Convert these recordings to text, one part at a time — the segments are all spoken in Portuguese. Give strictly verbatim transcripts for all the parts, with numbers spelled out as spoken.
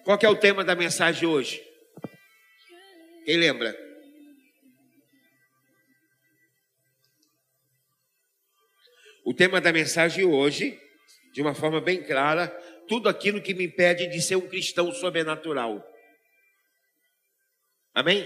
Qual que é o tema da mensagem de hoje? Quem lembra? O tema da mensagem de hoje, de uma forma bem clara, tudo aquilo que me impede de ser um cristão sobrenatural. Amém?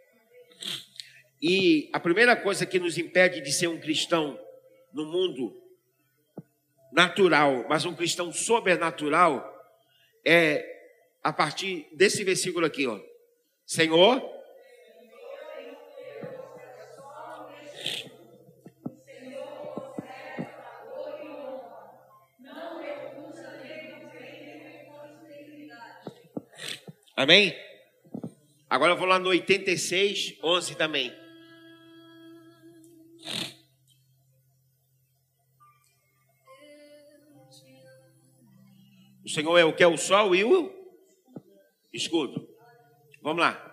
E a primeira coisa que nos impede de ser um cristão no mundo natural, mas um cristão sobrenatural, é a partir desse versículo aqui, ó. Senhor, amém? Agora eu vou lá no oitenta e seis, onze também. O Senhor é o que é o sol e o escudo. Vamos lá.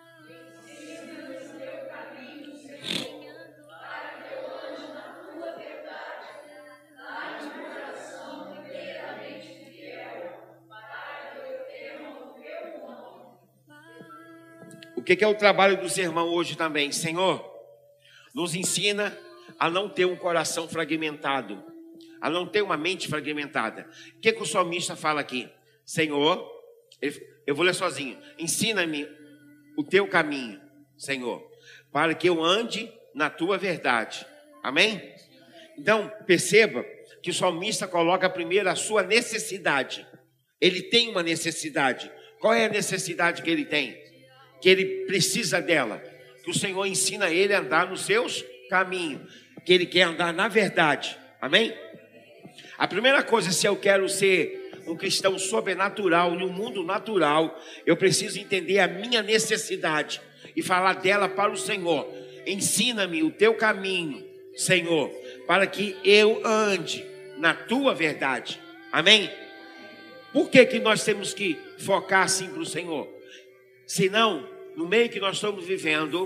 O que é o trabalho do sermão hoje também? Senhor, nos ensina a não ter um coração fragmentado, a não ter uma mente fragmentada. O que, que o salmista fala aqui? Senhor, eu vou ler sozinho. Ensina-me o teu caminho, Senhor, para que eu ande na tua verdade. Amém? Então, perceba que o salmista coloca primeiro a sua necessidade. Ele tem uma necessidade. Qual é a necessidade que ele tem? Que ele precisa dela. Que o Senhor ensina ele a andar nos seus caminhos. Que ele quer andar na verdade. Amém? A primeira coisa, se eu quero ser um cristão sobrenatural, no mundo natural, eu preciso entender a minha necessidade e falar dela para o Senhor. Ensina-me o teu caminho, Senhor, para que eu ande na tua verdade. Amém? Por que que nós temos que focar assim para o Senhor? Senão, no meio que nós estamos vivendo,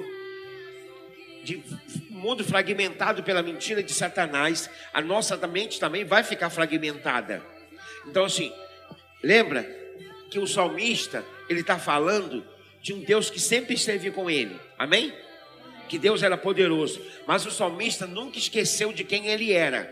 de mundo fragmentado pela mentira de Satanás, a nossa mente também vai ficar fragmentada. Então assim, lembra que o salmista, ele está falando de um Deus que sempre esteve com ele, amém? Que Deus era poderoso, mas o salmista nunca esqueceu de quem ele era,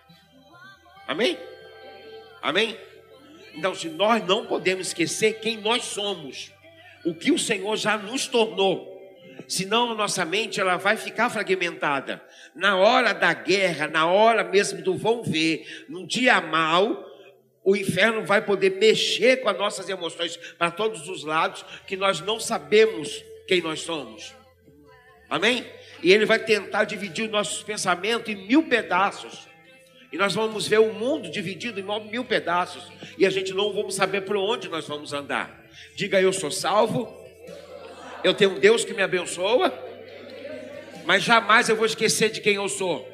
amém? Amém? Então se nós não podemos esquecer quem nós somos, o que o Senhor já nos tornou, senão a nossa mente ela vai ficar fragmentada. Na hora da guerra, na hora mesmo do vão ver, num dia mau, o inferno vai poder mexer com as nossas emoções para todos os lados, que nós não sabemos quem nós somos. Amém? E ele vai tentar dividir os nossos pensamentos em mil pedaços. E nós vamos ver o mundo dividido em mil pedaços. E a gente não vamos saber por onde nós vamos andar. Diga, eu sou salvo. Eu tenho um Deus que me abençoa. Mas jamais eu vou esquecer de quem eu sou.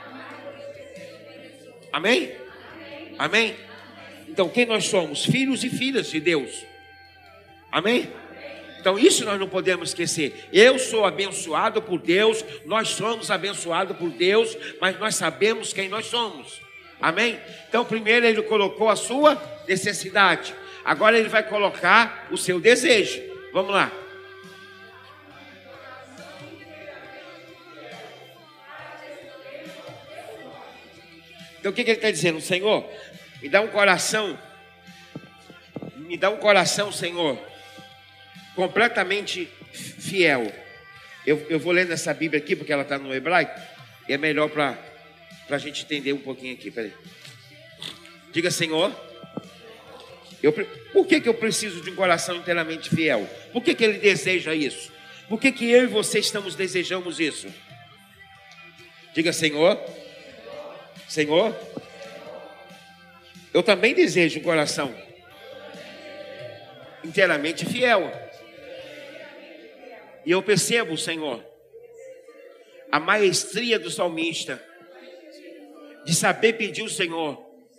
Amém? Amém? Então, quem nós somos? Filhos e filhas de Deus. Amém? Então, isso nós não podemos esquecer. Eu sou abençoado por Deus, nós somos abençoados por Deus, mas nós sabemos quem nós somos. Amém? Então, primeiro ele colocou a sua necessidade. Agora ele vai colocar o seu desejo. Vamos lá. Então, o que, que ele está dizendo? Senhor, me dá um coração, me dá um coração, Senhor, completamente fiel. Eu, eu vou lendo essa Bíblia aqui, porque ela está no hebraico, e é melhor para a gente entender um pouquinho aqui. Peraí. Diga, Senhor, eu, por que, que eu preciso de um coração inteiramente fiel? Por que, que ele deseja isso? Por que, que eu e você estamos desejamos isso? Diga, Senhor, Senhor, eu também desejo um coração inteiramente fiel. E eu percebo, Senhor, a maestria do salmista de saber pedir ao Senhor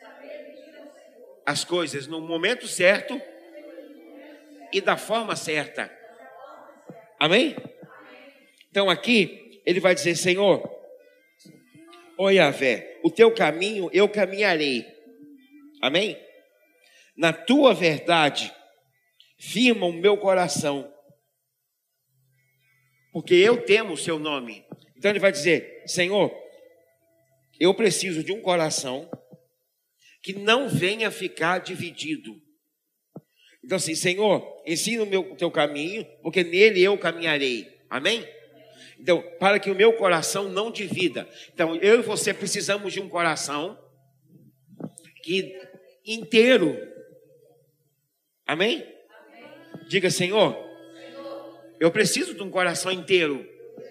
as coisas no momento certo e da forma certa. Amém? Então aqui ele vai dizer, Senhor, ó Yahvé, o teu caminho eu caminharei. Amém? Na tua verdade firma o meu coração, porque eu temo o seu nome. Então ele vai dizer: Senhor, eu preciso de um coração que não venha ficar dividido. Então assim, Senhor, ensina o meu, teu caminho, porque nele eu caminharei. Amém? Então, para que o meu coração não divida. Então, eu e você precisamos de um coração que inteiro. Amém? Amém. Diga: Senhor, Senhor, eu preciso de um coração inteiro.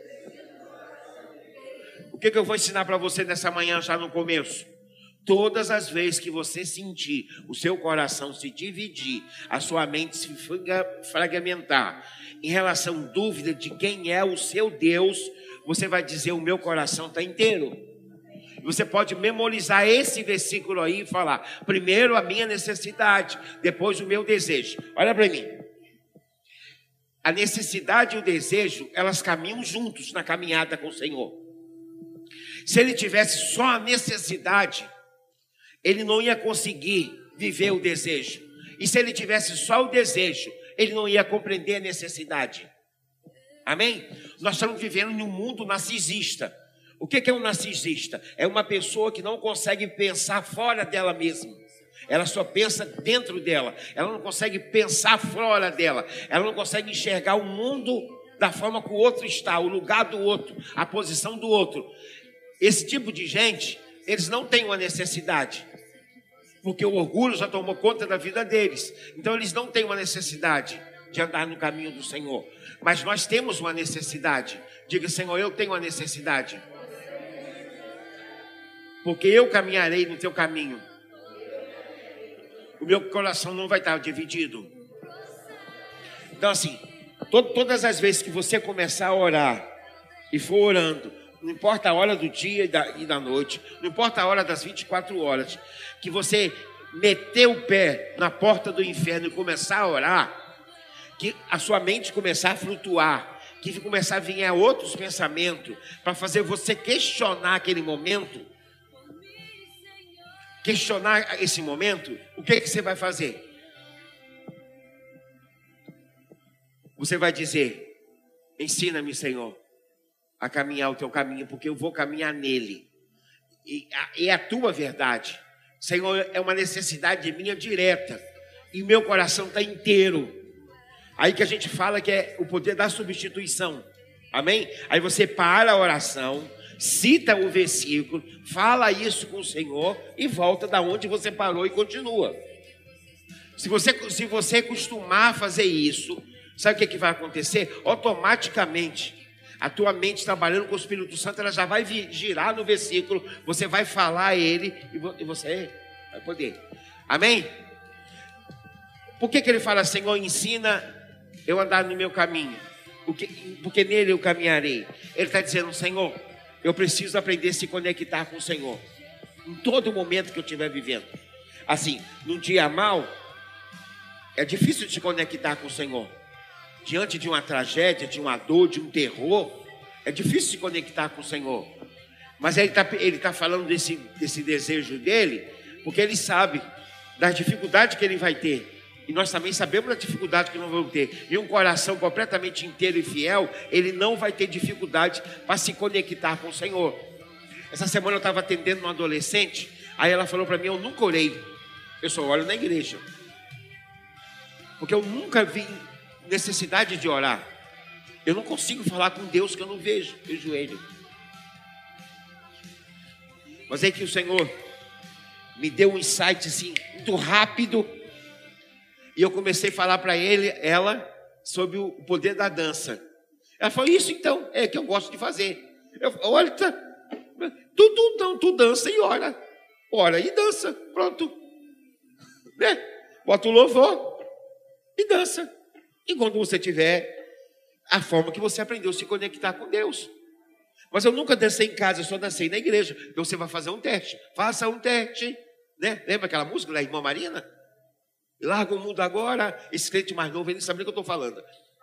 O que, que eu vou ensinar para você nessa manhã, já no começo? Todas as vezes que você sentir o seu coração se dividir, a sua mente se fragmentar, em relação à dúvida de quem é o seu Deus, você vai dizer: o meu coração está inteiro. Você pode memorizar esse versículo aí e falar: primeiro a minha necessidade, depois o meu desejo. Olha para mim. A necessidade e o desejo, elas caminham juntos na caminhada com o Senhor. Se ele tivesse só a necessidade, ele não ia conseguir viver o desejo. E se ele tivesse só o desejo, ele não ia compreender a necessidade. Amém? Nós estamos vivendo em um mundo narcisista. O que é um narcisista? É uma pessoa que não consegue pensar fora dela mesma. Ela só pensa dentro dela. Ela não consegue pensar fora dela. Ela não consegue enxergar o mundo da forma que o outro está, o lugar do outro, a posição do outro. Esse tipo de gente, eles não têm uma necessidade, porque o orgulho já tomou conta da vida deles. Então eles não têm uma necessidade de andar no caminho do Senhor. Mas nós temos uma necessidade. Diga: Senhor, eu tenho uma necessidade, porque eu caminharei no teu caminho. O meu coração não vai estar dividido. Então assim, to- todas as vezes que você começar a orar e for orando, não importa a hora do dia e da, e da noite, não importa a hora das vinte e quatro horas, que você meter o pé na porta do inferno e começar a orar, que a sua mente começar a flutuar, que começar a vir outros pensamentos, para fazer você questionar aquele momento, questionar esse momento, o que, que você vai fazer? Você vai dizer: ensina-me, Senhor, a caminhar o teu caminho, porque eu vou caminhar nele. E é a tua verdade. Senhor, é uma necessidade minha direta. E o meu coração está inteiro. Aí que a gente fala que é o poder da substituição. Amém? Aí você para a oração, cita o versículo, fala isso com o Senhor e volta da onde você parou e continua. Se você, se você costumar fazer isso, sabe o que, que vai acontecer? Automaticamente, a tua mente trabalhando com o Espírito Santo, ela já vai girar no versículo, você vai falar ele e você vai poder. Amém? Por que, que ele fala: Senhor, ensina eu andar no meu caminho, porque, porque nele eu caminharei? Ele está dizendo: Senhor, eu preciso aprender a se conectar com o Senhor em todo momento que eu estiver vivendo. Assim, num dia mau, é difícil de se conectar com o Senhor. Diante de uma tragédia, de uma dor, de um terror, é difícil se conectar com o Senhor. Mas ele está ele tá falando desse, desse desejo dele, porque ele sabe das dificuldades que ele vai ter. E nós também sabemos da dificuldade que nós vamos ter. E um coração completamente inteiro e fiel, ele não vai ter dificuldade para se conectar com o Senhor. Essa semana eu estava atendendo uma adolescente, aí ela falou para mim: eu nunca orei, eu só oro na igreja. Porque eu nunca vi necessidade de orar. Eu não consigo falar com Deus que eu não vejo, vejo Ele. Mas é que o Senhor me deu um insight assim, muito rápido. E eu comecei a falar para ele, ela, sobre o poder da dança. Ela falou: isso então, é que eu gosto de fazer. Eu falei: olha, tá, tu, tu, tu, tu dança e ora. Ora e dança, pronto. Né? Bota o louvor e dança. E quando você tiver a forma que você aprendeu a se conectar com Deus. Mas eu nunca dancei em casa, eu só dancei na igreja. Então você vai fazer um teste. Faça um teste. Né? Lembra aquela música da irmã Marina? Larga o mundo agora. Esse crente mais novo, ele não sabe nem o que eu estou falando.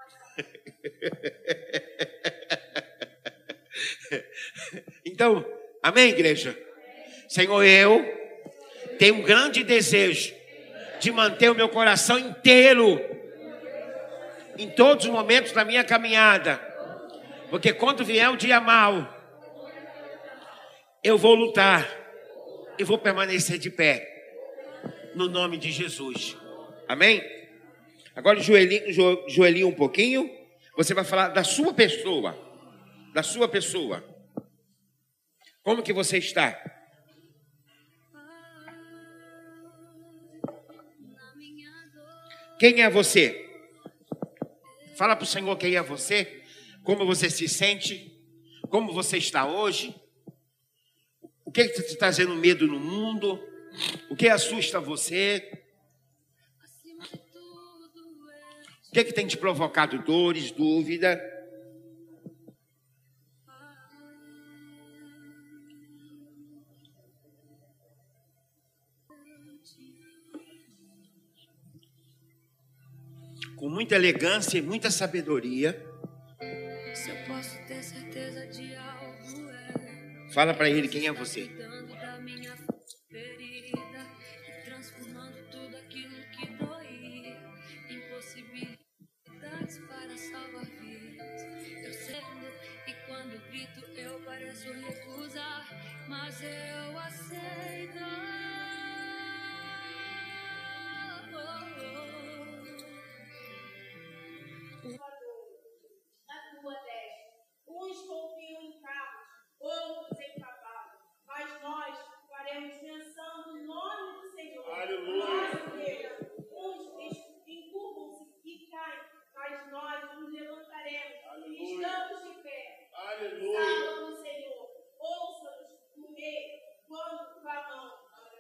Então, amém, igreja? Senhor, eu tenho um grande desejo de manter o meu coração inteiro em todos os momentos da minha caminhada. Porque quando vier o dia mau, eu vou lutar e vou permanecer de pé. No nome de Jesus. Amém? Agora joelhinho, jo, joelhinho um pouquinho. Você vai falar da sua pessoa. Da sua pessoa. Como que você está? Quem é você? Fala para o Senhor quem é você. Como você se sente. Como você está hoje. O que está trazendo medo no mundo? O que assusta você? O que, é que tem te provocado dores, dúvida? Com muita elegância e muita sabedoria. Se eu posso ter certeza de algo é. Fala para ele quem é você. Mas eu aceito. Na tua destra, uns confiam em carros, outros em cavalos, mas nós faremos menção do nome do Senhor. Aleluia. Uns encurvam-se e caem, mas nós nos levantaremos. Aleluia. Estamos de pé. Aleluia. Salva-nos, Senhor. Ouça-nos. Quando clamamos,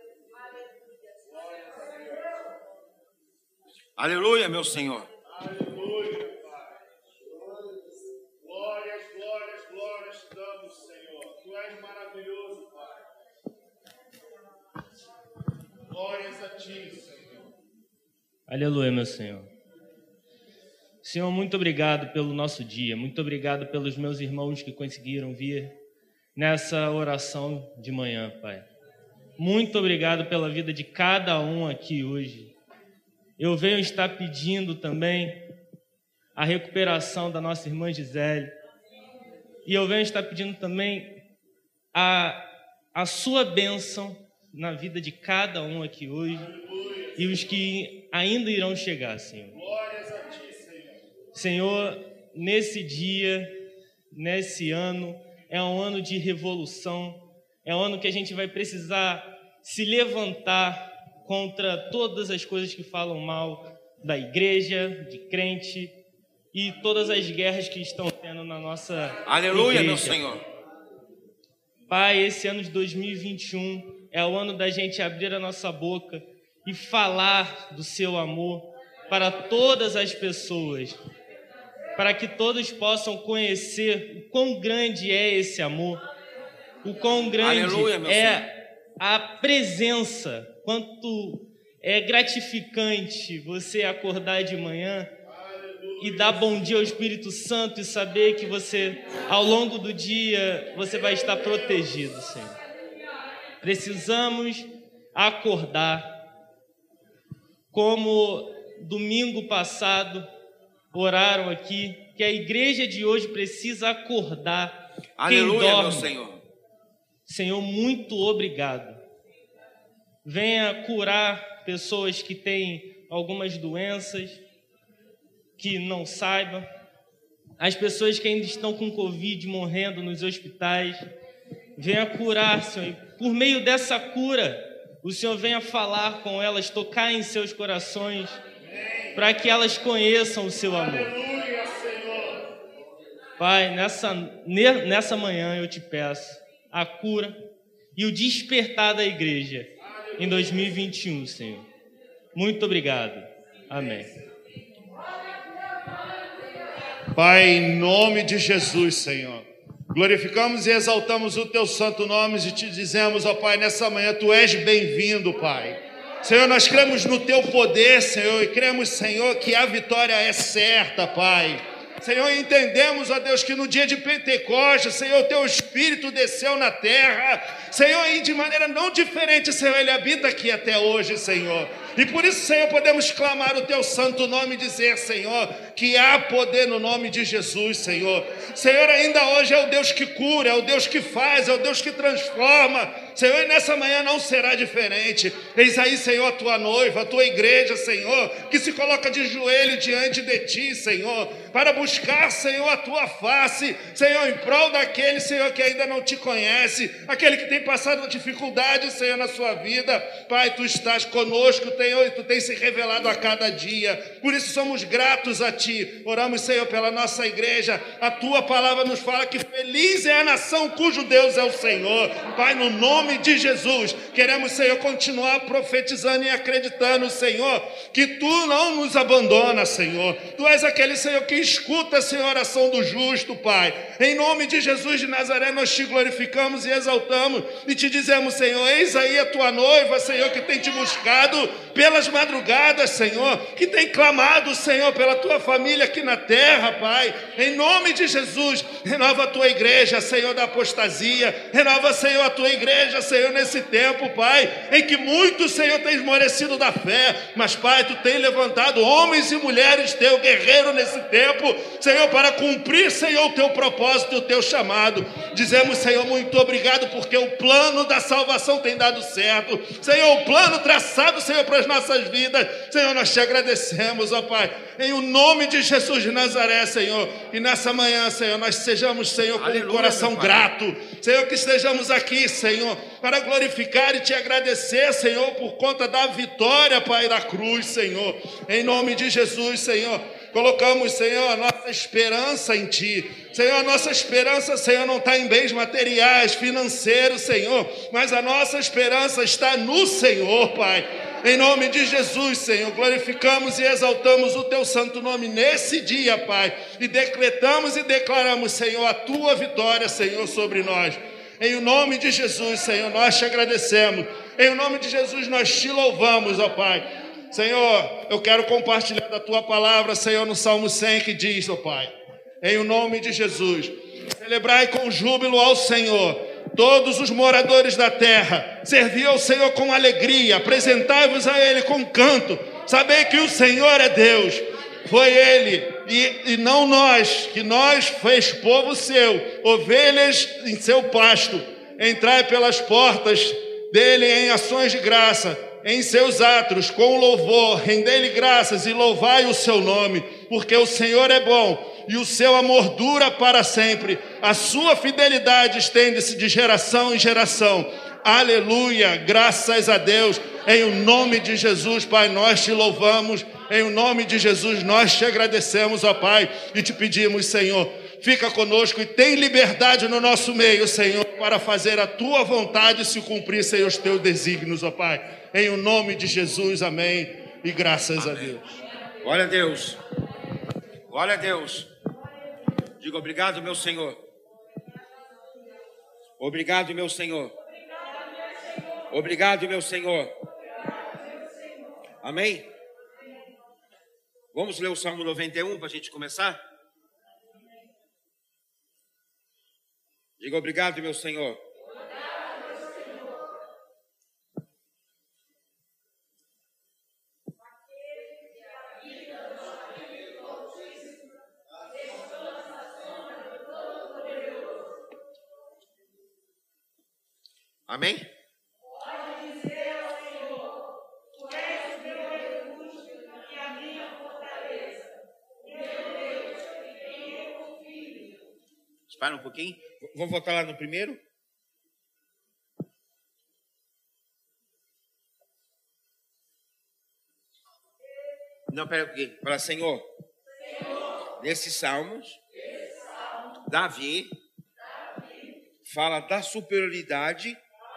aleluia. Aleluia, meu Senhor. Aleluia, Pai. Glórias, glórias, glórias te damos, Senhor. Tu és maravilhoso, Pai. Glórias a ti, Senhor. Aleluia, meu Senhor. Senhor, muito obrigado pelo nosso dia. Muito obrigado pelos meus irmãos que conseguiram vir nessa oração de manhã, Pai. Muito obrigado pela vida de cada um aqui hoje. Eu venho estar pedindo também a recuperação da nossa irmã Gisele. E eu venho estar pedindo também a, a sua bênção na vida de cada um aqui hoje. E os que ainda irão chegar, Senhor. Glórias a ti, Senhor. Senhor, nesse dia, nesse ano, é um ano de revolução, é um ano que a gente vai precisar se levantar contra todas as coisas que falam mal da igreja, de crente e todas as guerras que estão tendo na nossa Aleluia, igreja. Meu Senhor. Pai, esse ano de dois mil e vinte e um é o ano da gente abrir a nossa boca e falar do seu amor para todas as pessoas, para que todos possam conhecer o quão grande é esse amor, o quão grande Aleluia, meu é Senhor. a presença, quanto é gratificante você acordar de manhã e dar bom dia ao Espírito Santo e saber que você, ao longo do dia, você vai estar protegido, Senhor. Precisamos acordar, como domingo passado oraram aqui, que a igreja de hoje precisa acordar. Aleluia, Quem dorme, meu Senhor. Senhor, muito obrigado. Venha curar pessoas que têm algumas doenças, que não saibam. As pessoas que ainda estão com Covid morrendo nos hospitais. Venha curar, Senhor. Por meio dessa cura, o Senhor venha falar com elas, tocar em seus corações, para que elas conheçam o seu amor. Aleluia, Senhor. Pai, nessa, nessa manhã eu te peço a cura e o despertar da igreja em dois mil e vinte e um, Senhor. Muito obrigado. Amém. Pai, em nome de Jesus, Senhor, glorificamos e exaltamos o teu santo nome e te dizemos, ó Pai, nessa manhã, tu és bem-vindo, Pai. Senhor, nós cremos no teu poder, Senhor, e cremos, Senhor, que a vitória é certa, Pai. Senhor, entendemos, ó Deus, que no dia de Pentecostes, Senhor, teu Espírito desceu na terra, Senhor, e de maneira não diferente, Senhor, ele habita aqui até hoje, Senhor. E por isso, Senhor, podemos clamar o teu santo nome e dizer, Senhor, que há poder no nome de Jesus, Senhor. Senhor, ainda hoje é o Deus que cura, é o Deus que faz, é o Deus que transforma. Senhor, e nessa manhã não será diferente. Eis aí, Senhor, a tua noiva, a tua igreja, Senhor, que se coloca de joelho diante de ti, Senhor, para buscar, Senhor, a tua face, Senhor, em prol daquele, Senhor, que ainda não te conhece, aquele que tem passado dificuldade, Senhor, na sua vida. Pai, tu estás conosco, Senhor, e tu tens se revelado a cada dia. Por isso somos gratos a ti. Oramos, Senhor, pela nossa igreja. A tua palavra nos fala que feliz é a nação cujo Deus é o Senhor. Pai, no nome Em nome de Jesus, queremos, Senhor, continuar profetizando e acreditando, Senhor, que Tu não nos abandona, Senhor. Tu és aquele, Senhor, que escuta, Senhor, a oração do justo, Pai. Em nome de Jesus de Nazaré, nós Te glorificamos e exaltamos e Te dizemos, Senhor, eis aí a Tua noiva, Senhor, que tem Te buscado pelas madrugadas, Senhor, que tem clamado, Senhor, pela Tua família aqui na terra, Pai. Em nome de Jesus, renova a Tua igreja, Senhor, da apostasia. Renova, Senhor, a Tua igreja, Senhor, nesse tempo, Pai, em que muitos, Senhor, têm esmorecido da fé, mas, Pai, Tu tem levantado homens e mulheres Teu, guerreiro nesse tempo, Senhor, para cumprir, Senhor, o Teu propósito e o Teu chamado. Dizemos, Senhor, muito obrigado, porque o plano da salvação tem dado certo, Senhor, o plano traçado, Senhor, para as nossas vidas, Senhor, nós Te agradecemos, ó Pai, em o nome de Jesus de Nazaré, Senhor, e nessa manhã, Senhor, nós sejamos, Senhor, com Aleluia, um coração meu Pai. grato, Senhor, que estejamos aqui, Senhor, para glorificar e Te agradecer, Senhor, por conta da vitória, Pai, da cruz, Senhor. Em nome de Jesus, Senhor, colocamos, Senhor, a nossa esperança em Ti. Senhor, a nossa esperança, Senhor, não está em bens materiais, financeiros, Senhor, mas a nossa esperança está no Senhor, Pai. Em nome de Jesus, Senhor, glorificamos e exaltamos o Teu santo nome nesse dia, Pai, e decretamos e declaramos, Senhor, a Tua vitória, Senhor, sobre nós. Em nome de Jesus, Senhor, nós Te agradecemos. Em nome de Jesus, nós Te louvamos, ó Pai. Senhor, eu quero compartilhar da Tua palavra, Senhor, no Salmo cem, que diz, ó Pai, em nome de Jesus, celebrai com júbilo ao Senhor todos os moradores da terra, servi ao Senhor com alegria, apresentai-vos a Ele com canto, sabei que o Senhor é Deus, foi Ele e, e não nós, que nós fez povo seu, ovelhas em seu pasto. Entrai pelas portas dele em ações de graça, em seus átrios com louvor, rendei-lhe graças e louvai o seu nome, porque o Senhor é bom e o seu amor dura para sempre, a sua fidelidade estende-se de geração em geração. Aleluia, graças a Deus. Em o nome de Jesus, Pai, nós Te louvamos, em o nome de Jesus nós Te agradecemos, ó Pai, e Te pedimos, Senhor, fica conosco e tem liberdade no nosso meio, Senhor, para fazer a Tua vontade e se cumprir, Senhor, os Teus desígnios, ó Pai. Em o nome de Jesus, amém, e graças Amém. a Deus. Glória a Deus. Glória a Deus. Diga obrigado, meu Senhor. Obrigado, meu Senhor. Obrigado, meu Senhor. Amém? Vamos ler o Salmo noventa e um para a gente começar? Diga obrigado, meu Senhor. Amém? Pode dizer ao Senhor, Tu és o meu refúgio e a minha fortaleza, meu Deus, em quem eu confio. Espera um pouquinho. Vamos voltar lá no primeiro. Não, pera um pouquinho. Fala, Senhor, Senhor, nesses salmos, nesse salmo, Davi, Davi fala da superioridade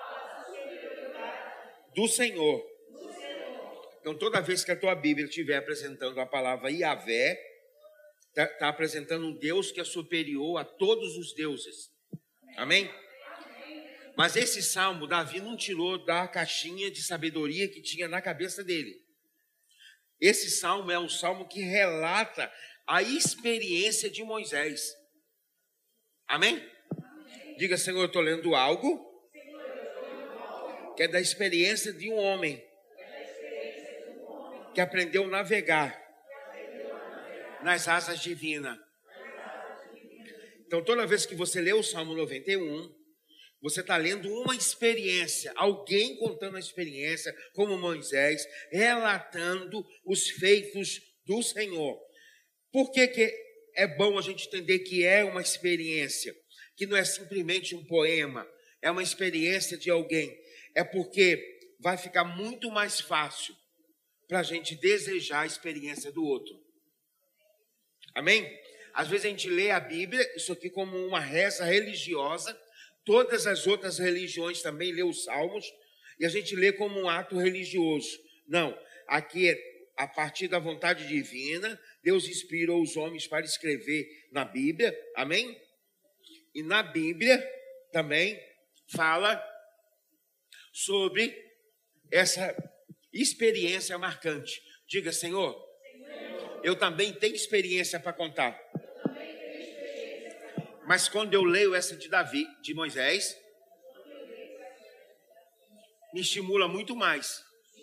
do Senhor. do Senhor. Então, toda vez que a tua Bíblia estiver apresentando a palavra Iavé, está tá apresentando um Deus que é superior a todos os deuses. Amém? Mas esse salmo, Davi não tirou da caixinha de sabedoria que tinha na cabeça dele. Esse salmo é um salmo que relata a experiência de Moisés. Amém? Diga, Senhor, eu estou lendo algo que é da experiência de um homem. que aprendeu a navegar nas asas divinas. Então, toda vez que você lê o Salmo noventa e um, você está lendo uma experiência, alguém contando a experiência, como Moisés, relatando os feitos do Senhor. Por que que é bom a gente entender que é uma experiência, que não é simplesmente um poema, é uma experiência de alguém? É porque vai ficar muito mais fácil para a gente desejar a experiência do outro. Amém? Às vezes a gente lê a Bíblia, isso aqui como uma reza religiosa, todas as outras religiões também lê os Salmos, e a gente lê como um ato religioso. Não, aqui é a partir da vontade divina, Deus inspirou os homens para escrever na Bíblia, amém? E na Bíblia também fala sobre essa experiência marcante. Diga, Senhor, Senhor, eu também tenho experiência para contar. Mas quando eu leio essa de Davi, de Moisés, me estimula muito mais.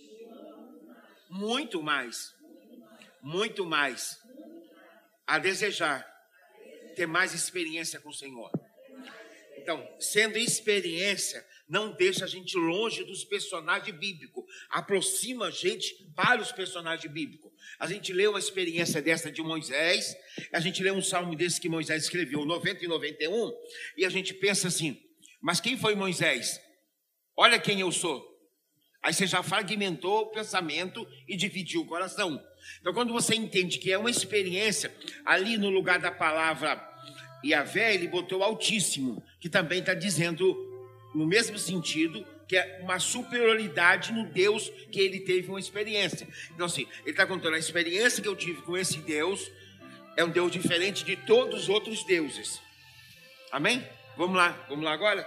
Muito mais. Muito mais. A desejar ter mais experiência com o Senhor. Então, sendo experiência, não deixa a gente longe dos personagens bíblicos. Aproxima a gente para os personagens bíblicos. A gente lê uma experiência dessa de Moisés, a gente lê um salmo desse que Moisés escreveu, noventa e noventa e um, e a gente pensa assim, mas quem foi Moisés? Olha quem eu sou. Aí você já fragmentou o pensamento e dividiu o coração. Então, quando você entende que é uma experiência, ali no lugar da palavra Yahvé, ele botou Altíssimo, que também está dizendo, no mesmo sentido, que é uma superioridade no Deus que ele teve uma experiência. Então, assim, ele está contando a experiência que eu tive com esse Deus, é um Deus diferente de todos os outros deuses. Amém? Vamos lá, vamos lá agora?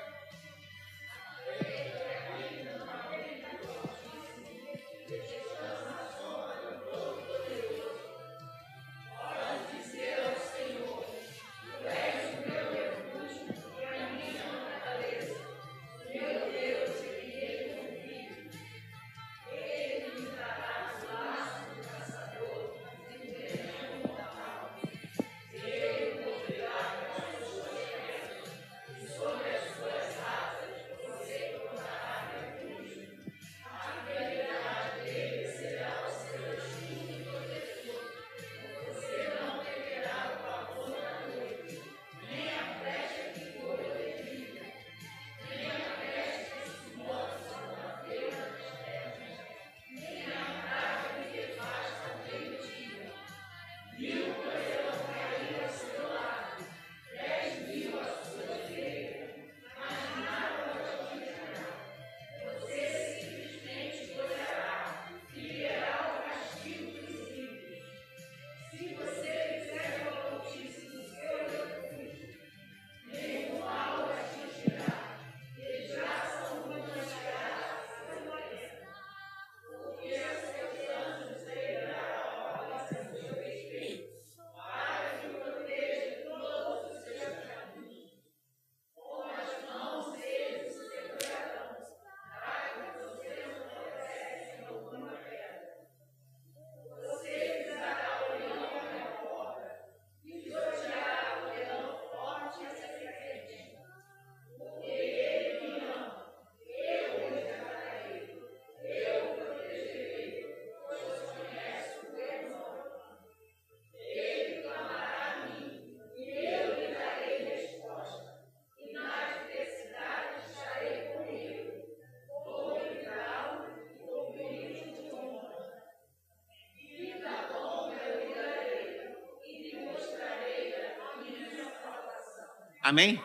Amém?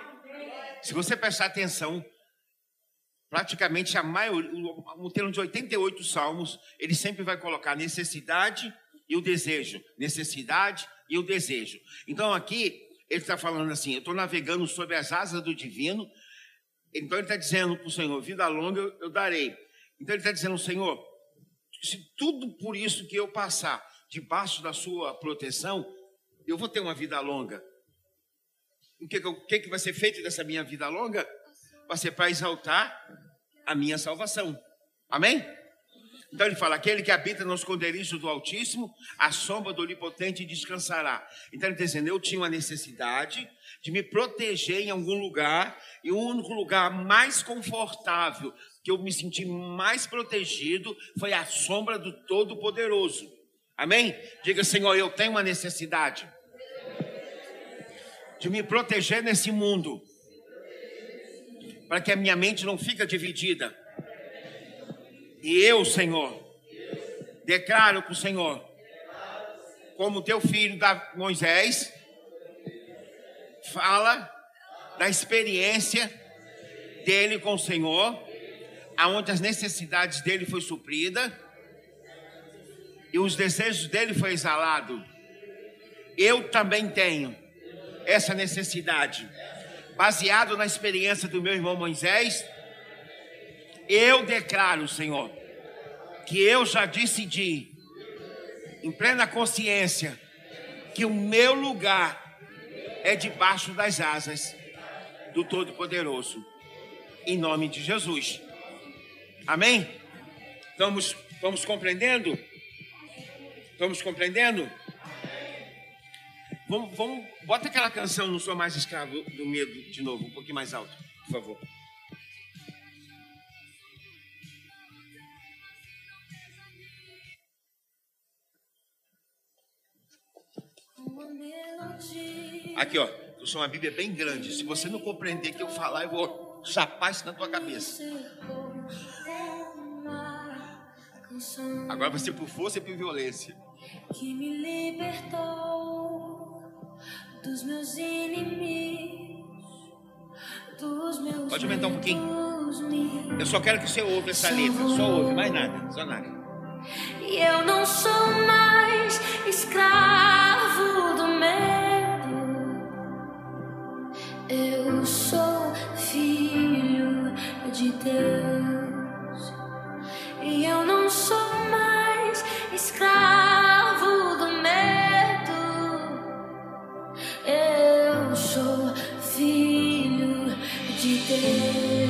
Se você prestar atenção, praticamente a maioria, no termo de oitenta e oito salmos, ele sempre vai colocar necessidade e o desejo. Necessidade e o desejo. Então aqui, ele está falando assim, eu estou navegando sobre as asas do divino, então ele está dizendo para o Senhor, vida longa eu, eu darei. Então ele está dizendo, Senhor, se tudo por isso que eu passar debaixo da sua proteção, eu vou ter uma vida longa. O que, o que vai ser feito dessa minha vida longa? Vai ser para exaltar a minha salvação. Amém? Então ele fala, aquele que habita no esconderijo do Altíssimo, a sombra do Onipotente descansará. Então ele está dizendo, eu tinha uma necessidade de me proteger em algum lugar, e o único lugar mais confortável, que eu me senti mais protegido, foi a sombra do Todo-Poderoso. Amém? Diga, Senhor, eu tenho uma necessidade de me proteger nesse mundo, para que a minha mente não fique dividida. E eu, Senhor, declaro para o Senhor, como teu filho da Moisés, fala da experiência dele com o Senhor, aonde as necessidades dele foi suprida e os desejos dele foi exalado. Eu também tenho essa necessidade, baseado na experiência do meu irmão Moisés. Eu declaro, Senhor, que eu já decidi, em plena consciência, que o meu lugar é debaixo das asas do Todo-Poderoso, em nome de Jesus. Amém? Estamos, vamos compreendendo? Estamos compreendendo? Vamos, vamos, bota aquela canção, Não Sou Mais Escravo do Medo, de novo, um pouquinho mais alto, por favor. Aqui, ó, eu sou uma Bíblia bem grande. Se você não compreender o que eu falar, eu vou chapar isso na tua cabeça. Agora vai ser por força e por violência. Que me libertou dos meus inimigos, dos meus Pode aumentar um pouquinho. medos. Eu só quero que você ouve essa letra. Só ouve, mais nada, só nada. E eu não sou mais escravo do medo. Eu sou filho de Deus. E eu não sou mais escravo do medo. Eu sou filho de Deus.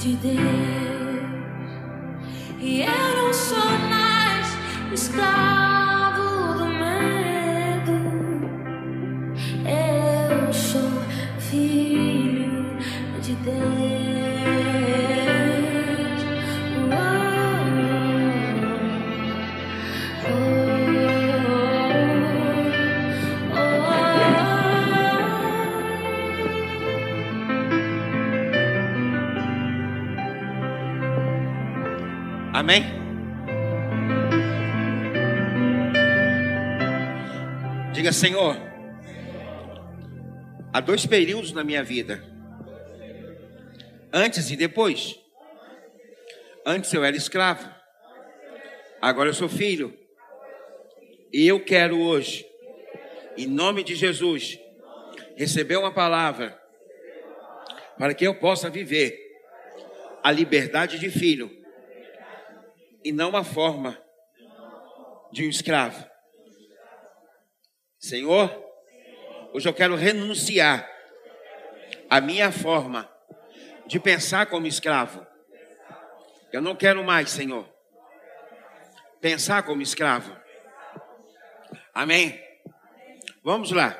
de Deus. E eu não sou mais escravo do medo. Eu sou filho de Deus. Amém? Diga, Senhor, há dois períodos na minha vida, antes e depois. Antes eu era escravo, agora eu sou filho. E eu quero hoje, em nome de Jesus, receber uma palavra para que eu possa viver a liberdade de filho e não a forma de um escravo. Senhor, hoje eu quero renunciar à minha forma de pensar como escravo. Eu não quero mais, Senhor, pensar como escravo. Amém? Vamos lá.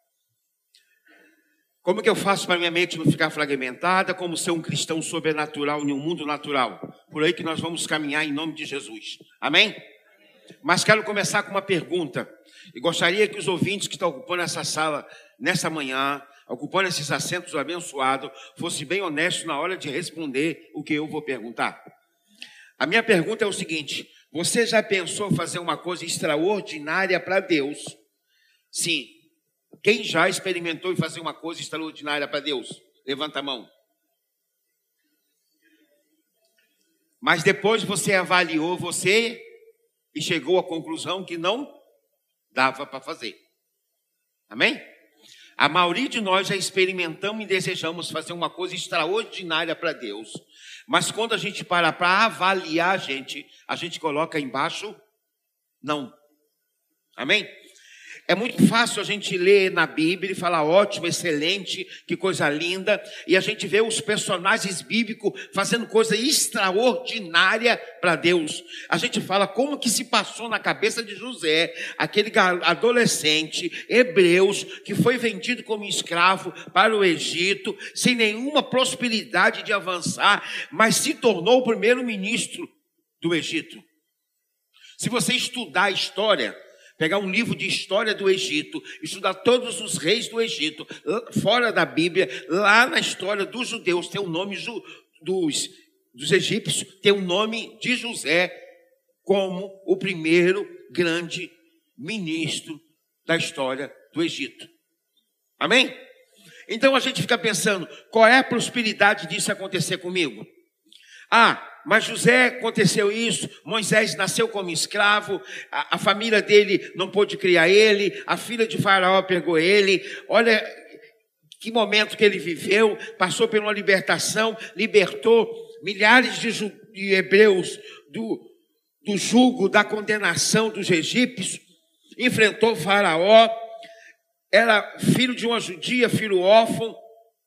Como que eu faço para minha mente não ficar fragmentada? Como ser um cristão sobrenatural em um mundo natural? Por aí que nós vamos caminhar em nome de Jesus. Amém? Mas quero começar com uma pergunta. E gostaria que os ouvintes que estão ocupando essa sala nessa manhã, ocupando esses assentos abençoados, fossem bem honestos na hora de responder o que eu vou perguntar. A minha pergunta é o seguinte: você já pensou fazer uma coisa extraordinária para Deus? Sim. Quem já experimentou em fazer uma coisa extraordinária para Deus? Levanta a mão. Mas depois você avaliou você e chegou à conclusão que não dava para fazer. Amém? A maioria de nós já experimentamos e desejamos fazer uma coisa extraordinária para Deus. Mas quando a gente para para avaliar a gente, a gente coloca embaixo, não. Amém? É muito fácil a gente ler na Bíblia e falar ótimo, excelente, que coisa linda. E a gente vê os personagens bíblicos fazendo coisa extraordinária para Deus. A gente fala como que se passou na cabeça de José, aquele adolescente hebreus que foi vendido como escravo para o Egito, sem nenhuma possibilidade de avançar, mas se tornou o primeiro ministro do Egito. Se você estudar a história, pegar um livro de história do Egito, estudar todos os reis do Egito, fora da Bíblia, lá na história dos judeus, tem o nome dos, dos egípcios, tem o nome de José como o primeiro grande ministro da história do Egito. Amém? Então a gente fica pensando, qual é a prosperidade disso acontecer comigo? Ah, mas José aconteceu isso, Moisés nasceu como escravo, a, a família dele não pôde criar ele, a filha de Faraó pegou ele, olha que momento que ele viveu, passou por uma libertação, libertou milhares de, ju, de hebreus do, do jugo, da condenação dos egípcios, enfrentou Faraó, era filho de uma judia, filho órfão.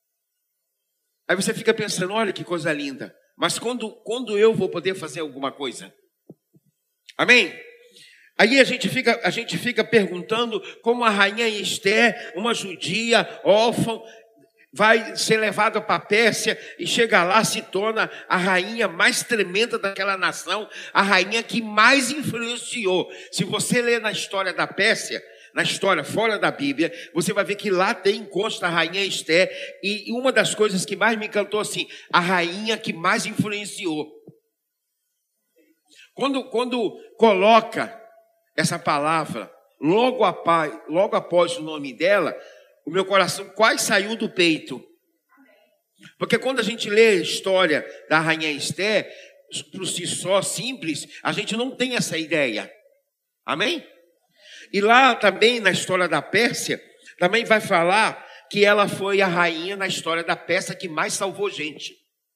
Aí você fica pensando, olha que coisa linda. Mas quando, quando eu vou poder fazer alguma coisa? Amém? Aí a gente fica, a gente fica perguntando como a rainha Esther, uma judia, órfã, vai ser levada para a Pérsia e chega lá, se torna a rainha mais tremenda daquela nação, a rainha que mais influenciou. Se você ler na história da Pérsia, na história fora da Bíblia, você vai ver que lá tem consta a rainha Esther, e uma das coisas que mais me encantou assim, a rainha que mais influenciou. Quando, quando coloca essa palavra logo após, logo após o nome dela, o meu coração quase saiu do peito. Porque quando a gente lê a história da rainha Esther, por si só, simples, a gente não tem essa ideia. Amém? E lá também na história da Pérsia, também vai falar que ela foi a rainha na história da Pérsia que mais salvou gente.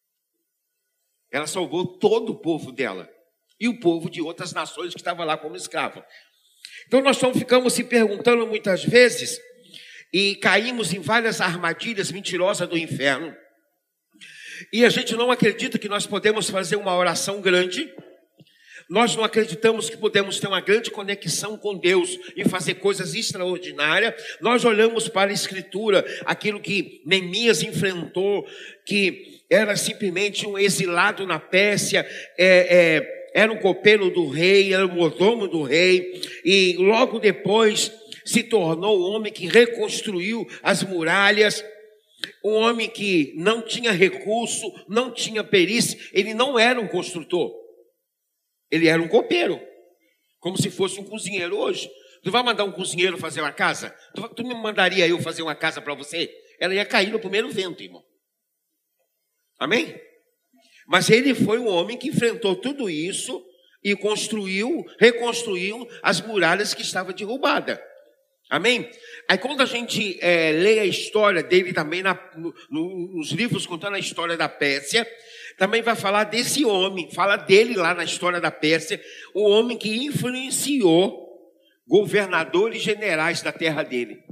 Ela salvou todo o povo dela e o povo de outras nações que estavam lá como escravo. Então nós ficamos se perguntando muitas vezes e caímos em várias armadilhas mentirosas do inferno. E a gente não acredita que nós podemos fazer uma oração grande. Nós não acreditamos que podemos ter uma grande conexão com Deus e fazer coisas extraordinárias. Nós olhamos para a Escritura, aquilo que Neemias enfrentou, que era simplesmente um exilado na Pérsia, é, é, era um copeiro do rei, era um mordomo do rei, e logo depois se tornou o homem que reconstruiu as muralhas, um homem que não tinha recurso, não tinha perícia, ele não era um construtor. Ele era um copeiro, como se fosse um cozinheiro hoje. Tu vai mandar um cozinheiro fazer uma casa? Tu, tu me mandaria eu fazer uma casa para você? Ela ia cair no primeiro vento, irmão. Amém? Mas ele foi um homem que enfrentou tudo isso e construiu, reconstruiu as muralhas que estavam derrubadas. Amém? Aí quando a gente é, lê a história dele também na, no, no, nos livros contando a história da Pérsia, também vai falar desse homem, fala dele lá na história da Pérsia, o homem que influenciou governadores generais da terra dele.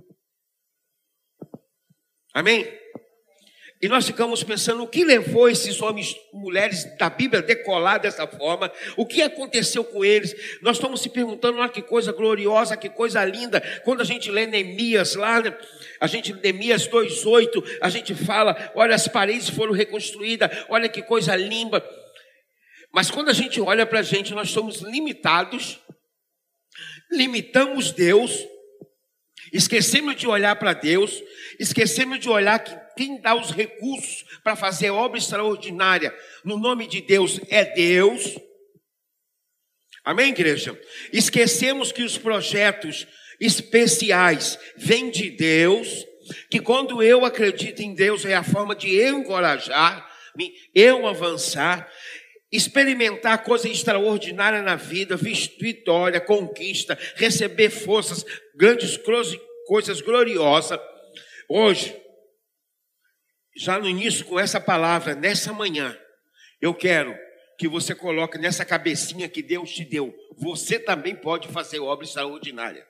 Amém? E nós ficamos pensando o que levou esses homens, mulheres da Bíblia a decolar dessa forma, o que aconteceu com eles. Nós estamos se perguntando, olha que coisa gloriosa, que coisa linda. Quando a gente lê Neemias lá, né? A gente, Neemias dois, oito, a gente fala, olha, as paredes foram reconstruídas, olha que coisa linda. Mas quando a gente olha para a gente, nós somos limitados, limitamos Deus, esquecemos de olhar para Deus, esquecemos de olhar que quem dá os recursos para fazer obra extraordinária no nome de Deus é Deus. Amém, igreja? Esquecemos que os projetos especiais vêm de Deus, que quando eu acredito em Deus é a forma de eu encorajar, eu avançar, experimentar coisa extraordinária na vida, vitória, conquista, receber forças, grandes coisas gloriosas. Hoje, já no início com essa palavra, nessa manhã, eu quero que você coloque nessa cabecinha que Deus te deu. Você também pode fazer obra extraordinária.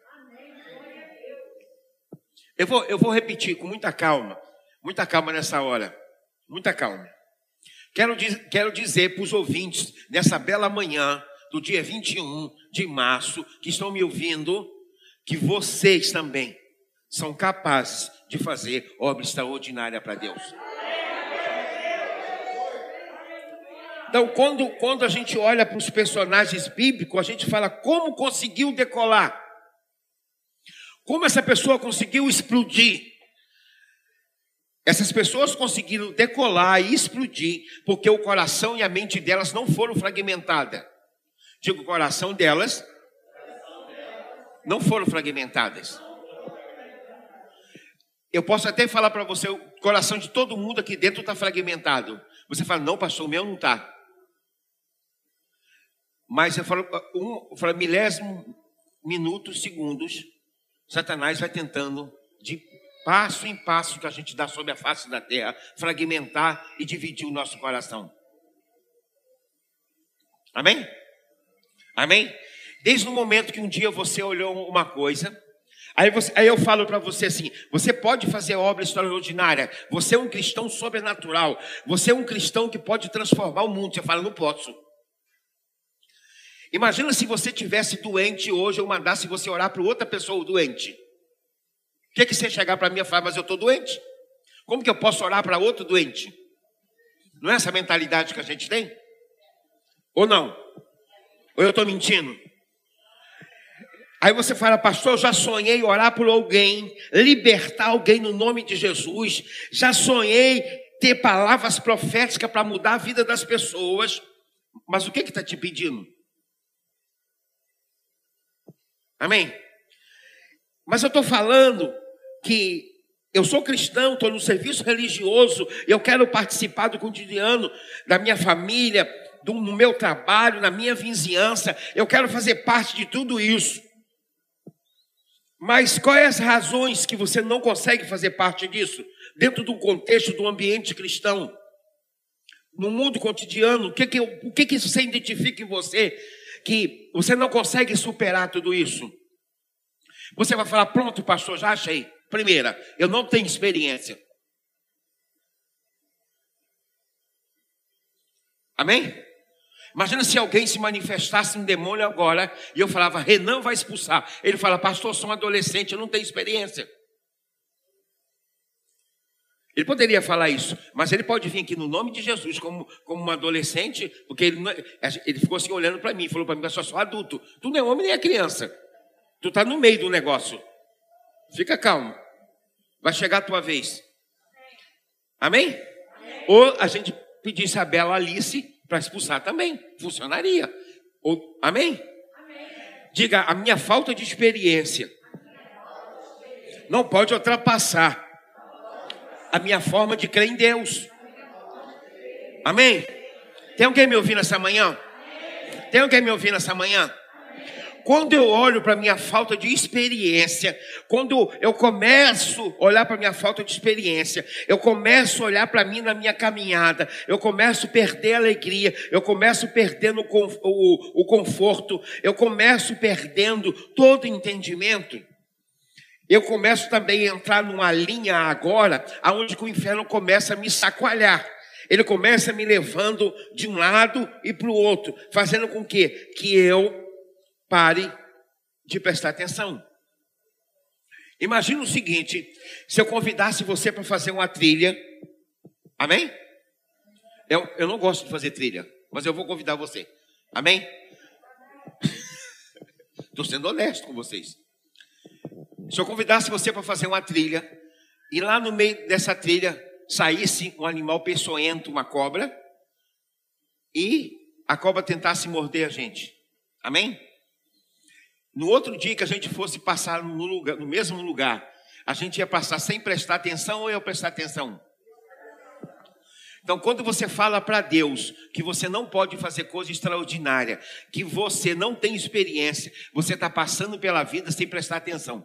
Eu vou, eu vou repetir com muita calma, muita calma nessa hora, muita calma. Quero, quero dizer para os ouvintes, nessa bela manhã do dia vinte e um de março, que estão me ouvindo, que vocês também são capazes de fazer obra extraordinária para Deus. Então, quando, quando a gente olha para os personagens bíblicos, a gente fala como conseguiu decolar. Como essa pessoa conseguiu explodir. Essas pessoas conseguiram decolar e explodir porque o coração e a mente delas não foram fragmentadas. Digo, o coração delas não foram fragmentadas. Eu posso até falar para você, o coração de todo mundo aqui dentro está fragmentado. Você fala, não, pastor, o meu não está. Mas eu falo, um, eu falo milésimo, minutos, segundos, Satanás vai tentando, de passo em passo que a gente dá sobre a face da terra, fragmentar e dividir o nosso coração. Amém? Amém? Desde o momento que um dia você olhou uma coisa, aí, você, aí eu falo para você assim, você pode fazer obra extraordinária, você é um cristão sobrenatural, você é um cristão que pode transformar o mundo. Você fala, não posso. Imagina se você tivesse doente hoje, eu mandasse você orar para outra pessoa doente. O que, que você chegar para mim e falar, mas eu estou doente? Como que eu posso orar para outro doente? Não é essa mentalidade que a gente tem? Ou não? Ou eu estou mentindo? Aí você fala, pastor, eu já sonhei orar por alguém, libertar alguém no nome de Jesus. Já sonhei ter palavras proféticas para mudar a vida das pessoas. Mas o que está te pedindo? Amém? Mas eu estou falando que eu sou cristão, estou no serviço religioso, eu quero participar do cotidiano da minha família, do, no meu trabalho, na minha vizinhança, eu quero fazer parte de tudo isso. Mas quais as razões que você não consegue fazer parte disso? Dentro do contexto do ambiente cristão, no mundo cotidiano, o que que, o que que você identifica em você que você não consegue superar tudo isso? Você vai falar, pronto, pastor, já achei. Primeira, eu não tenho experiência. Amém? Imagina se alguém se manifestasse um demônio agora e eu falava, Renan vai expulsar. Ele fala, pastor, sou um adolescente, eu não tenho experiência. Ele poderia falar isso, mas ele pode vir aqui no nome de Jesus como, como um adolescente, porque ele, não, ele ficou assim olhando para mim, falou para mim, mas eu sou adulto. Tu não é homem nem é criança. Tu está no meio do negócio. Fica calmo. Vai chegar a tua vez. Amém? Amém. Ou a gente pedisse a Bela Alice para expulsar também. Funcionaria. Ou, amém? Amém? Diga, a minha falta de experiência não pode ultrapassar a minha forma de crer em Deus. Amém? Tem alguém me ouvindo essa manhã? Tem alguém me ouvindo essa manhã? Quando eu olho para a minha falta de experiência, quando eu começo a olhar para a minha falta de experiência, eu começo a olhar para mim na minha caminhada, eu começo a perder a alegria, eu começo perdendo o, o conforto, eu começo perdendo todo o entendimento. Eu começo também a entrar numa linha agora, onde o inferno começa a me sacoalhar. Ele começa me levando de um lado e para o outro, fazendo com que, que eu pare de prestar atenção. Imagina o seguinte, se eu convidasse você para fazer uma trilha, amém? Eu, eu não gosto de fazer trilha, mas eu vou convidar você, amém? Estou sendo honesto com vocês. Se eu convidasse você para fazer uma trilha, e lá no meio dessa trilha saísse um animal peçonhento, uma cobra, e a cobra tentasse morder a gente, amém? No outro dia que a gente fosse passar no, lugar, no mesmo lugar, a gente ia passar sem prestar atenção ou eu prestar atenção? Então, quando você fala para Deus que você não pode fazer coisa extraordinária, que você não tem experiência, você está passando pela vida sem prestar atenção.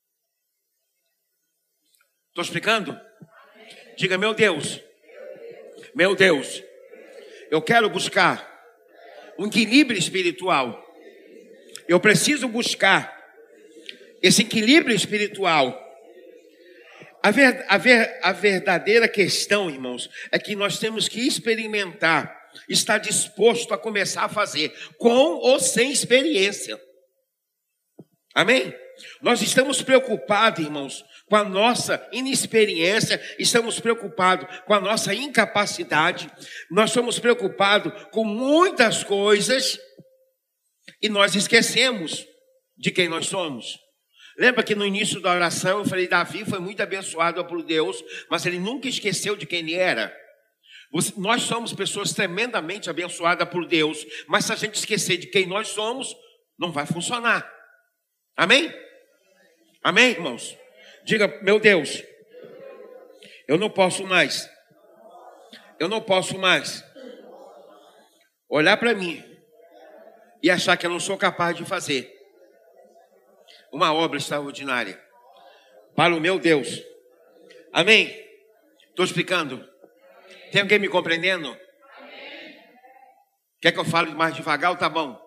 Estou explicando? Diga, meu Deus, meu Deus, eu quero buscar um equilíbrio espiritual. Eu preciso buscar esse equilíbrio espiritual. A, ver, a, ver, a verdadeira questão, irmãos, é que nós temos que experimentar, estar disposto a começar a fazer, com ou sem experiência. Amém? Nós estamos preocupados, irmãos, com a nossa inexperiência, estamos preocupados com a nossa incapacidade, nós somos preocupados com muitas coisas e nós esquecemos de quem nós somos. Lembra que no início da oração eu falei, Davi foi muito abençoado por Deus, mas ele nunca esqueceu de quem ele era. Nós somos pessoas tremendamente abençoadas por Deus, mas se a gente esquecer de quem nós somos, não vai funcionar. Amém? Amém, irmãos? Diga, meu Deus, eu não posso mais, eu não posso mais olhar para mim e achar que eu não sou capaz de fazer uma obra extraordinária para o meu Deus. Amém? Estou explicando? Tem alguém me compreendendo? Quer que eu fale mais devagar ou tá bom?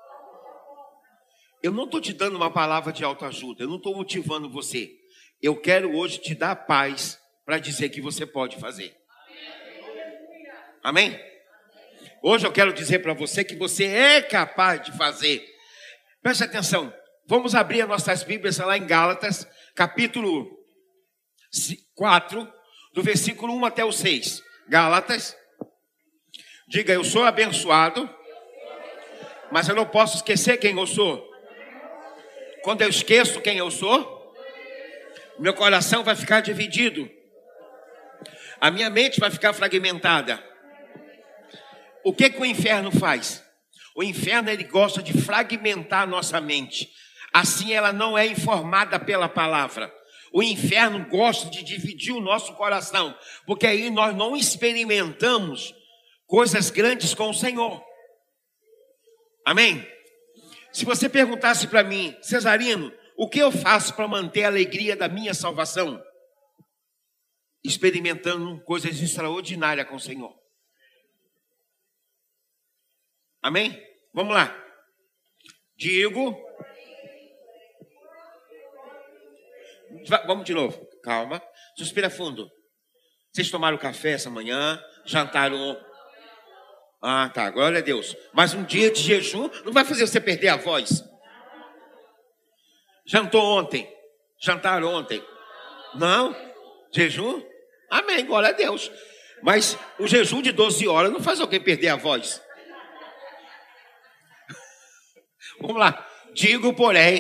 Eu não estou te dando uma palavra de autoajuda, eu não estou motivando você. Eu quero hoje te dar paz para dizer que você pode fazer. Amém? Hoje eu quero dizer para você que você é capaz de fazer. Preste atenção. Vamos abrir as nossas Bíblias lá em Gálatas, capítulo quatro, do versículo um até o seis. Gálatas. Diga, eu sou abençoado, mas eu não posso esquecer quem eu sou. Quando eu esqueço quem eu sou, meu coração vai ficar dividido. A minha mente vai ficar fragmentada. O que que o inferno faz? O inferno, ele gosta de fragmentar a nossa mente. Assim ela não é informada pela palavra. O inferno gosta de dividir o nosso coração, porque aí nós não experimentamos coisas grandes com o Senhor. Amém? Se você perguntasse para mim, Cesarino, o que eu faço para manter a alegria da minha salvação? Experimentando coisas extraordinárias com o Senhor. Amém? Vamos lá. Digo. Vamos de novo. Calma. Suspira fundo. Vocês tomaram café essa manhã? Jantaram? Ah, tá, glória a Deus. Mas um dia de jejum não vai fazer você perder a voz. Jantou ontem? Jantaram ontem? Não? Jejum? Amém, glória a Deus. Mas o jejum de doze horas não faz alguém perder a voz. Vamos lá. Digo, porém.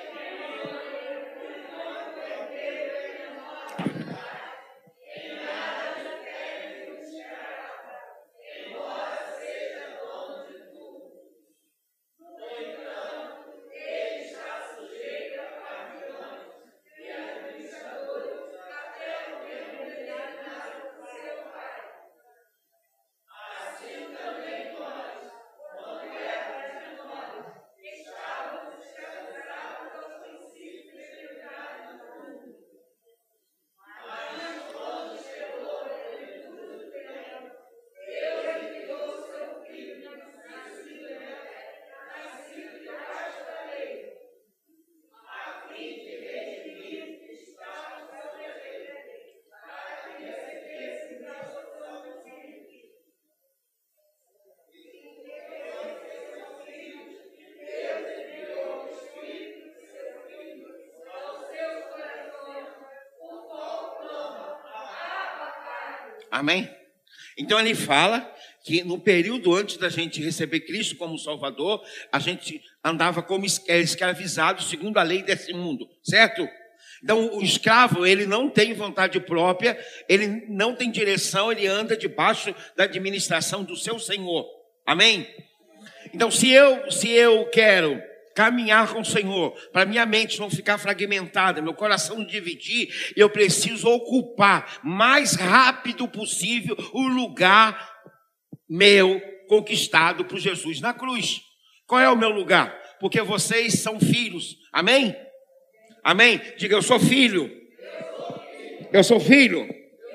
Amém? Então ele fala que no período antes da gente receber Cristo como Salvador, a gente andava como escravizado segundo a lei desse mundo, certo? Então o escravo, ele não tem vontade própria, ele não tem direção, ele anda debaixo da administração do seu Senhor. Amém? Então se eu, se eu quero caminhar com o Senhor, para minha mente não ficar fragmentada, meu coração não dividir, eu preciso ocupar mais rápido possível o lugar meu conquistado por Jesus na cruz. Qual é o meu lugar? Porque vocês são filhos. Amém? Amém? Diga, eu sou filho. Eu sou filho.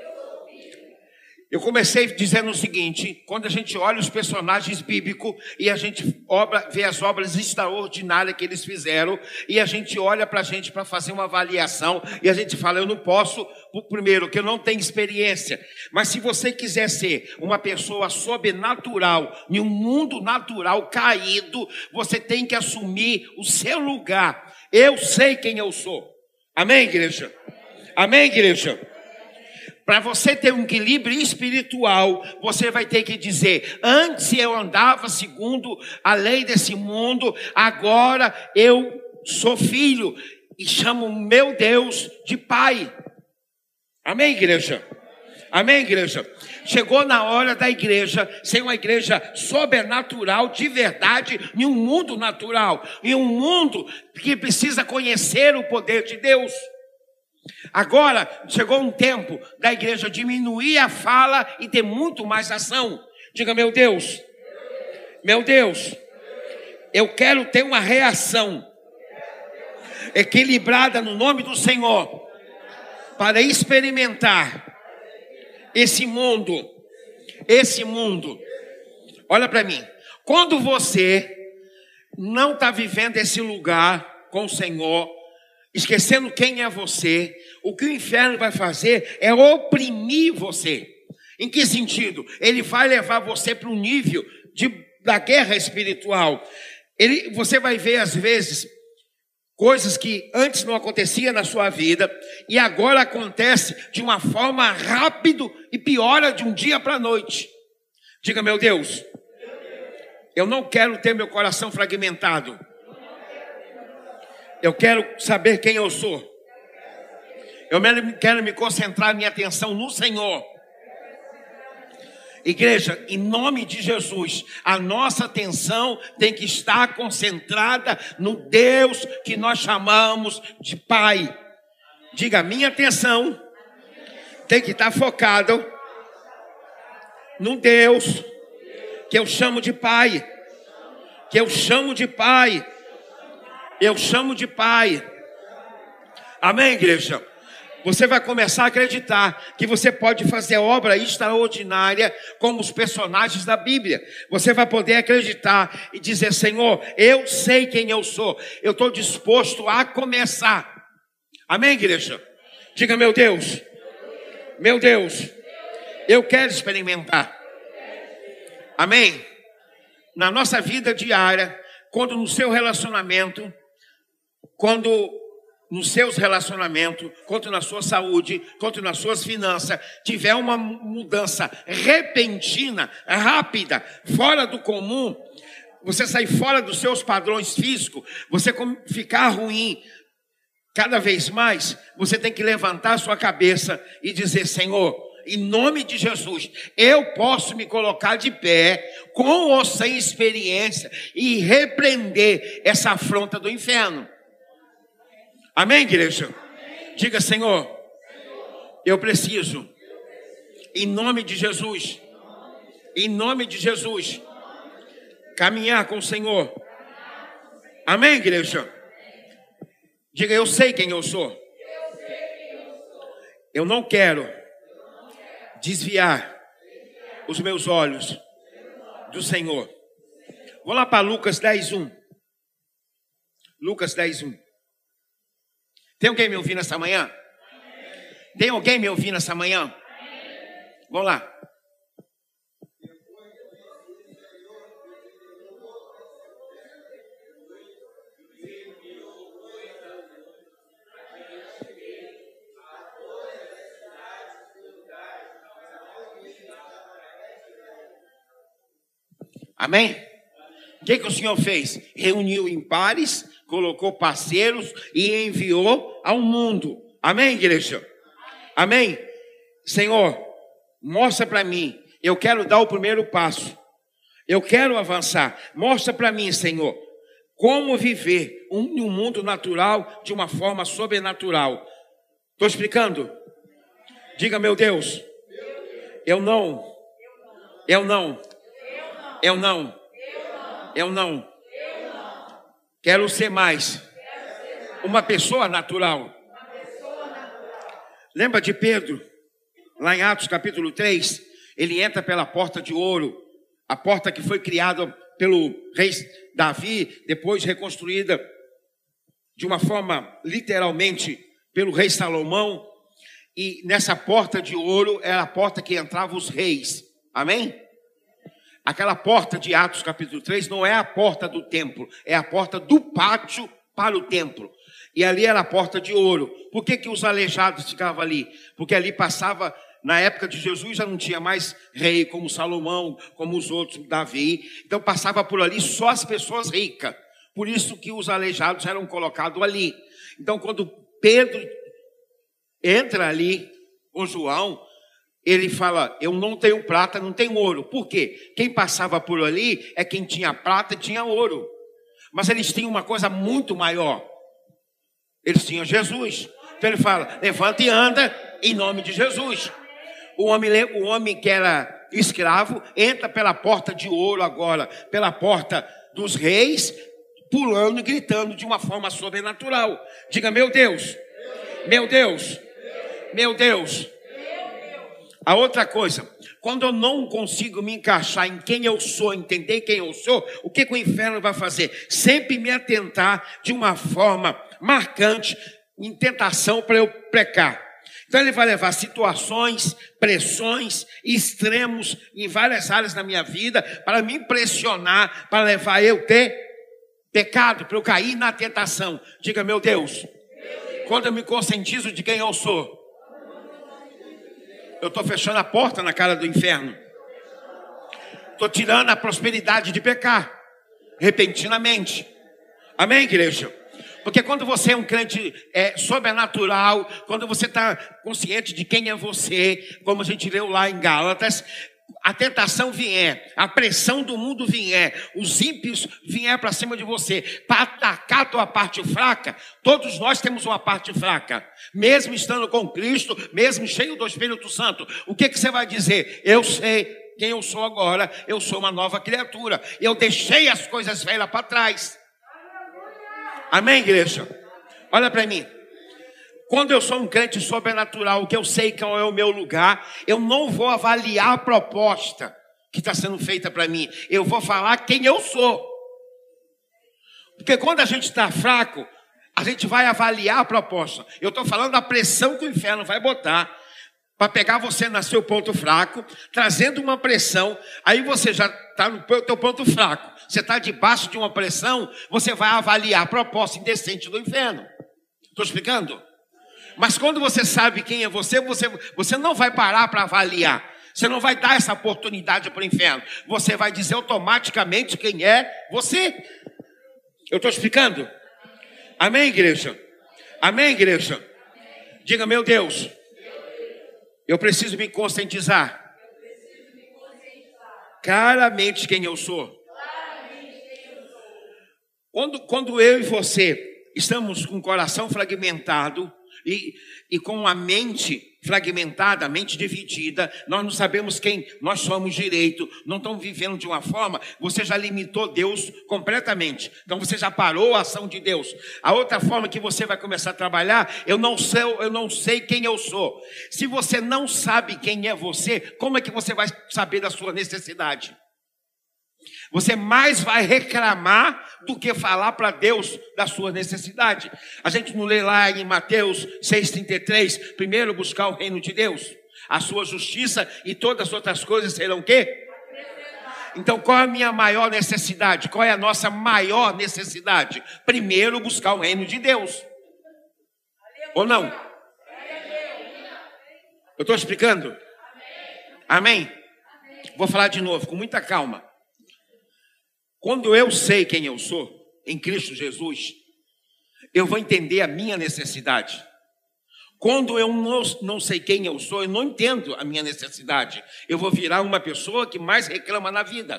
Eu comecei dizendo o seguinte: quando a gente olha os personagens bíblicos e a gente obra, vê as obras extraordinárias que eles fizeram, e a gente olha para a gente para fazer uma avaliação, e a gente fala, eu não posso, primeiro, que eu não tenho experiência. Mas se você quiser ser uma pessoa sobrenatural, em um mundo natural caído, você tem que assumir o seu lugar. Eu sei quem eu sou. Amém, igreja? Amém, igreja? Para você ter um equilíbrio espiritual, você vai ter que dizer, antes eu andava segundo a lei desse mundo, agora eu sou filho e chamo meu Deus de Pai. Amém, igreja? Amém, igreja? Chegou na hora da igreja ser uma igreja sobrenatural de verdade em um mundo natural, em um mundo que precisa conhecer o poder de Deus. Agora chegou um tempo da igreja diminuir a fala e ter muito mais ação. Diga, meu Deus, meu Deus, eu quero ter uma reação equilibrada no nome do Senhor para experimentar esse mundo, esse mundo. Olha para mim, quando você não está vivendo esse lugar com o Senhor, esquecendo quem é você, o que o inferno vai fazer é oprimir você. Em que sentido? Ele vai levar você para um nível de, da guerra espiritual. Ele, você vai ver às vezes coisas que antes não acontecia na sua vida e agora acontece de uma forma rápida e piora de um dia para a noite. Diga, meu Deus, eu não quero ter meu coração fragmentado. Eu quero saber quem eu sou. Eu quero me concentrar minha atenção no Senhor. Igreja, em nome de Jesus, a nossa atenção tem que estar concentrada no Deus que nós chamamos de Pai. Diga, minha atenção tem que estar focada no Deus que eu chamo de Pai. Que eu chamo de Pai. Eu chamo de Pai. Amém, igreja? Você vai começar a acreditar que você pode fazer obra extraordinária como os personagens da Bíblia. Você vai poder acreditar e dizer, Senhor, eu sei quem eu sou. Eu estou disposto a começar. Amém, igreja? Diga, meu Deus, meu Deus, eu quero experimentar Amém? Na nossa vida diária, quando no seu relacionamento, quando nos seus relacionamentos, quanto na sua saúde, quanto nas suas finanças, tiver uma mudança repentina, rápida, fora do comum, você sair fora dos seus padrões físicos, você ficar ruim cada vez mais, você tem que levantar a sua cabeça e dizer: Senhor, em nome de Jesus, eu posso me colocar de pé, com ou sem experiência, e repreender essa afronta do inferno. Amém, igreja? Amém. Diga: Senhor, Senhor, eu preciso, em nome de Jesus, em nome de Jesus, caminhar com o Senhor. Amém, igreja? Diga: eu sei quem eu sou. Eu não quero desviar os meus olhos do Senhor. Vou lá para Lucas dez, um. Lucas dez, um. Tem alguém me ouvindo essa manhã? Tem alguém me ouvindo essa manhã? Vamos lá. Amém? O que, que o Senhor fez? Reuniu em pares, colocou parceiros e enviou ao mundo. Amém, igreja? Amém? Senhor, mostra para mim. Eu quero dar o primeiro passo. Eu quero avançar. Mostra para mim, Senhor, como viver um, um mundo natural de uma forma sobrenatural. Estou explicando? Diga: meu Deus, eu não, eu não, eu não, eu não, quero ser mais uma pessoa natural. Lembra de Pedro? Lá em Atos capítulo três, ele entra pela porta de ouro, a porta que foi criada pelo rei Davi, depois reconstruída de uma forma literalmente pelo rei Salomão. E nessa porta de ouro era a porta que entravam os reis. Amém? Aquela porta de Atos capítulo três não é a porta do templo, é a porta do pátio para o templo. E ali era a porta de ouro. Por que que os aleijados ficavam ali? Porque ali passava, na época de Jesus já não tinha mais rei como Salomão, como os outros, Davi. Então passava por ali só as pessoas ricas. Por isso que os aleijados eram colocados ali. Então quando Pedro entra ali com João, ele fala: eu não tenho prata, não tenho ouro. Por quê? Quem passava por ali é quem tinha prata e tinha ouro. Mas eles tinham uma coisa muito maior. Eles tinham Jesus. Então ele fala: levanta e anda em nome de Jesus. O homem, o homem que era escravo entra pela porta de ouro agora, pela porta dos reis, pulando e gritando de uma forma sobrenatural. Diga: meu Deus, meu Deus, meu Deus. A outra coisa, quando eu não consigo me encaixar em quem eu sou, entender quem eu sou, o que, que o inferno vai fazer? Sempre me atentar de uma forma marcante, em tentação para eu pecar. Então ele vai levar situações, pressões, extremos em várias áreas da minha vida para me impressionar, para levar eu a ter pecado, para eu cair na tentação. Diga: meu Deus, quando eu me conscientizo de quem eu sou, eu estou fechando a porta na cara do inferno. Estou tirando a prosperidade de pecar, repentinamente. Amém, igreja? Porque quando você é um crente é, sobrenatural, quando você está consciente de quem é você, como a gente leu lá em Gálatas, a tentação vier, a pressão do mundo vier, os ímpios vier para cima de você, para atacar a tua parte fraca. Todos nós temos uma parte fraca, mesmo estando com Cristo, mesmo cheio do Espírito Santo. O que, que você vai dizer? Eu sei quem eu sou agora, eu sou uma nova criatura, eu deixei as coisas velhas para trás. Amém, igreja? Olha para mim. Quando eu sou um crente sobrenatural, que eu sei qual é o meu lugar, eu não vou avaliar a proposta que está sendo feita para mim. Eu vou falar quem eu sou. Porque quando a gente está fraco, a gente vai avaliar a proposta. Eu estou falando da pressão que o inferno vai botar para pegar você no seu ponto fraco, trazendo uma pressão, aí você já está no teu ponto fraco, você está debaixo de uma pressão, você vai avaliar a proposta indecente do inferno. Estou explicando? Mas quando você sabe quem é você, você, você não vai parar para avaliar. Você não vai dar essa oportunidade para o inferno. Você vai dizer automaticamente quem é você. Eu estou explicando? Amém, igreja? Amém, igreja? Diga, meu Deus, eu preciso me conscientizar claramente quem eu sou. Quando, quando eu e você estamos com o coração fragmentado e, e com a mente fragmentada, a mente dividida, nós não sabemos quem nós somos direito, não estamos vivendo de uma forma, você já limitou Deus completamente, então você já parou a ação de Deus. A outra forma que você vai começar a trabalhar, eu não sei, eu não sei quem eu sou. Se você não sabe quem é você, como é que você vai saber da sua necessidade? Você mais vai reclamar do que falar para Deus da sua necessidade. A gente não lê lá em Mateus seis, trinta e três, primeiro buscar o reino de Deus, a sua justiça e todas as outras coisas serão o quê? Então qual é a minha maior necessidade? Qual é a nossa maior necessidade? Primeiro buscar o reino de Deus. Ou não? Eu estou explicando? Amém? Vou falar de novo, com muita calma. Quando eu sei quem eu sou, em Cristo Jesus, eu vou entender a minha necessidade. Quando eu não, não sei quem eu sou, eu não entendo a minha necessidade. Eu vou virar uma pessoa que mais reclama na vida.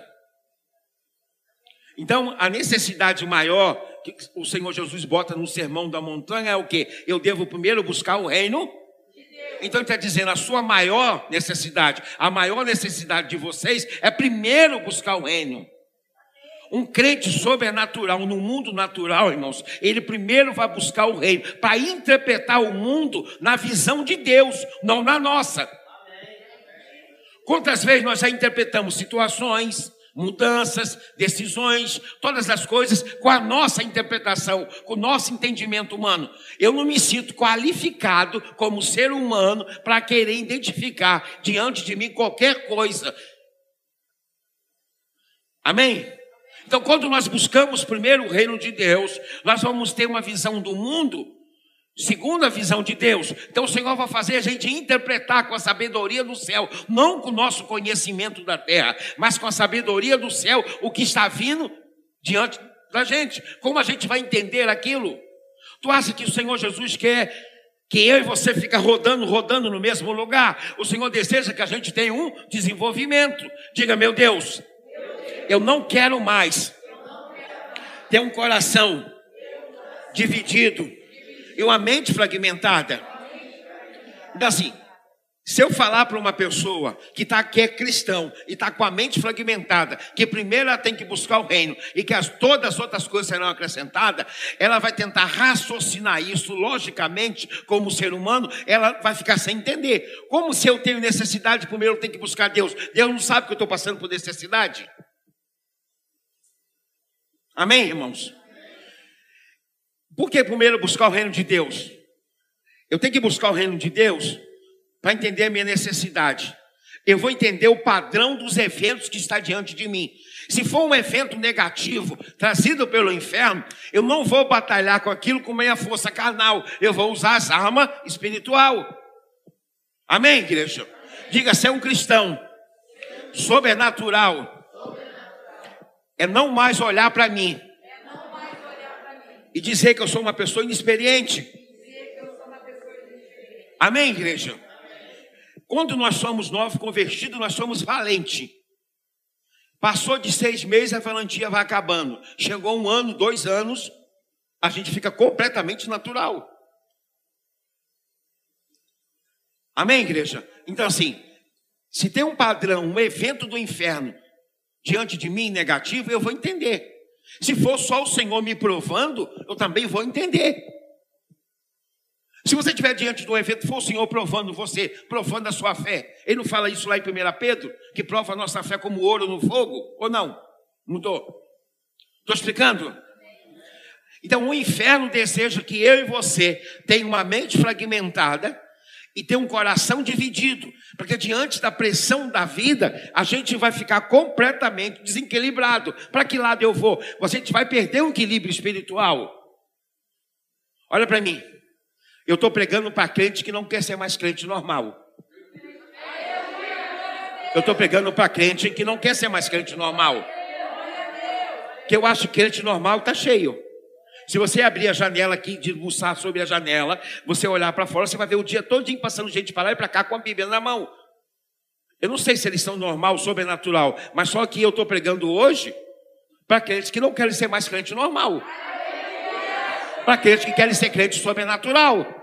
Então, a necessidade maior que o Senhor Jesus bota no Sermão da Montanha é o quê? Eu devo primeiro buscar o reino. Então, ele está dizendo, a sua maior necessidade, a maior necessidade de vocês é primeiro buscar o reino. Um crente sobrenatural no mundo natural, irmãos, ele primeiro vai buscar o reino para interpretar o mundo na visão de Deus, não na nossa. Quantas vezes nós já interpretamos situações, mudanças, decisões, todas as coisas com a nossa interpretação, com o nosso entendimento humano. Eu não me sinto qualificado como ser humano para querer identificar diante de mim qualquer coisa. Amém? Então, quando nós buscamos primeiro o reino de Deus, nós vamos ter uma visão do mundo segundo a visão de Deus. Então, o Senhor vai fazer a gente interpretar com a sabedoria do céu, não com o nosso conhecimento da terra, mas com a sabedoria do céu, o que está vindo diante da gente. Como a gente vai entender aquilo? Tu acha que o Senhor Jesus quer que eu e você fica rodando, rodando no mesmo lugar? O Senhor deseja que a gente tenha um desenvolvimento. Diga, meu Deus, eu não quero mais ter um coração dividido e uma mente fragmentada. Então assim, se eu falar para uma pessoa que, tá, que é cristão e está com a mente fragmentada, que primeiro ela tem que buscar o reino e que as, todas as outras coisas serão acrescentadas, ela vai tentar raciocinar isso logicamente como ser humano, ela vai ficar sem entender. Como se eu tenho necessidade, primeiro eu tenho que buscar Deus. Deus não sabe que eu estou passando por necessidade? Amém, irmãos? Por que primeiro buscar o reino de Deus? Eu tenho que buscar o reino de Deus para entender a minha necessidade. Eu vou entender o padrão dos eventos que está diante de mim. Se for um evento negativo, trazido pelo inferno, eu não vou batalhar com aquilo com minha força carnal. Eu vou usar as armas espiritual. Amém, igreja? Diga, ser um cristão sobrenatural é não mais olhar para mim e dizer que eu sou uma pessoa inexperiente. Amém, igreja? Quando nós somos novos convertidos, nós somos valentes. Passou de seis meses, a valentia vai acabando. Chegou um ano, dois anos, a gente fica completamente natural. Amém, igreja? Então assim, se tem um padrão, um evento do inferno diante de mim negativo, eu vou entender. Se for só o Senhor me provando, eu também vou entender. Se você estiver diante de um evento, for o Senhor provando você, provando a sua fé. Ele não fala isso lá em primeira Pedro? Que prova a nossa fé como ouro no fogo? Ou não? Mudou? Estou explicando? Então o inferno deseja que eu e você tenham uma mente fragmentada e ter um coração dividido, porque diante da pressão da vida, a gente vai ficar completamente desequilibrado. Para que lado eu vou? A gente vai perder o equilíbrio espiritual. Olha para mim, eu estou pregando para crente que não quer ser mais crente normal. Eu estou pregando para crente que não quer ser mais crente normal. Que eu acho que crente normal está cheio. Se você abrir a janela aqui, debruçar sobre a janela, você olhar para fora, você vai ver o dia todo passando gente para lá e para cá com a Bíblia na mão. Eu não sei se eles são normal, sobrenatural, mas só que eu estou pregando hoje para aqueles que não querem ser mais crente normal. Para aqueles que querem ser crente sobrenatural.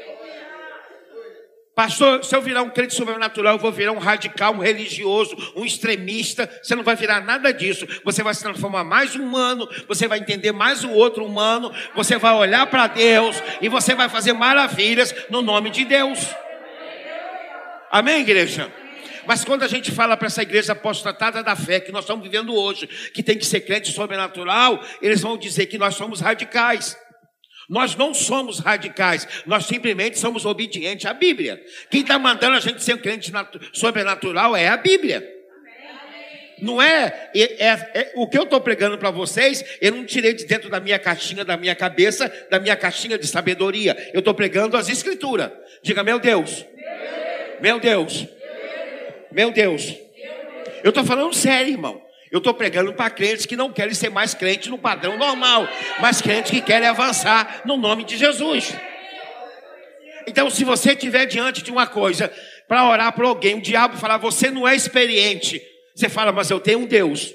Pastor, se eu virar um crente sobrenatural, eu vou virar um radical, um religioso, um extremista. Você não vai virar nada disso. Você vai se transformar mais humano, você vai entender mais o outro humano, você vai olhar para Deus e você vai fazer maravilhas no nome de Deus. Amém, igreja? Mas quando a gente fala para essa igreja apostatada da fé, que nós estamos vivendo hoje, que tem que ser crente sobrenatural, eles vão dizer que nós somos radicais. Nós não somos radicais, nós simplesmente somos obedientes à Bíblia. Quem está mandando a gente ser um crente sobrenatural é a Bíblia. Não é, é, é, é o que eu estou pregando para vocês, eu não tirei de dentro da minha caixinha, da minha cabeça, da minha caixinha de sabedoria. Eu estou pregando as Escrituras. Diga, meu Deus, meu Deus, meu Deus. Eu estou falando sério, irmão. Eu estou pregando para crentes que não querem ser mais crentes no padrão normal, mas crentes que querem avançar no nome de Jesus. Então, se você estiver diante de uma coisa, para orar para alguém, o diabo falar, você não é experiente. Você fala, mas eu tenho um Deus,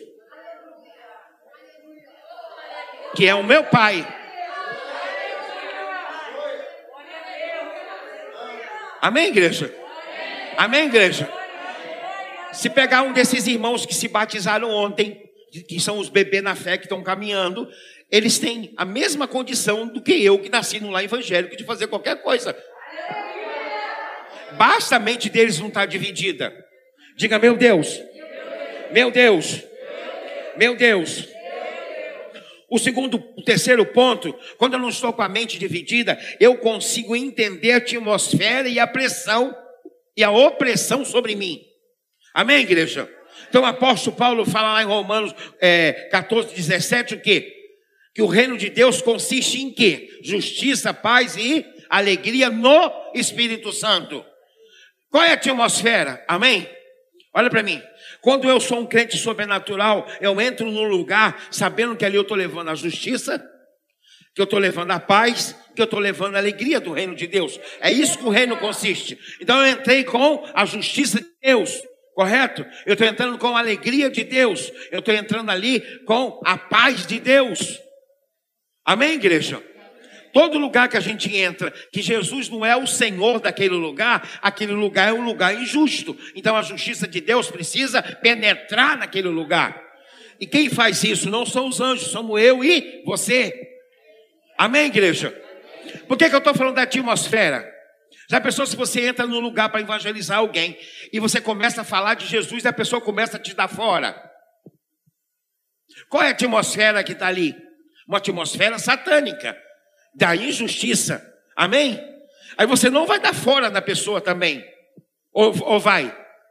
que é o meu Pai. Amém, igreja? Amém, igreja? Se pegar um desses irmãos que se batizaram ontem, que são os bebês na fé que estão caminhando, eles têm a mesma condição do que eu, que nasci no lar evangélico, de fazer qualquer coisa. Basta a mente deles não estar dividida. Diga, meu Deus, meu Deus, meu Deus. O segundo, o terceiro ponto, quando eu não estou com a mente dividida, eu consigo entender a atmosfera e a pressão e a opressão sobre mim. Amém, igreja? Então o apóstolo Paulo fala lá em Romanos é, catorze, dezessete, o quê? Que o reino de Deus consiste em quê? Justiça, paz e alegria no Espírito Santo. Qual é a atmosfera? Amém? Olha para mim. Quando eu sou um crente sobrenatural, eu entro num lugar sabendo que ali eu estou levando a justiça, que eu estou levando a paz, que eu estou levando a alegria do reino de Deus. É isso que o reino consiste. Então eu entrei com a justiça de Deus. Correto? Eu estou entrando com a alegria de Deus. Eu estou entrando ali com a paz de Deus. Amém, igreja? Todo lugar que a gente entra, que Jesus não é o Senhor daquele lugar, aquele lugar é um lugar injusto. Então a justiça de Deus precisa penetrar naquele lugar. E quem faz isso não são os anjos, somos eu e você. Amém, igreja? Por que que eu estou falando da atmosfera? Já pensou se você entra num lugar para evangelizar alguém e você começa a falar de Jesus e a pessoa começa a te dar fora? Qual é a atmosfera que está ali? Uma atmosfera satânica, da injustiça. Amém? Aí você não vai dar fora da pessoa também. Ou, ou vai?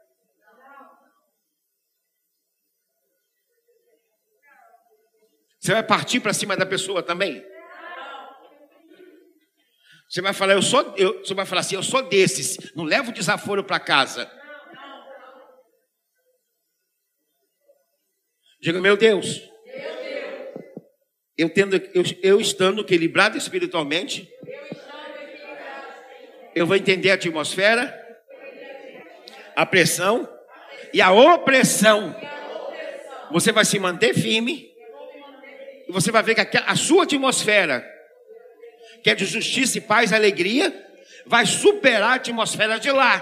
Você vai partir para cima da pessoa também? Você vai falar, eu sou, eu, você vai falar assim, eu sou desses, não levo desaforo para casa. Diga, meu Deus, eu, tendo, eu, eu estando equilibrado espiritualmente, eu vou entender a atmosfera, a pressão e a opressão. Você vai se manter firme e você vai ver que a, a sua atmosfera, que é de justiça e paz e alegria, vai superar a atmosfera de lá.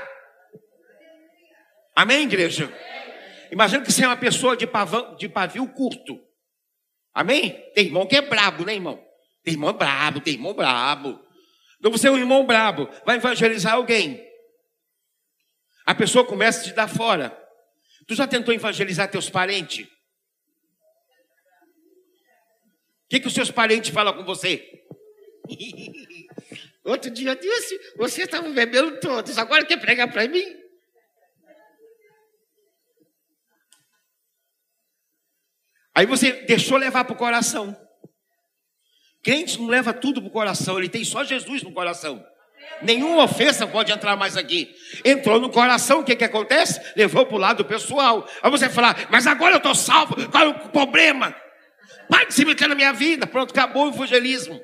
Amém, igreja? Imagina que você é uma pessoa de, pavão, de pavio curto. Amém? Tem irmão que é brabo, né, irmão? Tem irmão brabo, tem irmão brabo. Então você é um irmão brabo, vai evangelizar alguém. A pessoa começa a te dar fora. Tu já tentou evangelizar teus parentes? O que, que os seus parentes falam com você? Outro dia eu disse, você estava bebendo todos, agora quer pregar para mim? Aí você deixou levar para o coração. Crente não leva tudo para o coração, ele tem só Jesus no coração. Nenhuma ofensa pode entrar mais aqui. Entrou no coração, o que que acontece? Levou para o lado pessoal. Aí você fala, mas agora eu estou salvo, qual é o problema? Para de se meter na minha vida. Pronto, acabou o evangelismo.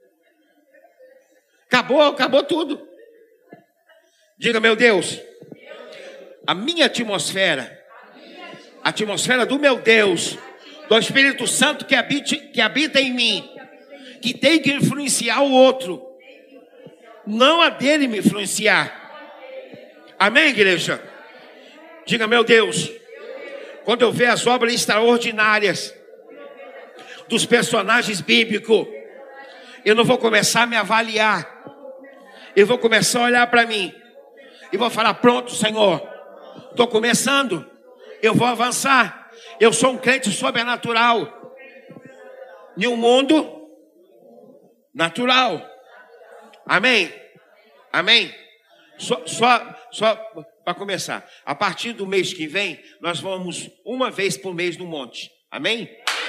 Acabou, acabou tudo. Diga, meu Deus, a minha atmosfera, a atmosfera do meu Deus, do Espírito Santo que habita, que habita em mim, que tem que influenciar o outro, não a dele me influenciar. Amém, igreja? Diga, meu Deus, quando eu ver as obras extraordinárias dos personagens bíblicos, eu não vou começar a me avaliar. Eu vou começar a olhar para mim e vou falar, pronto, Senhor, estou começando, eu vou avançar. Eu sou um crente sobrenatural em um mundo natural. Amém? Amém? Só, só, só para começar, a partir do mês que vem, nós vamos uma vez por mês no monte. Amém?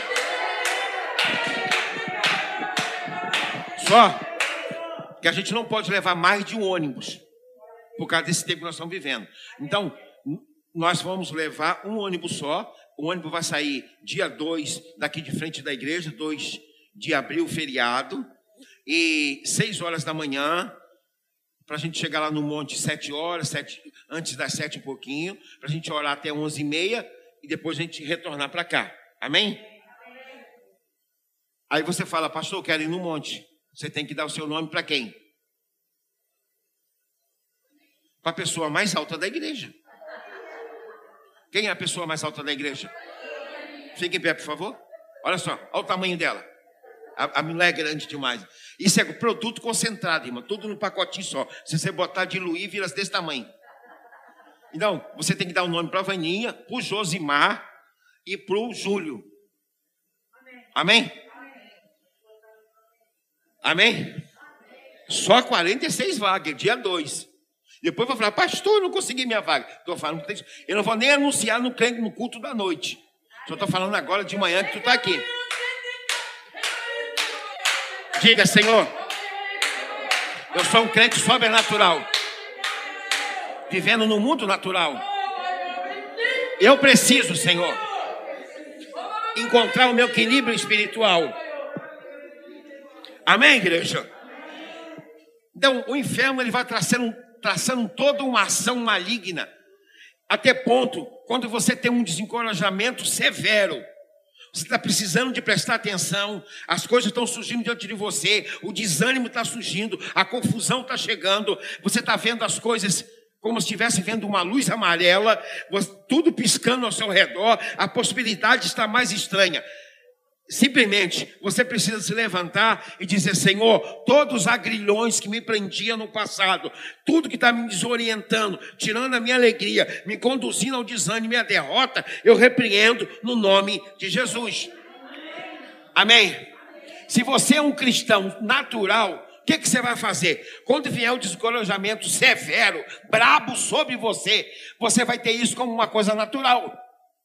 Só que a gente não pode levar mais de um ônibus por causa desse tempo que nós estamos vivendo. Então, nós vamos levar um ônibus só. O ônibus vai sair dia dois, daqui de frente da igreja, dois de abril, feriado, e seis horas da manhã, para a gente chegar lá no monte sete horas, sete, antes das sete um pouquinho, para a gente orar até onze e meia, e depois a gente retornar para cá. Amém? Aí você fala, pastor, eu quero ir no monte. Você tem que dar o seu nome para quem? Para a pessoa mais alta da igreja. Quem é a pessoa mais alta da igreja? Fique em pé, por favor. Olha só, olha o tamanho dela. A, a mulher é grande demais. Isso é produto concentrado, irmão. Tudo num pacotinho só. Se você botar diluir, vira desse tamanho. Então, você tem que dar o nome para a Vaninha, para o Josimar e para o Júlio. Amém? Amém? Só quarenta e seis vagas, dia dois. Depois eu vou falar, pastor, eu não consegui minha vaga. Estou falando, eu não vou nem anunciar no, no culto da noite. Só estou falando agora de manhã que tu está aqui. Diga, Senhor, eu sou um crente sobrenatural, vivendo no mundo natural. Eu preciso, Senhor, encontrar o meu equilíbrio espiritual. Amém, igreja? Então, o inferno ele vai traçando, traçando toda uma ação maligna, até ponto, quando você tem um desencorajamento severo, você está precisando de prestar atenção, as coisas estão surgindo diante de você, o desânimo está surgindo, a confusão está chegando, você está vendo as coisas como se estivesse vendo uma luz amarela, tudo piscando ao seu redor, a possibilidade está mais estranha. Simplesmente, você precisa se levantar e dizer, Senhor, todos os agrilhões que me prendiam no passado, tudo que está me desorientando, tirando a minha alegria, me conduzindo ao desânimo e à derrota, eu repreendo no nome de Jesus. Amém? Se você é um cristão natural, o que, que você vai fazer? Quando vier o descorajamento severo, brabo sobre você, você vai ter isso como uma coisa natural.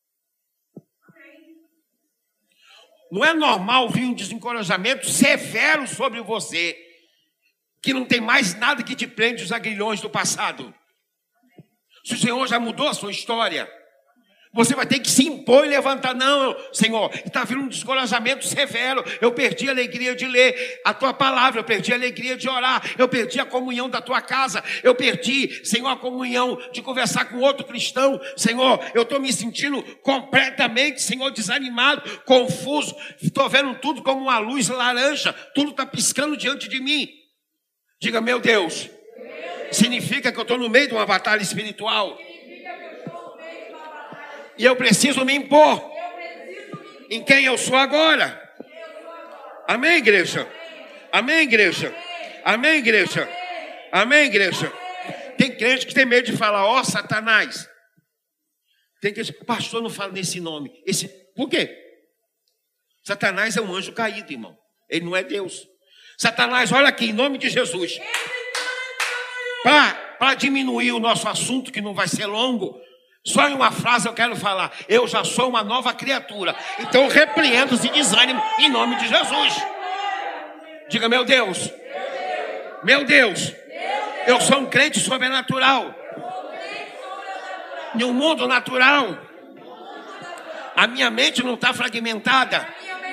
Não é normal vir um desencorajamento severo sobre você, que não tem mais nada que te prende os agrilhões do passado. Se o Senhor já mudou a sua história, você vai ter que se impor e levantar. Não, Senhor, está vindo um descorajamento severo. Eu perdi a alegria de ler a tua palavra, eu perdi a alegria de orar, eu perdi a comunhão da tua casa, eu perdi, Senhor, a comunhão de conversar com outro cristão. Senhor, eu estou me sentindo completamente, Senhor, desanimado, confuso. Estou vendo tudo como uma luz laranja, tudo está piscando diante de mim. Diga, meu Deus, significa que eu estou no meio de uma batalha espiritual. E eu preciso me impor em quem eu sou agora. Amém, igreja? Amém, igreja? Amém, igreja? Amém, igreja? Tem crente que tem medo de falar, ó, Satanás. Tem crente que, pastor, não fala nesse nome. Esse, por quê? Satanás é um anjo caído, irmão. Ele não é Deus. Satanás, olha aqui, em nome de Jesus. Para diminuir o nosso assunto, que não vai ser longo, só em uma frase eu quero falar: eu já sou uma nova criatura. Então eu repreendo esse desânimo em nome de Jesus. Diga, meu Deus, meu Deus, eu sou um crente sobrenatural. No mundo natural, a minha mente não está fragmentada.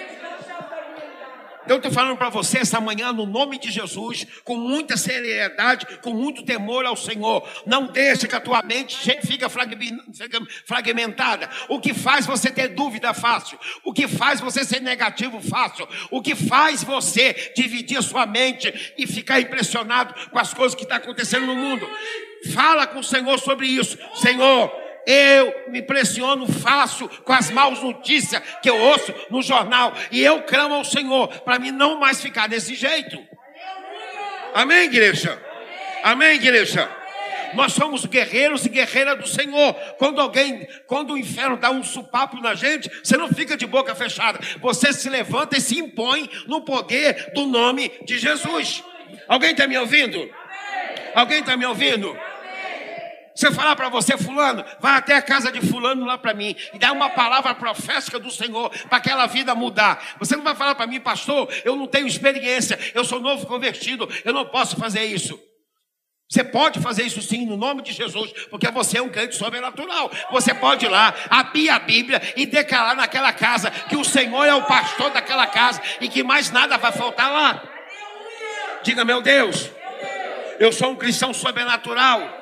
Eu estou falando para você essa manhã, no nome de Jesus, com muita seriedade, com muito temor ao Senhor. Não deixe que a tua mente fique fragmentada. O que faz você ter dúvida fácil? O que faz você ser negativo fácil? O que faz você dividir a sua mente e ficar impressionado com as coisas que estão acontecendo no mundo? Fala com o Senhor sobre isso. Senhor, eu me pressiono fácil com as maus notícias que eu ouço no jornal. E eu clamo ao Senhor para mim não mais ficar desse jeito. Amém, igreja? Amém, igreja? Nós somos guerreiros e guerreiras do Senhor. Quando alguém, quando o inferno dá um supapo na gente, você não fica de boca fechada. Você se levanta e se impõe no poder do nome de Jesus. Alguém está me ouvindo? Alguém está me ouvindo? Se eu falar para você, fulano, vai até a casa de fulano lá para mim e dá uma palavra profética do Senhor para aquela vida mudar. Você não vai falar para mim, pastor, eu não tenho experiência, eu sou novo convertido, eu não posso fazer isso. Você pode fazer isso sim, no nome de Jesus, porque você é um crente sobrenatural. Você pode ir lá, abrir a Bíblia e declarar naquela casa que o Senhor é o pastor daquela casa e que mais nada vai faltar lá. Diga, meu Deus, eu sou um cristão sobrenatural.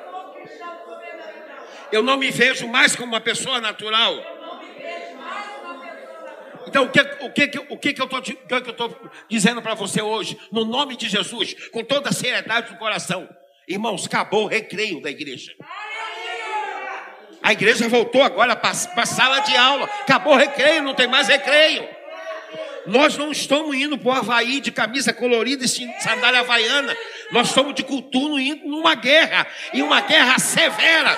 Eu não me vejo mais como uma pessoa natural. Então, o que, o que, o que, que eu estou dizendo para você hoje, no nome de Jesus, com toda a seriedade do coração? Irmãos, acabou o recreio da igreja. A igreja voltou agora para a sala de aula. Acabou o recreio, não tem mais recreio. Nós não estamos indo para o Havaí de camisa colorida e sandália havaiana. Nós estamos de coturno indo numa guerra. E uma guerra severa.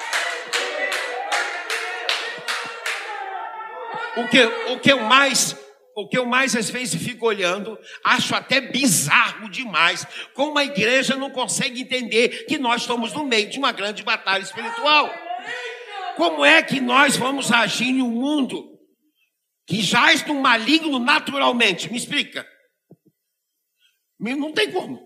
O que, o que eu mais, o que eu mais às vezes fico olhando, acho até bizarro demais, como a igreja não consegue entender que nós estamos no meio de uma grande batalha espiritual. Como é que nós vamos agir em um mundo que jaz no maligno naturalmente? Me explica. Não tem como.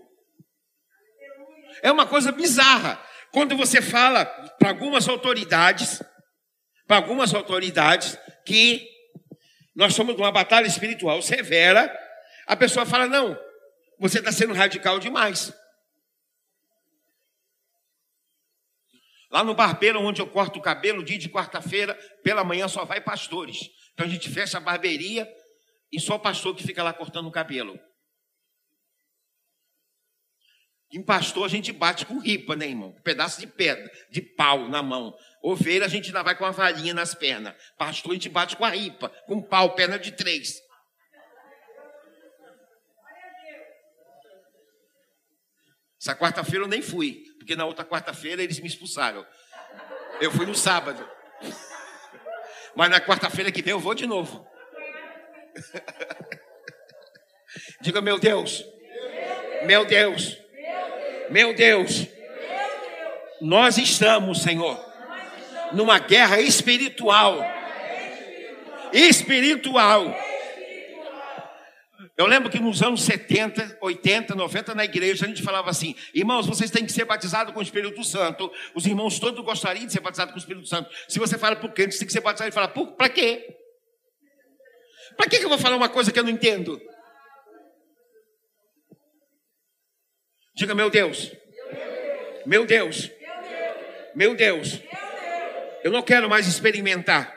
É uma coisa bizarra. Quando você fala para algumas autoridades, para algumas autoridades que nós somos numa batalha espiritual severa, a pessoa fala, não, você está sendo radical demais. Lá no barbeiro, onde eu corto o cabelo, dia de quarta-feira, pela manhã só vai pastores. Então a gente fecha a barbearia e só o pastor que fica lá cortando o cabelo. Em pastor a gente bate com ripa, né, irmão? Um pedaço de pedra, de pau na mão. Ovelha a gente ainda vai com uma varinha nas pernas. Pastor a gente bate com a ripa, com pau, perna de três. Essa quarta-feira eu nem fui, porque na outra quarta-feira eles me expulsaram. Eu fui no sábado. Mas na quarta-feira que vem eu vou de novo. Diga, meu Deus. Meu Deus. Meu Deus. Nós estamos, Senhor, numa guerra espiritual. Espiritual. Eu lembro que nos anos setenta, oitenta, noventa, na igreja, a gente falava assim, irmãos, vocês têm que ser batizados com o Espírito Santo. Os irmãos todos gostariam de ser batizados com o Espírito Santo. Se você fala para o crente, tem que ser batizado, ele fala, para quê? Para que eu vou falar uma coisa que eu não entendo? Diga, meu Deus. Meu Deus. Meu Deus. Eu não quero mais experimentar.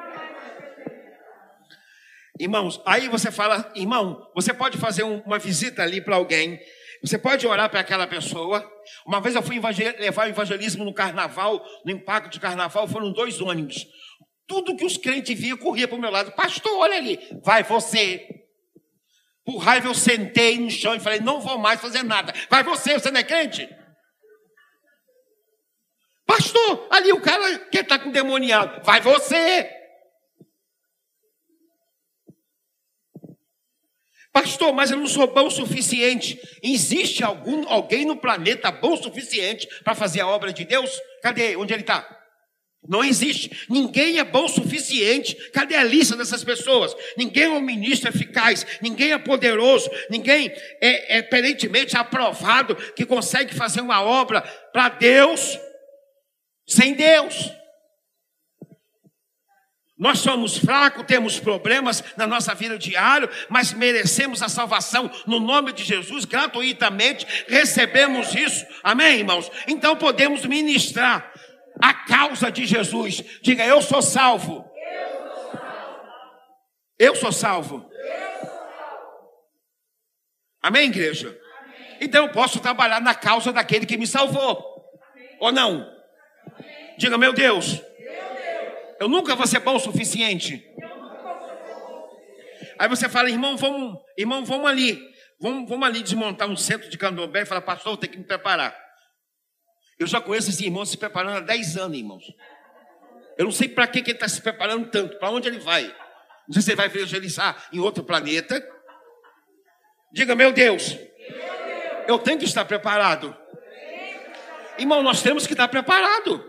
Irmãos, aí você fala, irmão, você pode fazer uma visita ali para alguém, você pode orar para aquela pessoa. Uma vez eu fui levar o evangelismo no carnaval, no impacto de carnaval, foram dois ônibus. Tudo que os crentes viam corria para o meu lado. Pastor, olha ali, vai você. Por raiva eu sentei no chão e falei, não vou mais fazer nada. Vai você, você não é crente? Pastor, ali o cara que está com demoniado. Vai você. Pastor, mas eu não sou bom o suficiente. Existe algum, alguém no planeta bom o suficiente para fazer a obra de Deus? Cadê? Onde ele está? Não existe. Ninguém é bom o suficiente. Cadê a lista dessas pessoas? Ninguém é um ministro eficaz. Ninguém é poderoso. Ninguém é, é perentemente aprovado que consegue fazer uma obra para Deus sem Deus. Nós somos fracos, temos problemas na nossa vida diária, mas merecemos a salvação no nome de Jesus, gratuitamente, recebemos isso, amém, irmãos? Então podemos ministrar a causa de Jesus. Diga, eu sou salvo. Eu sou salvo. Amém, igreja? Então eu posso trabalhar na causa daquele que me salvou, ou não? Diga, meu Deus, eu nunca vou ser bom o suficiente. Aí você fala, irmão, vamos, irmão, vamos ali. Vamos, vamos ali desmontar um centro de candomblé e fala, pastor, eu tenho que me preparar. Eu já conheço esse irmão se preparando há dez anos, irmãos. Eu não sei para que, que ele está se preparando tanto, para onde ele vai. Não sei se ele vai evangelizar em outro planeta. Diga, meu Deus, eu tenho que estar preparado. Irmão, nós temos que estar preparados.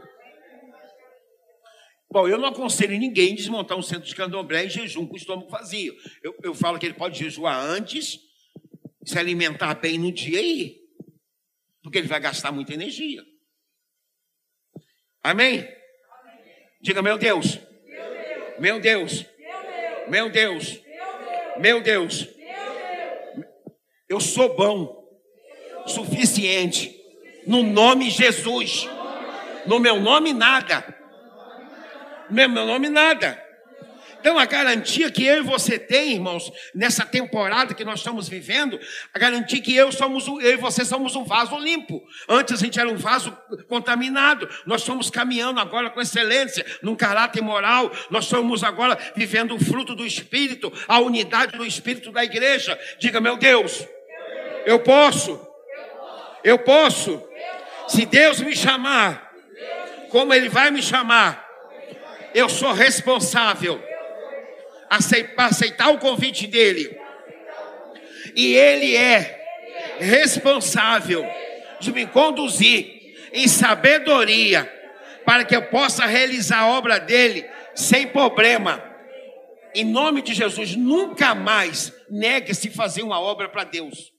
Bom, eu não aconselho ninguém a desmontar um centro de candomblé em jejum com o estômago vazio. Eu, eu falo que ele pode jejuar antes, se alimentar bem no dia e ir. Porque ele vai gastar muita energia. Amém? Diga, meu Deus. Meu Deus. Meu Deus. Meu Deus. Eu sou bom, suficiente. No nome de Jesus. No meu nome, nada. Meu nome nada. Então a garantia que eu e você tem, irmãos, nessa temporada que nós estamos vivendo, a garantia que eu, somos, eu e você somos um vaso limpo. Antes a gente era um vaso contaminado. Nós estamos caminhando agora com excelência, num caráter moral. Nós estamos agora vivendo o fruto do Espírito, a unidade do Espírito da igreja. Diga, meu Deus, eu posso, eu posso. Se Deus me chamar, como Ele vai me chamar, eu sou responsável para aceitar o convite dele. E ele é responsável de me conduzir em sabedoria para que eu possa realizar a obra dele sem problema. Em nome de Jesus, nunca mais negue-se fazer uma obra para Deus.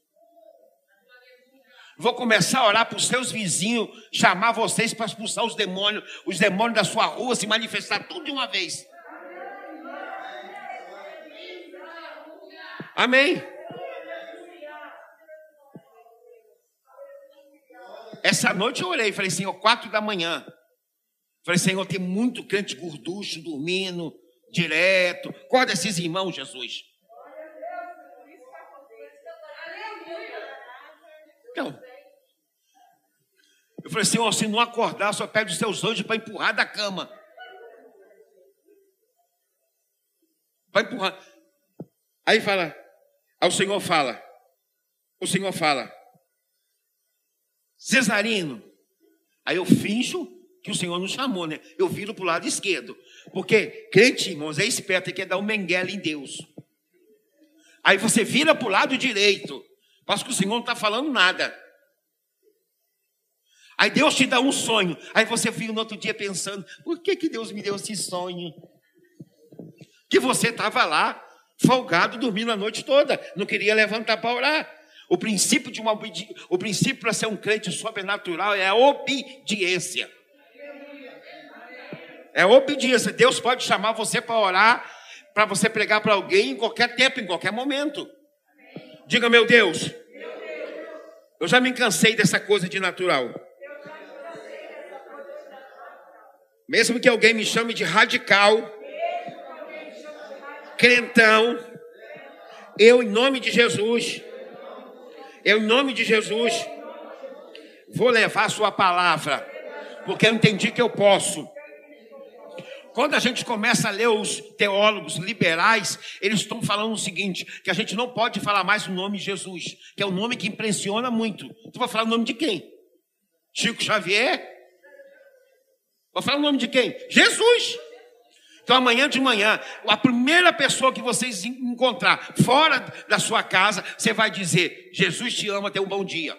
Vou começar a orar para os seus vizinhos, chamar vocês para expulsar os demônios, os demônios da sua rua, se manifestar tudo de uma vez. Amém? Essa noite eu orei, falei, Senhor, quatro da manhã. Falei, Senhor, tem muito crente gorducho dormindo direto. Acorda esses irmãos, Jesus. Então, eu falei, Senhor, se não acordar, só pede os seus anjos para empurrar da cama. Para empurrar. Aí fala, aí o Senhor fala, o Senhor fala, Cesarino. Aí eu finjo que o Senhor não chamou, né? Eu viro para o lado esquerdo. Porque crente, irmãos, é esperto e quer dar um menguele em Deus. Aí você vira para o lado direito. Parece que o Senhor não está falando nada. Aí Deus te dá um sonho. Aí você fica no outro dia pensando, por que, que Deus me deu esse sonho? Que você estava lá, folgado, dormindo a noite toda. Não queria levantar para orar. O princípio de uma obedi... o princípio para ser um crente sobrenatural é a obediência. É a obediência. Deus pode chamar você para orar, para você pregar para alguém em qualquer tempo, em qualquer momento. Diga, meu Deus, eu já me cansei dessa coisa de natural. Mesmo que alguém me chame de radical, crentão, eu, em nome de Jesus, eu, em nome de Jesus, vou levar a sua palavra, porque eu entendi que eu posso. Quando a gente começa a ler os teólogos liberais, eles estão falando o seguinte, que a gente não pode falar mais o nome de Jesus, que é um nome que impressiona muito. Tu vai falar o nome de quem? Chico Xavier? Vai falar o nome de quem? Jesus. Então amanhã de manhã, a primeira pessoa que vocês encontrar fora da sua casa, você vai dizer: Jesus te ama, tenha um bom dia.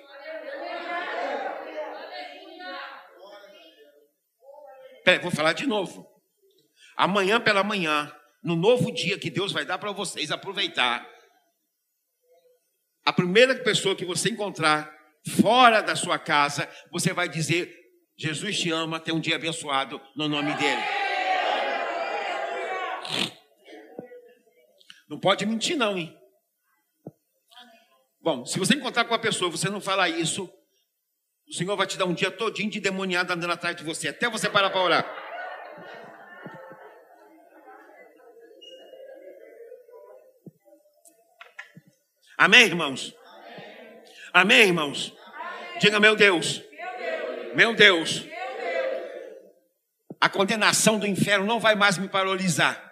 Peraí, vou falar de novo. Amanhã pela manhã, no novo dia que Deus vai dar para vocês aproveitar, a primeira pessoa que você encontrar fora da sua casa, você vai dizer: Jesus te ama, tenha um dia abençoado no nome dele. Não pode mentir não, hein? Bom, se você encontrar com a pessoa e você não falar isso, o Senhor vai te dar um dia todinho de demoniado andando atrás de você, até você parar para orar. Amém, irmãos? Amém, irmãos? Diga: meu Deus, meu Deus, a condenação do inferno não vai mais me paralisar.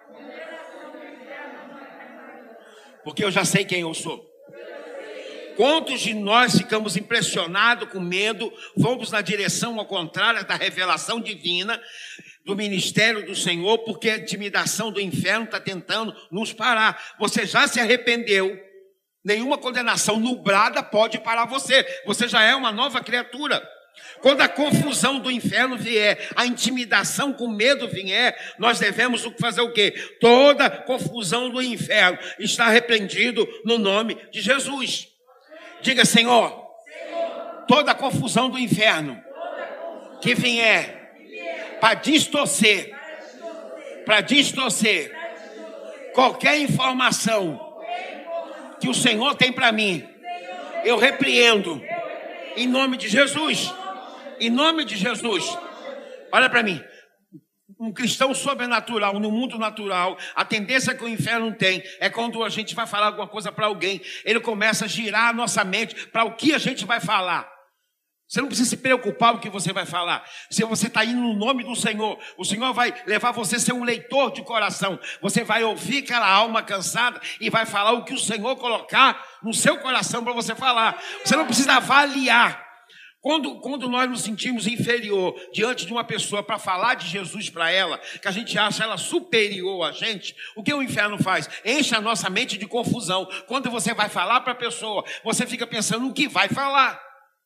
Porque eu já sei quem eu sou. Quantos de nós ficamos impressionados, com medo, vamos na direção ao contrário da revelação divina, do ministério do Senhor, porque a intimidação do inferno está tentando nos parar. Você já se arrependeu, nenhuma condenação nublada pode parar você. Você já é uma nova criatura. Quando a confusão do inferno vier, a intimidação com medo vier, nós devemos fazer o quê? Toda confusão do inferno está repreendido no nome de Jesus. Diga: Senhor, toda a confusão do inferno que vier para distorcer, para distorcer qualquer informação que o Senhor tem para mim, eu repreendo em nome de Jesus. Em nome de Jesus. Olha para mim. Um cristão sobrenatural, no mundo natural, a tendência que o inferno tem é quando a gente vai falar alguma coisa para alguém, ele começa a girar a nossa mente para o que a gente vai falar. Você não precisa se preocupar com o que você vai falar. Se você está indo no nome do Senhor, o Senhor vai levar você a ser um leitor de coração. Você vai ouvir aquela alma cansada e vai falar o que o Senhor colocar no seu coração para você falar. Você não precisa avaliar. Quando, quando nós nos sentimos inferior diante de uma pessoa para falar de Jesus para ela, que a gente acha ela superior a gente, o que o inferno faz? Enche a nossa mente de confusão. Quando você vai falar para a pessoa, você fica pensando no que vai falar.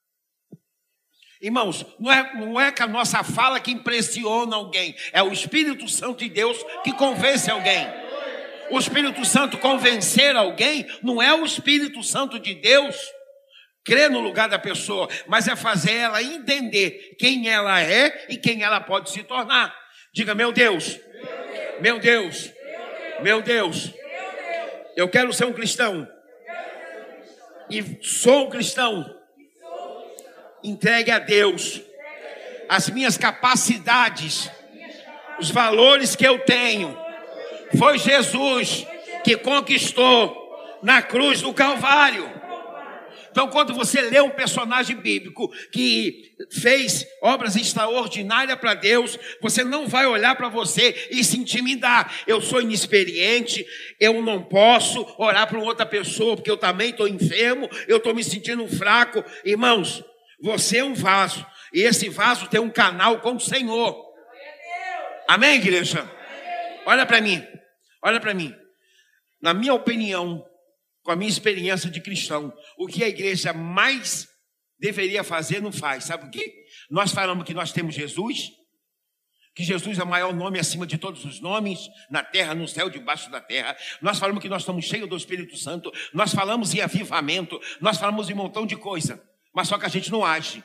Irmãos, não é, não é que a nossa fala que impressiona alguém, é o Espírito Santo de Deus que convence alguém. O Espírito Santo convencer alguém não é o Espírito Santo de Deus crer no lugar da pessoa, mas é fazer ela entender quem ela é e quem ela pode se tornar. Diga: meu Deus, meu Deus, meu Deus, eu quero ser um cristão e sou um cristão. Entregue a Deus as minhas capacidades, os valores que eu tenho. Foi Jesus que conquistou na cruz do Calvário. Então, quando você lê um personagem bíblico que fez obras extraordinárias para Deus, você não vai olhar para você e se intimidar. Eu sou inexperiente, eu não posso orar para outra pessoa, porque eu também estou enfermo, eu estou me sentindo fraco. Irmãos, você é um vaso, e esse vaso tem um canal com o Senhor. Amém, igreja? Olha para mim, olha para mim. Na minha opinião, com a minha experiência de cristão, o que a igreja mais deveria fazer, não faz. Sabe o quê? Nós falamos que nós temos Jesus, que Jesus é o maior nome acima de todos os nomes, na terra, no céu, debaixo da terra. Nós falamos que nós estamos cheios do Espírito Santo, nós falamos em avivamento, nós falamos em um montão de coisa, mas só que a gente não age.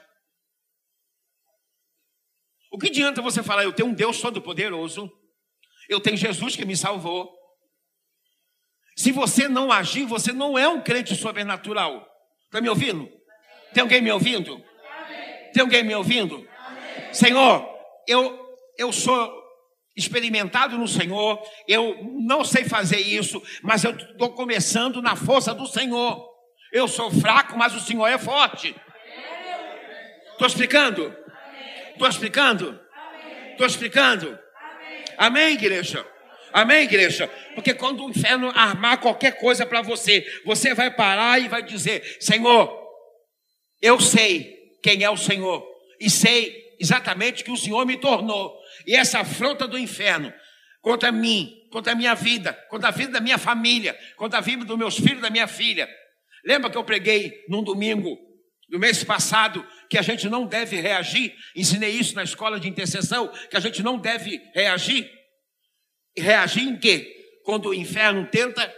O que adianta você falar: eu tenho um Deus todo-poderoso, eu tenho Jesus que me salvou? Se você não agir, você não é um crente sobrenatural. Está me ouvindo? Tem alguém me ouvindo? Amém. Tem alguém me ouvindo? Amém. Senhor, eu, eu sou experimentado no Senhor, eu não sei fazer isso, mas eu estou começando na força do Senhor. Eu sou fraco, mas o Senhor é forte. Estou explicando? Estou explicando? Estou explicando? Amém, igreja? Amém, igreja? Porque quando o inferno armar qualquer coisa para você, você vai parar e vai dizer: Senhor, eu sei quem é o Senhor e sei exatamente o que o Senhor me tornou. E essa afronta do inferno contra mim, contra a minha vida, contra a vida da minha família, contra a vida dos meus filhos, da minha filha. Lembra que eu preguei num domingo do mês passado que a gente não deve reagir? Ensinei isso na escola de intercessão, que a gente não deve reagir. E reagir em quê? Quando o inferno tenta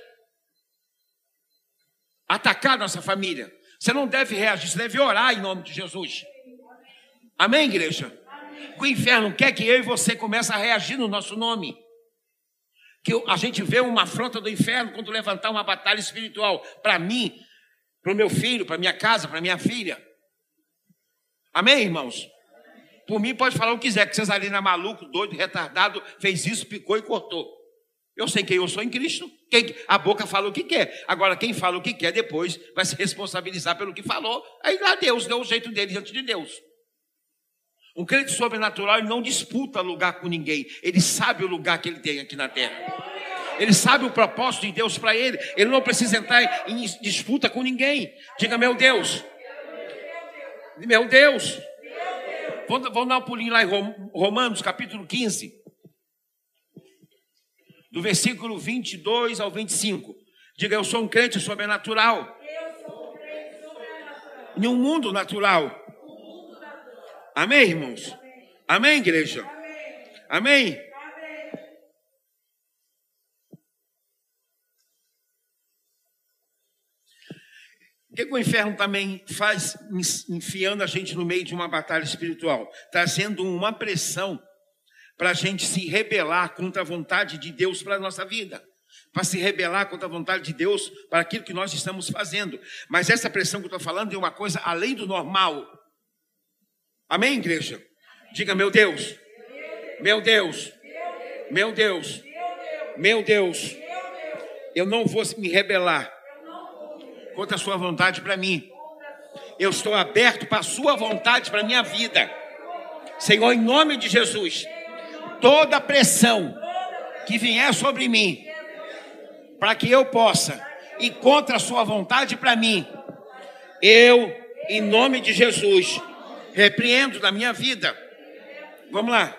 atacar nossa família. Você não deve reagir, você deve orar em nome de Jesus. Amém, igreja? Amém. O inferno quer que eu e você comece a reagir no nosso nome. Que a gente vê uma afronta do inferno quando levantar uma batalha espiritual para mim, para o meu filho, para minha casa, para minha filha. Amém, irmãos? Por mim pode falar o que quiser, que Cesarina é maluco, doido, retardado, fez isso, picou e cortou. Eu sei quem eu sou em Cristo. Quem, a boca fala o que quer. Agora, quem fala o que quer depois vai se responsabilizar pelo que falou. Aí lá Deus deu o jeito dele diante de Deus. Um crente sobrenatural, ele não disputa lugar com ninguém. Ele sabe o lugar que ele tem aqui na terra. Ele sabe o propósito de Deus para ele. Ele não precisa entrar em disputa com ninguém. Diga, meu Deus. Meu Deus. Vamos, vamos dar um pulinho lá em Romanos, capítulo quinze. Do versículo vinte e dois ao vinte e cinco. Diga, eu sou um crente sobrenatural. Eu sou um crente sobrenatural. Em um mundo natural. Um mundo natural. Amém, irmãos? Amém, Amém, igreja? Amém. Amém? Amém. O que, que o inferno também faz, enfiando a gente no meio de uma batalha espiritual? Trazendo uma pressão para a gente se rebelar contra a vontade de Deus para a nossa vida. Para se rebelar contra a vontade de Deus para aquilo que nós estamos fazendo. Mas essa pressão que eu estou falando é uma coisa além do normal. Amém, igreja? Diga, meu Deus. Meu Deus. Meu Deus. Meu Deus. Eu não vou me rebelar contra a sua vontade para mim. Eu estou aberto para a sua vontade para a minha vida. Senhor, em nome de Jesus, toda pressão que vier sobre mim, para que eu possa ir contra a sua vontade para mim, eu, em nome de Jesus, repreendo da minha vida. Vamos lá.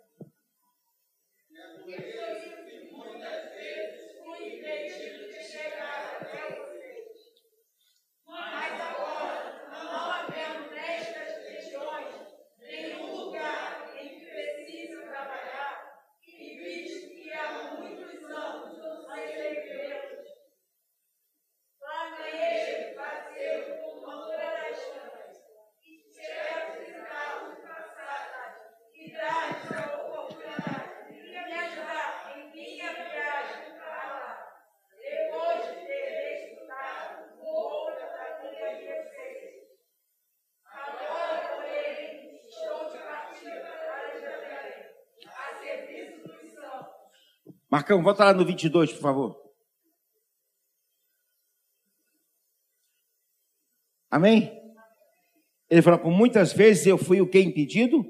Marcão, volta lá no vinte e dois, por favor. Amém? Ele falou, por muitas vezes eu fui o que impedido?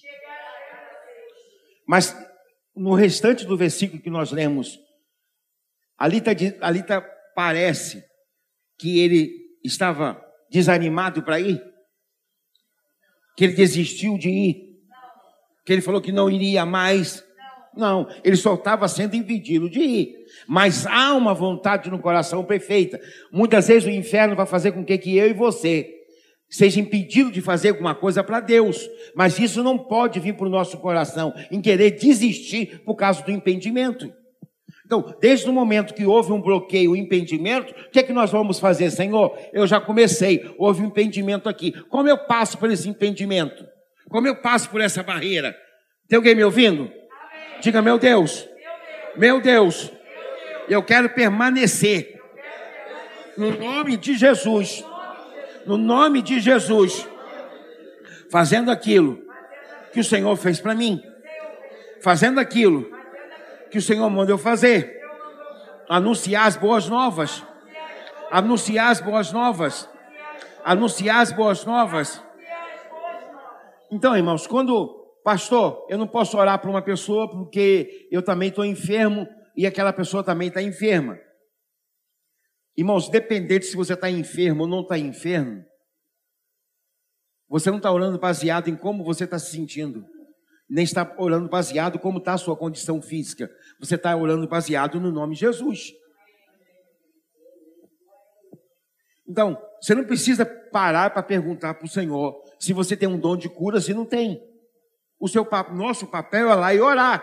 Mas no restante do versículo que nós lemos, ali tá, ali tá, parece que ele estava desanimado para ir, que ele desistiu de ir, que ele falou que não iria mais. Não, ele só estava sendo impedido de ir. Mas há uma vontade no coração perfeita. Muitas vezes o inferno vai fazer com que, que eu e você seja impedido de fazer alguma coisa para Deus. Mas isso não pode vir para o nosso coração em querer desistir por causa do impedimento. Então, desde o momento que houve um bloqueio, um impedimento, o que é que nós vamos fazer, Senhor? Eu já comecei, houve um impedimento aqui. Como eu passo por esse impedimento? Como eu passo por essa barreira? Tem alguém me ouvindo? Diga, meu Deus, meu Deus, eu quero permanecer no nome de Jesus, no nome de Jesus, fazendo aquilo que o Senhor fez para mim, fazendo aquilo que o Senhor mandou fazer, anunciar as boas novas, anunciar as boas novas, anunciar as boas novas. Então, irmãos, quando... Pastor, eu não posso orar para uma pessoa porque eu também estou enfermo e aquela pessoa também está enferma. Irmãos, dependente se você está enfermo ou não está enfermo, você não está orando baseado em como você está se sentindo. nem está orando baseado como está a sua condição física. Você está orando baseado no nome de Jesus. Então, você não precisa parar para perguntar para o Senhor se você tem um dom de cura, se não tem. O seu, nosso papel é lá e orar.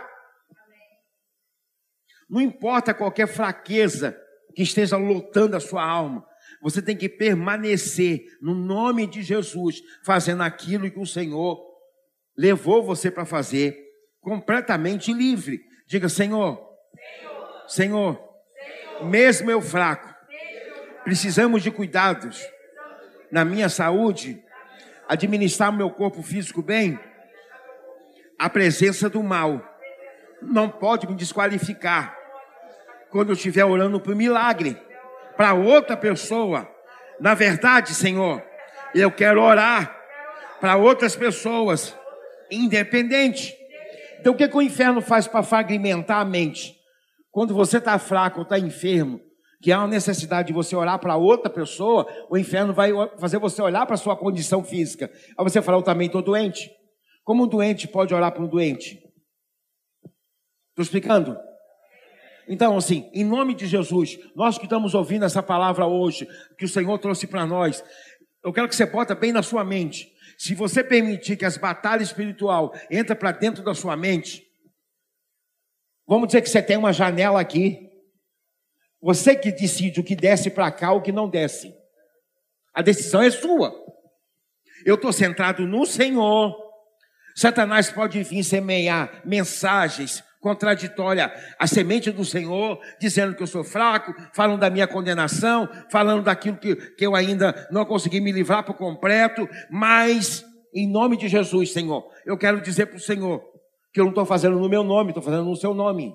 Não importa qualquer fraqueza que esteja lutando a sua alma. Você tem que permanecer no nome de Jesus, fazendo aquilo que o Senhor levou você para fazer, completamente livre. Diga, Senhor, Senhor, Senhor, Senhor, mesmo eu fraco, precisamos de cuidados na minha saúde, administrar o meu corpo físico bem. A presença do mal não pode me desqualificar quando eu estiver orando por milagre para outra pessoa. Na verdade, Senhor, eu quero orar para outras pessoas, independente. Então, o que, que o inferno faz para fragmentar a mente? Quando você está fraco ou está enfermo, que há uma necessidade de você orar para outra pessoa, o inferno vai fazer você olhar para a sua condição física. Aí você fala, eu também estou doente. Como um doente pode orar para um doente? Estou explicando? Então, assim, em nome de Jesus, nós que estamos ouvindo essa palavra hoje, que o Senhor trouxe para nós, eu quero que você bota bem na sua mente. Se você permitir que as batalhas espirituais entrem para dentro da sua mente, vamos dizer que você tem uma janela aqui, você que decide o que desce para cá, o que não desce. A decisão é sua. Eu estou centrado no Senhor. Satanás pode vir semear mensagens contraditórias à semente do Senhor, dizendo que eu sou fraco, falando da minha condenação, falando daquilo que, que eu ainda não consegui me livrar por completo, mas em nome de Jesus, Senhor, eu quero dizer para o Senhor que eu não estou fazendo no meu nome, estou fazendo no seu nome.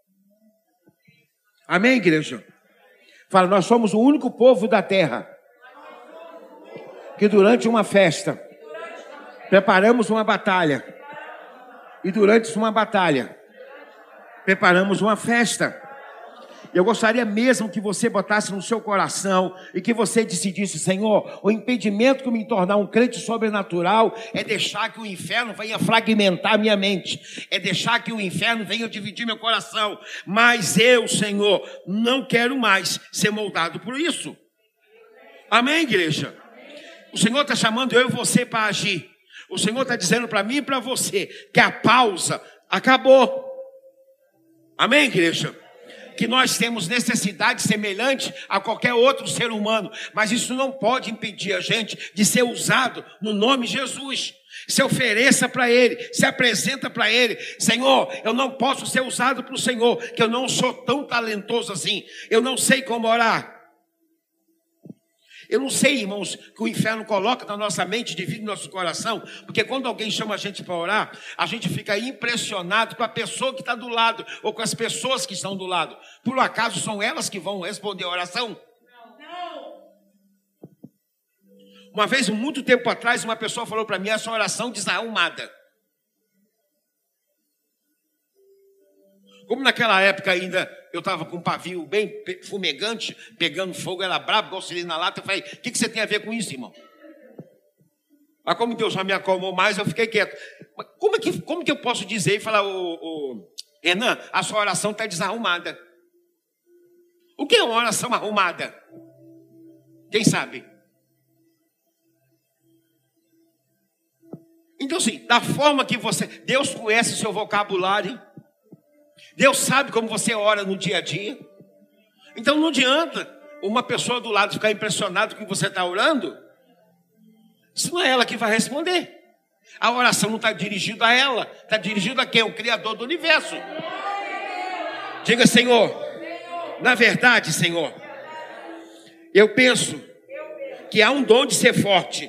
Amém, igreja? Fala, nós somos o único povo da terra que durante uma festa preparamos uma batalha. E durante uma batalha, preparamos uma festa. Eu gostaria mesmo que você botasse no seu coração e que você decidisse, Senhor, o impedimento que me tornar um crente sobrenatural é deixar que o inferno venha fragmentar minha mente. É deixar que o inferno venha dividir meu coração. Mas eu, Senhor, não quero mais ser moldado por isso. Amém, igreja? O Senhor está chamando eu e você para agir. O Senhor está dizendo para mim e para você que a pausa acabou. Amém, igreja? Que nós temos necessidade semelhante a qualquer outro ser humano, mas isso não pode impedir a gente de ser usado no nome de Jesus. Se ofereça para Ele, se apresenta para Ele. Senhor, eu não posso ser usado para o Senhor, que eu não sou tão talentoso assim. Eu não sei como orar. Eu não sei, irmãos, que o inferno coloca na nossa mente, divide no nosso coração, porque quando alguém chama a gente para orar, a gente fica impressionado com a pessoa que está do lado, ou com as pessoas que estão do lado. Por acaso são elas que vão responder a oração? Não. Uma vez, muito tempo atrás, uma pessoa falou para mim, essa oração desarrumada. Como naquela época ainda eu estava com um pavio bem fumegante, pegando fogo, era brabo, igual cilindro na lata, eu falei, o que, que você tem a ver com isso, irmão? Mas como Deus já me acalmou mais, eu fiquei quieto. Mas como, é que, como que eu posso dizer e falar, ô, ô, Renan, a sua oração está desarrumada? O que é uma oração arrumada? Quem sabe? Então, assim, da forma que você... Deus conhece o seu vocabulário. Deus sabe como você ora no dia a dia. Então não adianta uma pessoa do lado ficar impressionada com o que você está orando. Isso não é ela que vai responder. A oração não está dirigida a ela. Está dirigida a quem? O Criador do universo. Diga, Senhor, na verdade, Senhor, eu penso que há um dom de ser forte.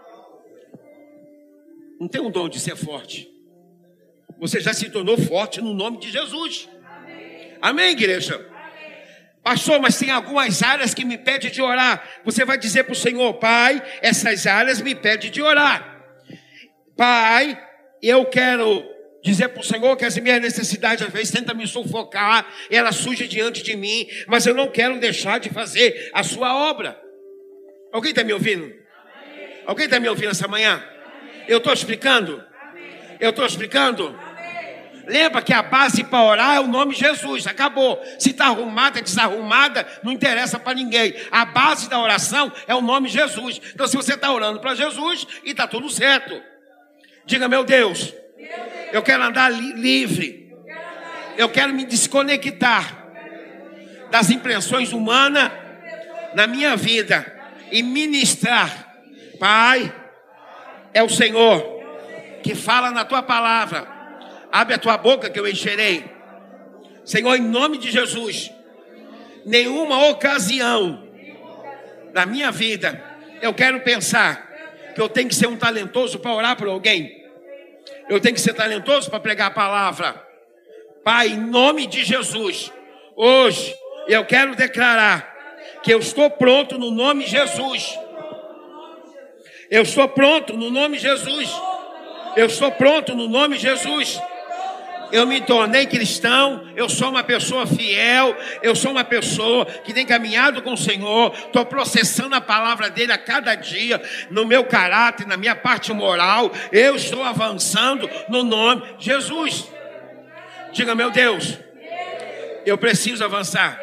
Não tem um dom de ser forte. Você já se tornou forte no nome de Jesus. Amém, Amém igreja? Amém. Pastor, mas tem algumas áreas que me pedem de orar. Você vai dizer para o Senhor, Pai, essas áreas me pedem de orar. Pai, eu quero dizer para o Senhor que as minhas necessidades às vezes tentam me sufocar, ela surge diante de mim, mas eu não quero deixar de fazer a sua obra. Alguém está me ouvindo? Amém. Alguém está me ouvindo essa manhã? Amém. Eu estou explicando? Eu estou explicando? Lembra que a base para orar é o nome Jesus. Acabou. Se está arrumada, desarrumada, não interessa para ninguém. A base da oração é o nome Jesus. Então, se você está orando para Jesus, e está tudo certo. Diga, meu Deus, eu quero andar li- livre. Eu quero me desconectar das impressões humanas na minha vida e ministrar. Pai, é o Senhor que fala na tua palavra. Abre a tua boca que eu encherei. Senhor, em nome de Jesus, nenhuma ocasião na minha vida eu quero pensar que eu tenho que ser um talentoso para orar por alguém. Eu tenho que ser talentoso para pregar a palavra. Pai, em nome de Jesus, hoje eu quero declarar que eu estou pronto no nome de Jesus. Eu estou pronto no nome de Jesus. Eu estou pronto no nome de Jesus. Eu me tornei cristão, eu sou uma pessoa fiel, eu sou uma pessoa que tem caminhado com o Senhor, estou processando a palavra dele a cada dia, no meu caráter, na minha parte moral, eu estou avançando no nome de Jesus. Diga, meu Deus, eu preciso avançar.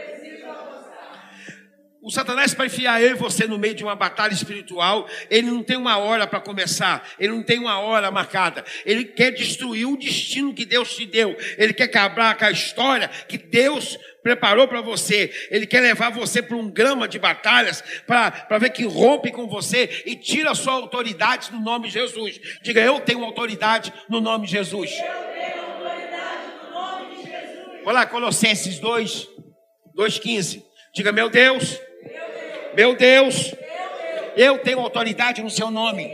O Satanás, para enfiar eu e você no meio de uma batalha espiritual, ele não tem uma hora para começar, ele não tem uma hora marcada. Ele quer destruir o destino que Deus te deu. Ele quer acabar com a história que Deus preparou para você. Ele quer levar você para um grama de batalhas, para ver que rompe com você e tira a sua autoridade no nome de Jesus. Diga, eu tenho autoridade no nome de Jesus. Eu tenho autoridade no nome de Jesus. Olha lá, Colossenses dois, dois, quinze. Diga, meu Deus, meu Deus, eu tenho autoridade no seu nome.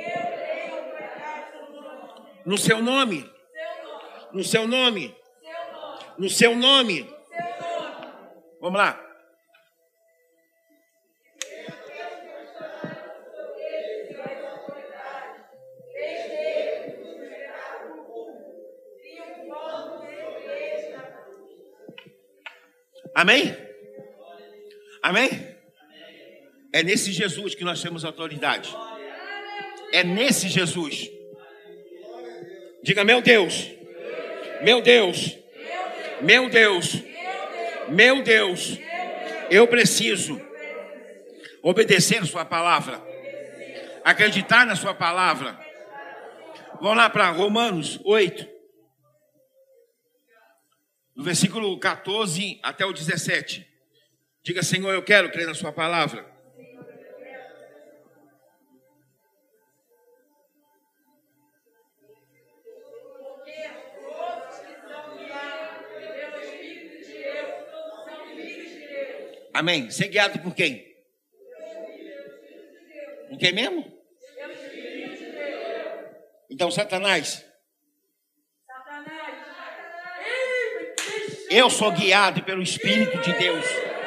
No seu nome. No seu nome. No seu nome. Vamos lá. Amém? Amém? É nesse Jesus que nós temos autoridade. É nesse Jesus. Diga, meu Deus. Meu Deus. Meu Deus. Meu Deus. Eu preciso obedecer a sua palavra. Acreditar na sua palavra. Vamos lá para Romanos oito. Do versículo quatorze até o dezessete. Diga, Senhor, eu quero crer na sua palavra. Amém. Ser guiado por quem? Por quem mesmo? Então, Satanás. Eu sou guiado pelo Espírito de Deus.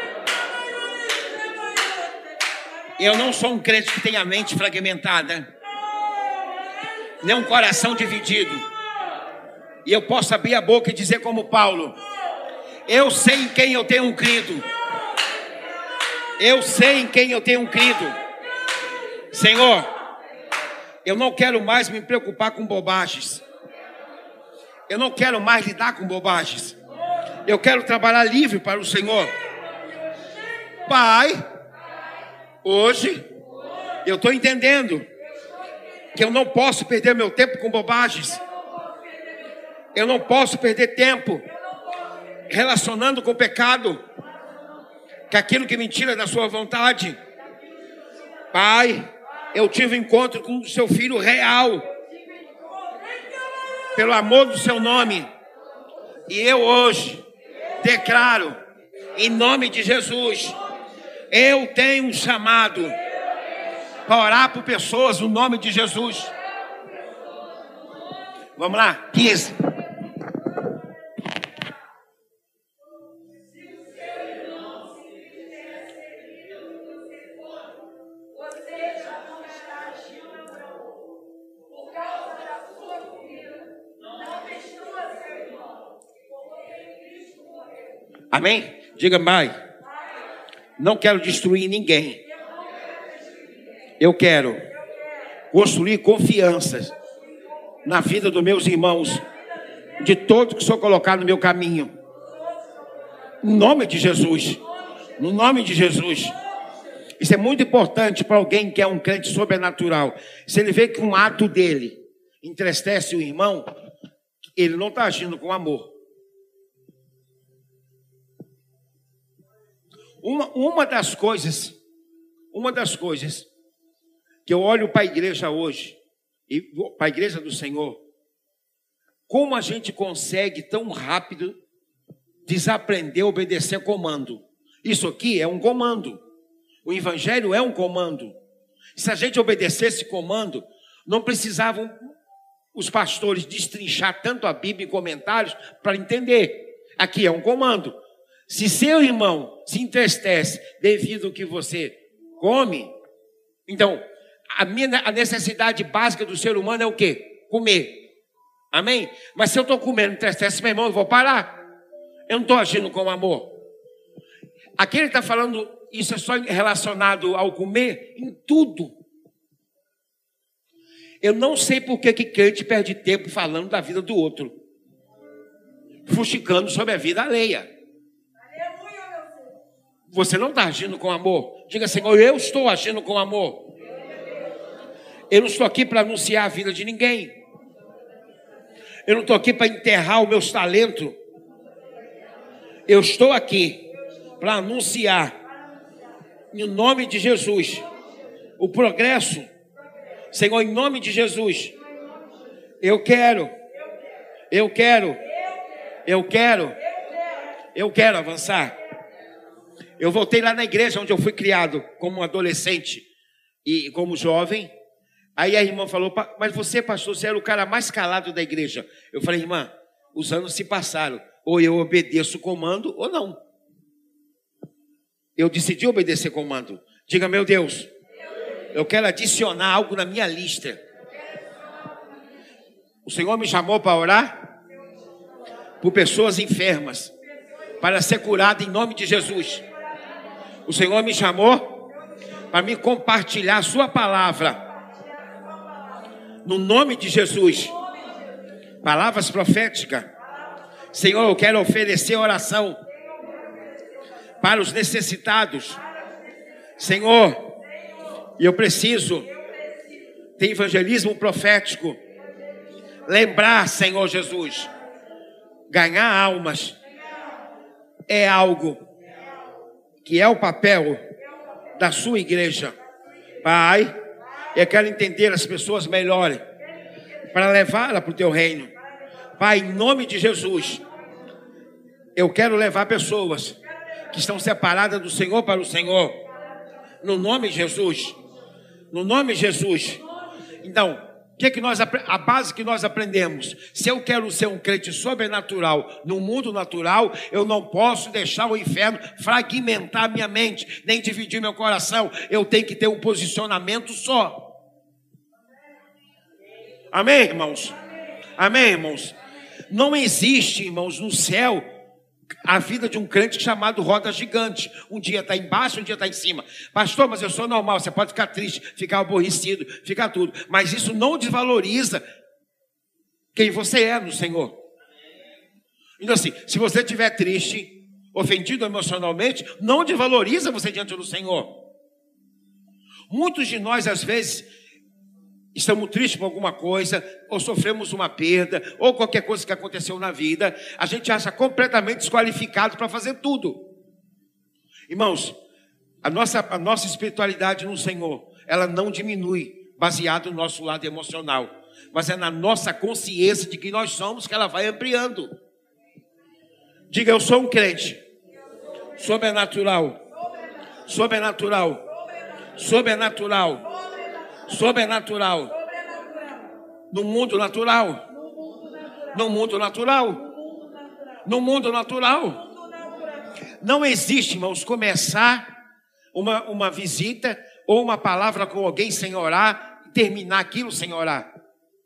Eu não sou um crente que tem a mente fragmentada, nem um coração dividido. E eu posso abrir a boca e dizer como Paulo: eu sei em quem eu tenho crido. Eu sei em quem eu tenho crido. Senhor, eu não quero mais me preocupar com bobagens. Eu não quero mais lidar com bobagens. Eu quero trabalhar livre para o Senhor. Pai, hoje eu estou entendendo que eu não posso perder meu tempo com bobagens. Eu não posso perder tempo relacionando com o pecado, que é aquilo que me tira da sua vontade. Pai, eu tive um encontro com o seu filho real, pelo amor do seu nome, e eu hoje declaro, em nome de Jesus, eu tenho um chamado para orar por pessoas no nome de Jesus. Vamos lá, quinze. Amém? Diga, Pai, não quero destruir ninguém. Eu quero construir confianças na vida dos meus irmãos, de todos que sou colocado no meu caminho. No nome de Jesus. No nome de Jesus. Isso é muito importante para alguém que é um crente sobrenatural. Se ele vê que um ato dele entristece o irmão, ele não está agindo com amor. Uma, uma das coisas, uma das coisas que eu olho para a igreja hoje, e para a igreja do Senhor, como a gente consegue tão rápido desaprender a obedecer comando. Isso aqui é um comando. O evangelho é um comando. Se a gente obedecesse comando, não precisavam os pastores destrinchar tanto a Bíblia em comentários para entender. Aqui é um comando. Se seu irmão se entristece devido ao que você come, então a, minha, a necessidade básica do ser humano é o quê? Comer. Amém? Mas se eu estou comendo, entristece meu irmão, eu vou parar. Eu não estou agindo com amor. Aqui ele está falando, isso é só relacionado ao comer, em tudo. Eu não sei por que que crente perde tempo falando da vida do outro, fuxicando sobre a vida alheia. Você não está agindo com amor. Diga, Senhor, eu estou agindo com amor. Eu não estou aqui para anunciar a vida de ninguém. Eu não estou aqui para enterrar os meus talentos. Eu estou aqui para anunciar, em nome de Jesus, o progresso. Senhor, em nome de Jesus, eu quero, eu quero, eu quero, eu quero avançar. Eu voltei lá na igreja onde eu fui criado como adolescente e como jovem. Aí a irmã falou, mas você, pastor, você era o cara mais calado da igreja. Eu falei, irmã, os anos se passaram. Ou eu obedeço o comando ou não. Eu decidi obedecer comando. Diga, meu Deus, eu quero adicionar algo na minha lista. O Senhor me chamou para orar por pessoas enfermas, para ser curado em nome de Jesus. O Senhor me chamou para me compartilhar a sua palavra no nome de Jesus. Palavras proféticas. Senhor, eu quero oferecer oração para os necessitados. Senhor, eu preciso ter evangelismo profético. Lembrar, Senhor Jesus, ganhar almas é algo que é o papel da sua igreja. Pai, eu quero entender as pessoas melhor para levá-la para o teu reino. Pai, em nome de Jesus, eu quero levar pessoas que estão separadas do Senhor para o Senhor. No nome de Jesus. No nome de Jesus. Então, o que que nós, a base que nós aprendemos? Se eu quero ser um crente sobrenatural no mundo natural, eu não posso deixar o inferno fragmentar minha mente, nem dividir meu coração. Eu tenho que ter um posicionamento só. Amém, irmãos? Amém, irmãos? Não existe, irmãos, no céu a vida de um crente chamado roda gigante. Um dia está embaixo, um dia está em cima. Pastor, mas eu sou normal. Você pode ficar triste, ficar aborrecido, ficar tudo. Mas isso não desvaloriza quem você é no Senhor. Então assim, se você estiver triste, ofendido emocionalmente, não desvaloriza você diante do Senhor. Muitos de nós, às vezes, estamos tristes por alguma coisa, ou sofremos uma perda, ou qualquer coisa que aconteceu na vida, a gente acha completamente desqualificado para fazer tudo. Irmãos, a nossa, a nossa espiritualidade no Senhor, ela não diminui baseado no nosso lado emocional, mas é na nossa consciência de que nós somos que ela vai ampliando. Diga, eu sou um crente sobrenatural, sobrenatural, sobrenatural. Sobrenatural. No mundo natural. No mundo natural. No mundo natural. Não existe, irmãos, começar uma, uma visita ou uma palavra com alguém sem orar e terminar aquilo sem orar.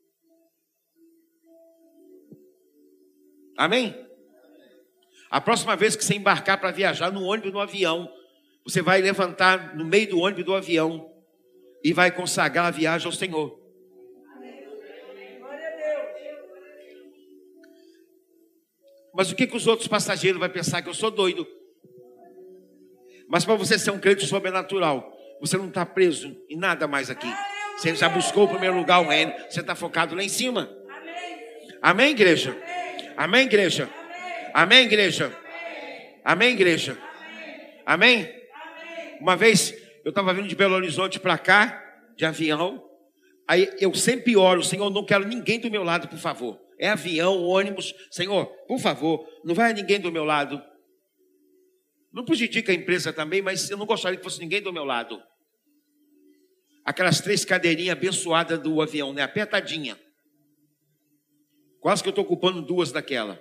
Amém? A próxima vez que você embarcar para viajar no ônibus, no avião, você vai levantar no meio do ônibus do avião e vai consagrar a viagem ao Senhor. Mas o que, que os outros passageiros vão pensar? Que eu sou doido. Mas para você ser um crente sobrenatural, você não está preso em nada mais aqui. Você já buscou o primeiro lugar, o reino. Você está focado lá em cima. Amém, igreja? Amém, igreja? Amém, igreja? Amém, igreja? Amém? Uma vez eu estava vindo de Belo Horizonte para cá, de avião. Aí eu sempre oro, Senhor, não quero ninguém do meu lado, por favor. É avião, ônibus. Senhor, por favor, não vai ninguém do meu lado. Não prejudica a empresa também, mas eu não gostaria que fosse ninguém do meu lado. Aquelas três cadeirinhas abençoadas do avião, né? Apertadinha. Quase que eu estou ocupando duas daquela.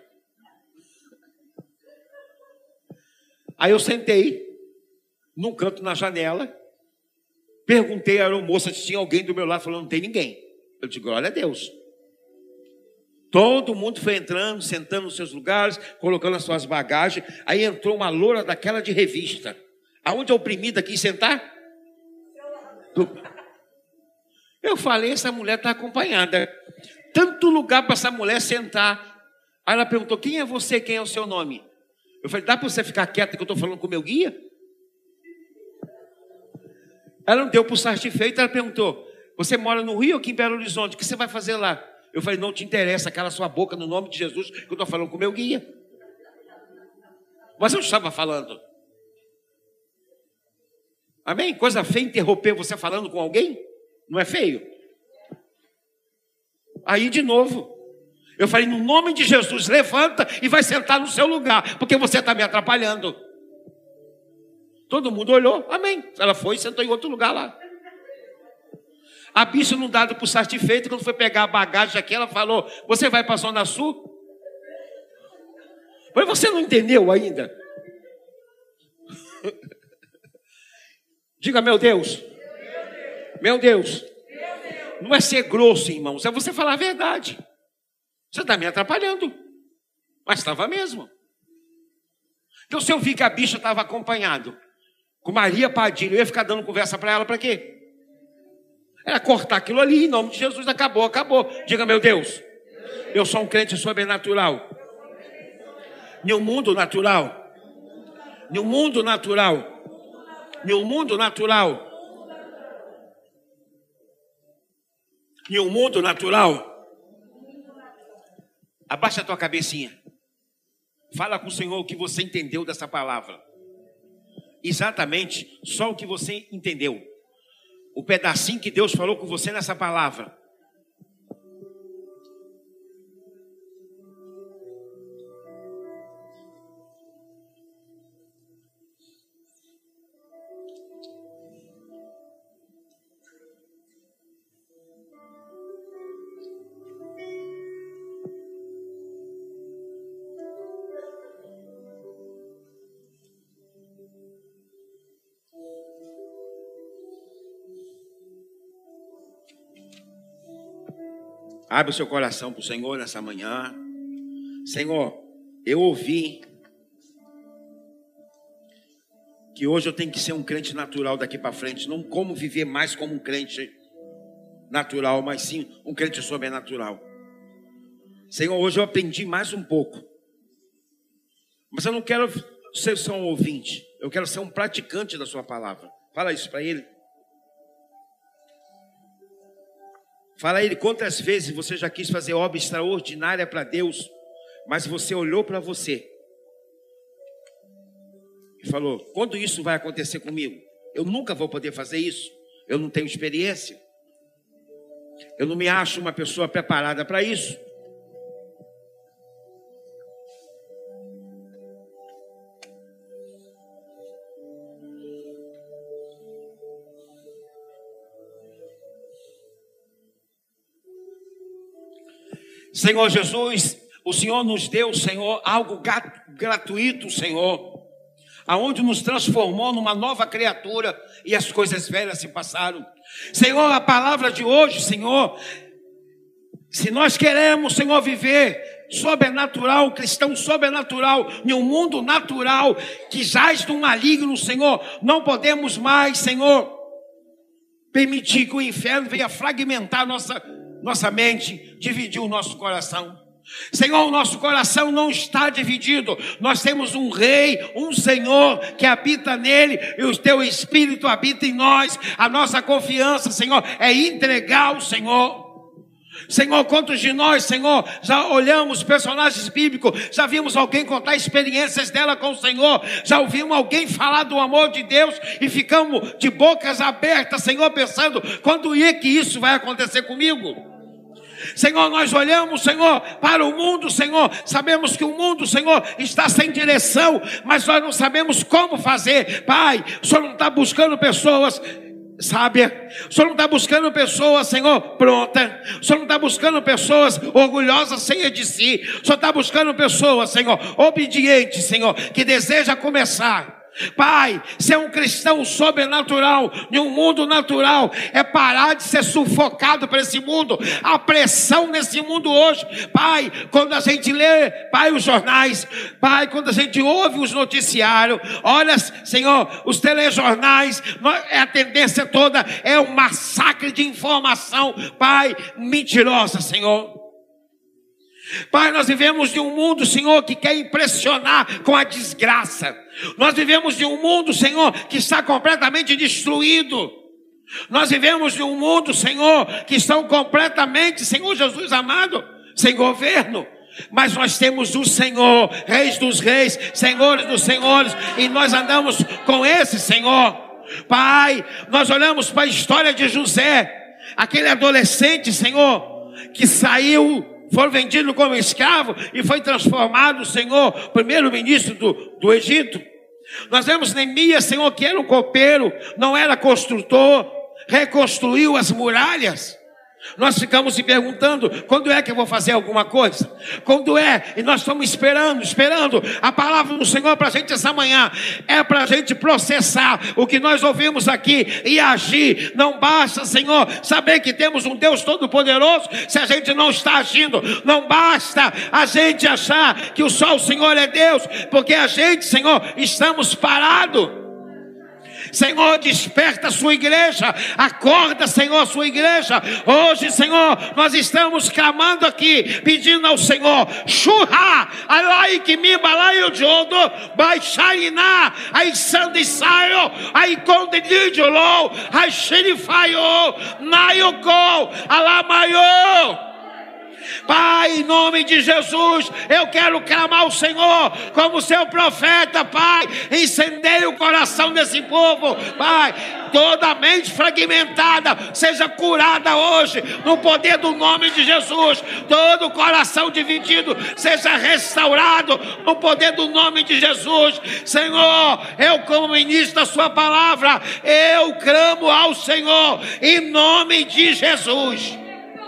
Aí eu sentei num canto na janela, perguntei à aeromoça se tinha alguém do meu lado, falou, não tem ninguém. Eu disse, glória a Deus. Todo mundo foi entrando, sentando nos seus lugares, colocando as suas bagagens. Aí entrou uma loura daquela de revista. Aonde a oprimida quis sentar? Eu falei, essa mulher está acompanhada. Tanto lugar para essa mulher sentar. Aí ela perguntou, quem é você, quem é o seu nome? Eu falei, dá para você ficar quieta que eu estou falando com o meu guia? Ela não deu por satisfeita, ela perguntou, você mora no Rio ou aqui em Belo Horizonte? O que você vai fazer lá? Eu falei, não te interessa, cala sua boca no nome de Jesus, que eu estou falando com o meu guia. Mas eu estava falando. Amém? Coisa feia interromper você falando com alguém? Não é feio? Aí de novo, eu falei, no nome de Jesus, levanta e vai sentar no seu lugar, porque você está me atrapalhando. Todo mundo olhou, amém. Ela foi e sentou em outro lugar lá. A bicha não dado por satisfeita, quando foi pegar a bagagem aqui, ela falou, você vai para a Zona Sul? Mas você não entendeu ainda? Diga, meu Deus. Meu Deus. Não é ser grosso, irmãos, é você falar a verdade. Você está me atrapalhando. Mas estava mesmo. Então, se eu vi que a bicha estava acompanhado com Maria Padilha, eu ia ficar dando conversa para ela para quê? Era cortar aquilo ali, em nome de Jesus, acabou, acabou. Diga, meu Deus, eu sou um crente sobrenatural. No mundo natural. No mundo natural. No mundo natural. No mundo natural. Abaixa a tua cabecinha. Fala com o Senhor o que você entendeu dessa palavra. Exatamente, só o que você entendeu. O pedacinho que Deus falou com você nessa palavra. Abre o seu coração para o Senhor nessa manhã. Senhor, eu ouvi que hoje eu tenho que ser um crente natural daqui para frente. Não como viver mais como um crente natural, mas sim um crente sobrenatural. Senhor, hoje eu aprendi mais um pouco. Mas eu não quero ser só um ouvinte. Eu quero ser um praticante da sua palavra. Fala isso para ele. Fala a ele quantas vezes você já quis fazer obra extraordinária para Deus, mas você olhou para você e falou, quando isso vai acontecer comigo? Eu nunca vou poder fazer isso. Eu não tenho experiência. Eu não me acho uma pessoa preparada para isso. Senhor Jesus, o Senhor nos deu, Senhor, algo gratuito, Senhor, aonde nos transformou numa nova criatura e as coisas velhas se passaram. Senhor, a palavra de hoje, Senhor, se nós queremos, Senhor, viver sobrenatural, cristão sobrenatural, em um mundo natural que jaz do maligno, Senhor, não podemos mais, Senhor, permitir que o inferno venha fragmentar nossa Nossa mente, dividiu o nosso coração. Senhor, o nosso coração não está dividido. Nós temos um rei, um Senhor que habita nele e o teu Espírito habita em nós. A nossa confiança, Senhor, é entregar ao Senhor. Senhor, quantos de nós, Senhor, já olhamos personagens bíblicos, já vimos alguém contar experiências dela com o Senhor, já ouvimos alguém falar do amor de Deus e ficamos de bocas abertas, Senhor, pensando, quando é que isso vai acontecer comigo? Senhor, nós olhamos, Senhor, para o mundo, Senhor, sabemos que o mundo, Senhor, está sem direção, mas nós não sabemos como fazer. Pai, o Senhor não está buscando pessoas sábia, o Senhor não está buscando pessoas, Senhor, pronta, o Senhor não está buscando pessoas orgulhosas, cheias de si, o Senhor está buscando pessoas, Senhor, obedientes, Senhor, que deseja começar. Pai, ser um cristão sobrenatural em um mundo natural é parar de ser sufocado por esse mundo. A pressão nesse mundo hoje, Pai, quando a gente lê, Pai, os jornais, Pai, quando a gente ouve os noticiários, olha, Senhor, os telejornais, a tendência toda é um massacre de informação, Pai, mentirosa, Senhor. Pai, nós vivemos de um mundo, Senhor, que quer impressionar com a desgraça. Nós vivemos de um mundo, Senhor, que está completamente destruído. Nós vivemos de um mundo, Senhor, que está completamente, Senhor Jesus amado, sem governo. Mas nós temos o Senhor, Reis dos Reis, Senhores dos Senhores, e nós andamos com esse Senhor. Pai, nós olhamos para a história de José, aquele adolescente, Senhor, que saiu, foi vendido como escravo e foi transformado, Senhor, primeiro-ministro do, do Egito. Nós vemos Neemias, Senhor, que era um copeiro, não era construtor, reconstruiu as muralhas. Nós ficamos se perguntando, quando é que eu vou fazer alguma coisa? Quando é? E nós estamos esperando, esperando a palavra do Senhor para a gente essa manhã. É para a gente processar o que nós ouvimos aqui e agir. Não basta, Senhor, saber que temos um Deus todo-poderoso se a gente não está agindo. Não basta a gente achar que só o Senhor é Deus, porque a gente, Senhor, estamos parados. Senhor, desperta a sua igreja, acorda, Senhor, a sua igreja. Hoje, Senhor, nós estamos clamando aqui, pedindo ao Senhor, Shurra, alai que me balaio jodo, baixaina, ai sande saio, ai conde dijolo, ai xerifaio, naioko, alamaio. Pai, em nome de Jesus, eu quero clamar ao Senhor como seu profeta, Pai. Incendeie o coração desse povo, Pai. Toda mente fragmentada seja curada hoje no poder do nome de Jesus. Todo coração dividido seja restaurado no poder do nome de Jesus. Senhor, eu como ministro da sua palavra, eu clamo ao Senhor em nome de Jesus.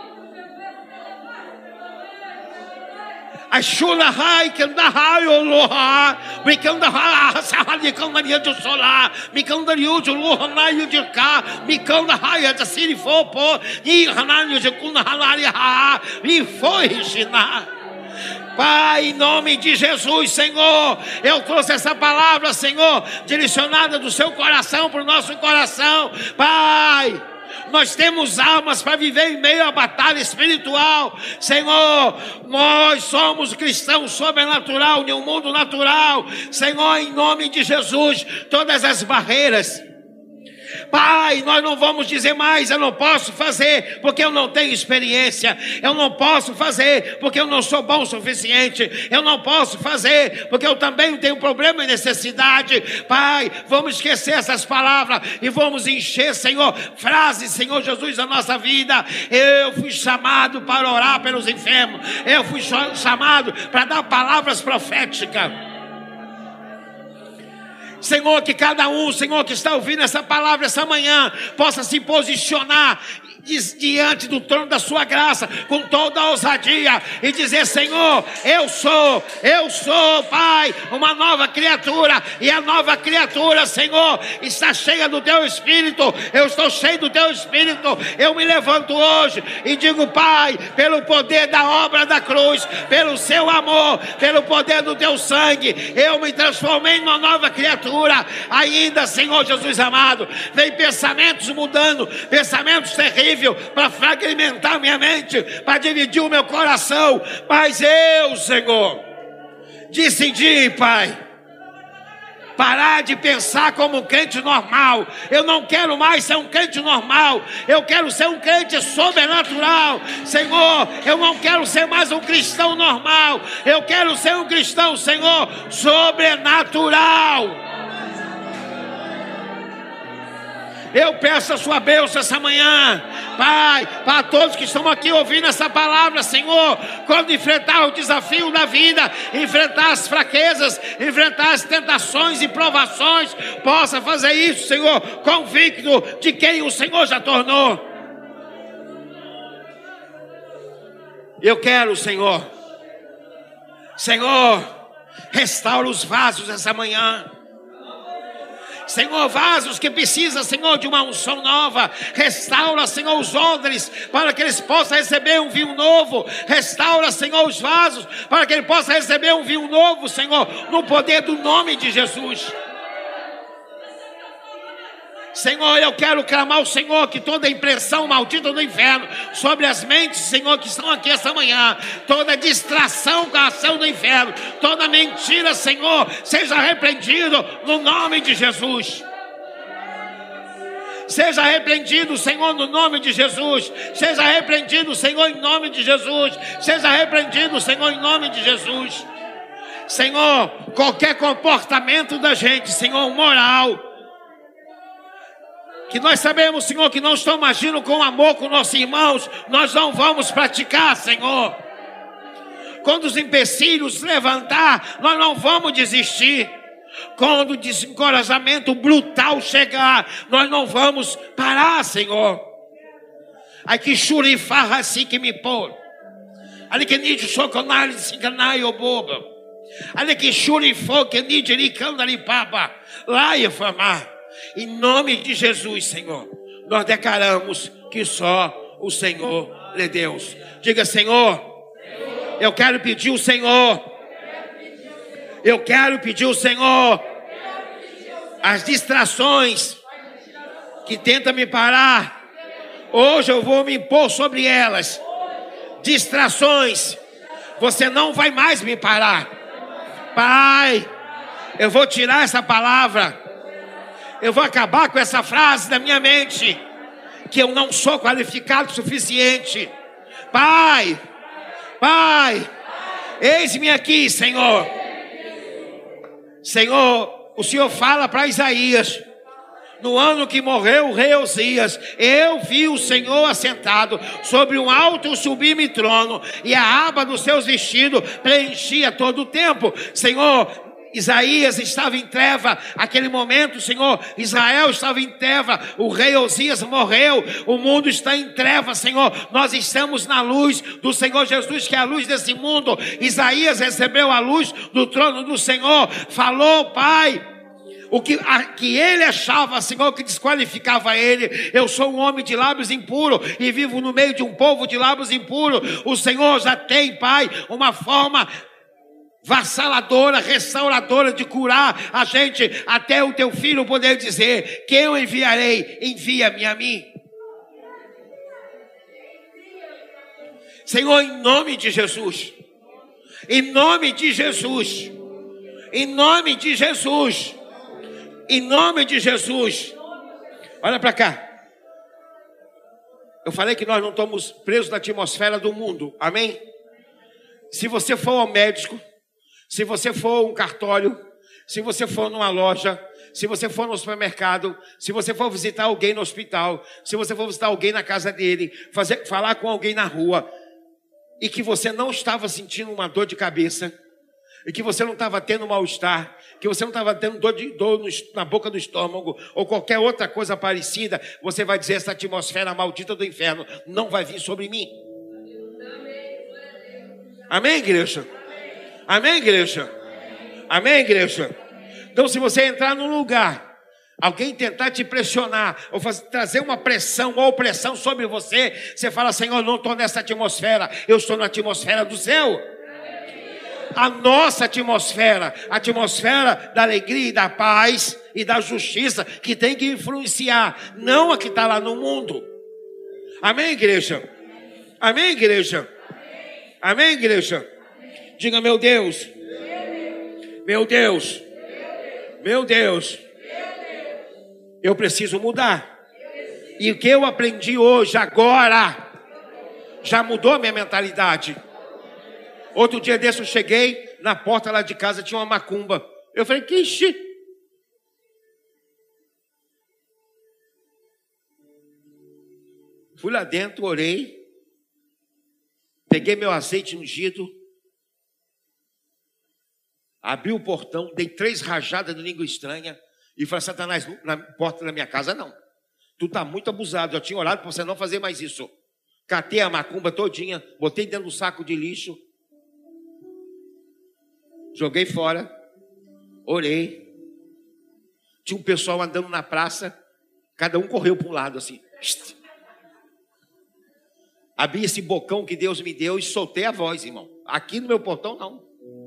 A chula hai que anda hai o loha, me que anda ha sa de cão Maria de solar, me que anda rio de loha na rio de cá, me que anda hai a siri fopo, e hananho de cuna halari ha, e foi chinar. Pai, em nome de Jesus, Senhor, eu trouxe essa palavra, Senhor, direcionada do seu coração para o nosso coração, Pai. Nós temos almas para viver em meio à batalha espiritual. Senhor, nós somos cristãos sobrenatural em um mundo natural. Senhor, em nome de Jesus, todas as barreiras, Pai, nós não vamos dizer mais, eu não posso fazer porque eu não tenho experiência, eu não posso fazer porque eu não sou bom o suficiente, eu não posso fazer porque eu também tenho problema e necessidade. Pai, vamos esquecer essas palavras e vamos encher, Senhor, frases, Senhor Jesus, da nossa vida. Eu fui chamado para orar pelos enfermos, eu fui chamado para dar palavras proféticas. Senhor, que cada um, Senhor, que está ouvindo essa palavra essa manhã, possa se posicionar diante do trono da sua graça, com toda a ousadia, e dizer: Senhor, eu sou, eu sou, Pai, uma nova criatura, e a nova criatura, Senhor, está cheia do teu Espírito. Eu estou cheio do teu Espírito. Eu me levanto hoje e digo: Pai, pelo poder da obra da cruz, pelo seu amor, pelo poder do teu sangue, eu me transformei numa nova criatura. criatura. Ainda, Senhor Jesus amado, vem pensamentos mudando, pensamentos terríveis para fragmentar minha mente, para dividir o meu coração. Mas eu, Senhor, decidi, Pai, parar de pensar como um crente normal. Eu não quero mais ser um crente normal. Eu quero ser um crente sobrenatural. Senhor, eu não quero ser mais um cristão normal. Eu quero ser um cristão, Senhor, sobrenatural. Eu peço a sua bênção essa manhã, Pai, para todos que estão aqui ouvindo essa palavra, Senhor, quando enfrentar o desafio da vida, enfrentar as fraquezas, enfrentar as tentações e provações, possa fazer isso, Senhor, convicto de quem o Senhor já tornou. Eu quero, Senhor, Senhor, restaura os vasos essa manhã. Senhor, vasos que precisam, Senhor, de uma unção nova. Restaura, Senhor, os odres para que eles possam receber um vinho novo. Restaura, Senhor, os vasos para que ele possa receber um vinho novo, Senhor, no poder do nome de Jesus. Senhor, eu quero clamar ao Senhor que toda impressão maldita do inferno sobre as mentes, Senhor, que estão aqui essa manhã, toda distração com a ação do inferno, toda mentira, Senhor, seja repreendido no nome de Jesus. Seja repreendido, Senhor, no nome de Jesus. Seja repreendido, Senhor, em nome de Jesus. Seja repreendido, Senhor, em nome de Jesus. Senhor, qualquer comportamento da gente, Senhor, moral, que nós sabemos, Senhor, que não estamos agindo com amor com nossos irmãos, nós não vamos praticar, Senhor. Quando os empecilhos levantar, nós não vamos desistir. Quando o desencorajamento brutal chegar, nós não vamos parar, Senhor. Aqui churifarra assim que me pôr. Ali que nide choconari se canai o boba. Ali que churifou que nide licando ali papa. Lá ia famar. Em nome de Jesus, Senhor, nós declaramos que só o Senhor é Deus. Diga, Senhor, eu quero pedir o Senhor, eu quero pedir o Senhor, as distrações que tentam me parar, hoje eu vou me impor sobre elas. Distrações, você não vai mais me parar. Pai, eu vou tirar essa palavra. Eu vou acabar com essa frase da minha mente, que eu não sou qualificado o suficiente. Pai, Pai, eis-me aqui, Senhor. Senhor, o Senhor fala para Isaías, no ano que morreu o rei Osias, eu vi o Senhor assentado sobre um alto e sublime trono, e a aba dos seus vestidos preenchia todo o tempo. Senhor, Isaías estava em treva, aquele momento, Senhor, Israel estava em treva, o rei Osias morreu, o mundo está em treva, Senhor, nós estamos na luz do Senhor Jesus, que é a luz desse mundo. Isaías recebeu a luz do trono do Senhor, falou, Pai, o que, a, que ele achava, Senhor, que desqualificava ele. Eu sou um homem de lábios impuros e vivo no meio de um povo de lábios impuros. O Senhor já tem, Pai, uma forma vassaladora, restauradora de curar a gente, até o teu filho poder dizer que eu enviarei, envia-me a mim. Senhor, em nome de Jesus, em nome de Jesus, em nome de Jesus, em nome de Jesus, olha para cá. Eu falei que nós não estamos presos na atmosfera do mundo, amém? Se você for ao médico, se você for um cartório, se você for numa loja, se você for no supermercado, se você for visitar alguém no hospital, se você for visitar alguém na casa dele, fazer, falar com alguém na rua, e que você não estava sentindo uma dor de cabeça, e que você não estava tendo mal-estar, que você não estava tendo dor, de, dor no, na boca do estômago, ou qualquer outra coisa parecida, você vai dizer, essa atmosfera maldita do inferno não vai vir sobre mim. Amém, igreja? Amém, igreja? Amém, igreja? Então, se você entrar num lugar, alguém tentar te pressionar, ou fazer, trazer uma pressão ou opressão sobre você, você fala, Senhor, eu não estou nessa atmosfera, eu estou na atmosfera do céu. a nossa atmosfera, a atmosfera da alegria e da paz e da justiça, que tem que influenciar, não a que está lá no mundo. Amém, igreja? Amém, igreja? Amém, igreja? Diga, meu Deus, meu Deus, meu Deus, eu preciso mudar. E o que eu aprendi hoje, agora, já mudou a minha mentalidade. Outro dia desse eu cheguei, na porta lá de casa tinha uma macumba. Eu falei, que ixi. Fui lá dentro, orei, peguei meu azeite ungido, abri o portão, dei três rajadas de língua estranha e falei, Satanás, na porta da minha casa não. Tu está muito abusado, eu tinha orado para você não fazer mais isso. Catei a macumba todinha, botei dentro do saco de lixo, joguei fora, orei. Tinha um pessoal andando na praça, cada um correu para um lado assim. Abri esse bocão que Deus me deu e soltei a voz, irmão. Aqui no meu portão, não.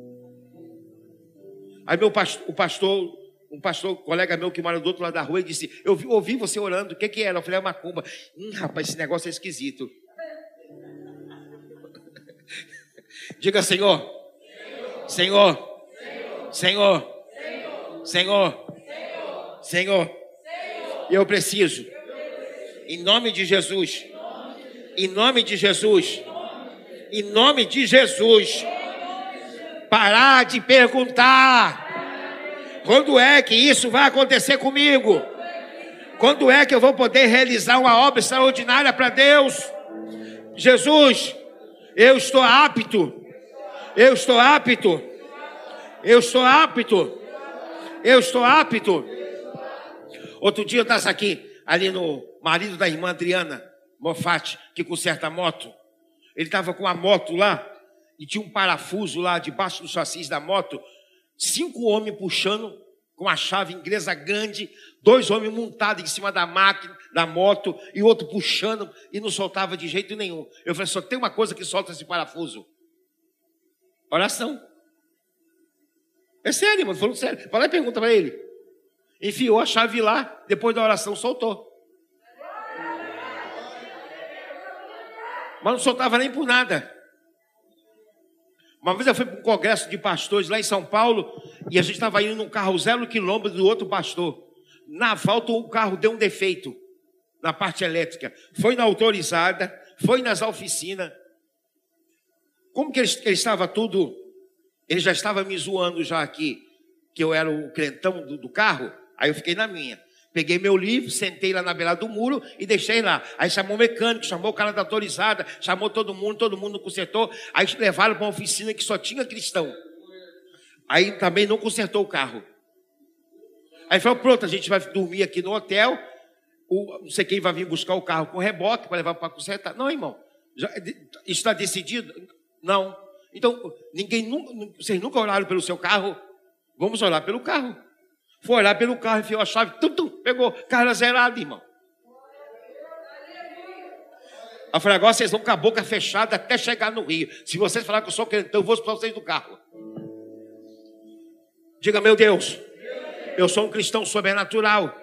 Aí meu pastor, o pastor, um pastor, um colega meu que mora do outro lado da rua, ele disse, eu vi, ouvi você orando, o que que era? Eu falei, é macumba. Hum, rapaz, esse negócio é esquisito. Diga, Senhor, Senhor, Senhor, Senhor, Senhor, eu preciso, em nome de Jesus, em nome de Jesus, em nome de Jesus, parar de perguntar quando é que isso vai acontecer comigo, quando é que eu vou poder realizar uma obra extraordinária para Deus. Jesus, eu estou apto, eu estou apto, eu estou apto, eu estou apto. Outro dia eu estava aqui, ali no marido da irmã Adriana Mofatti, que conserta a moto. Ele estava com a moto lá e tinha um parafuso lá debaixo do chassi da moto. Cinco homens puxando com a chave inglesa grande, dois homens montados em cima da máquina, da moto, e outro puxando e não soltava de jeito nenhum. Eu falei, só tem uma coisa que solta esse parafuso: oração. É sério, mano, falando sério. Vai lá e pergunta para ele. Enfiou a chave lá, depois da oração soltou. Mas não soltava nem por nada. Uma vez eu fui para um congresso de pastores lá em São Paulo e a gente estava indo num carro zero quilômetro do outro pastor. Na volta o carro deu um defeito na parte elétrica. Foi na autorizada, foi nas oficinas. Como que ele, ele estava tudo... Ele já estava me zoando já aqui, que eu era o crentão do, do carro. Aí eu fiquei na minha. Peguei meu livro, sentei lá na beirada do muro e deixei lá. Aí chamou o mecânico, chamou o cara da autorizada, chamou todo mundo, todo mundo consertou. Aí levaram para uma oficina que só tinha cristão. Aí também não consertou o carro. Aí falou, pronto, a gente vai dormir aqui no hotel. O, não sei quem vai vir buscar o carro com reboque para levar para consertar. Não, irmão, já, isso está decidido? Não. Então, ninguém, vocês nunca oraram pelo seu carro? Vamos orar pelo carro. Foi olhar pelo carro, enfiou a chave, tum, tum, pegou, carro era zerado, irmão. Eu falei, agora vocês vão com a boca fechada até chegar no Rio. Se vocês falarem que eu sou crentão, eu vou expulsar vocês do carro. Diga, meu Deus, eu sou um cristão sobrenatural.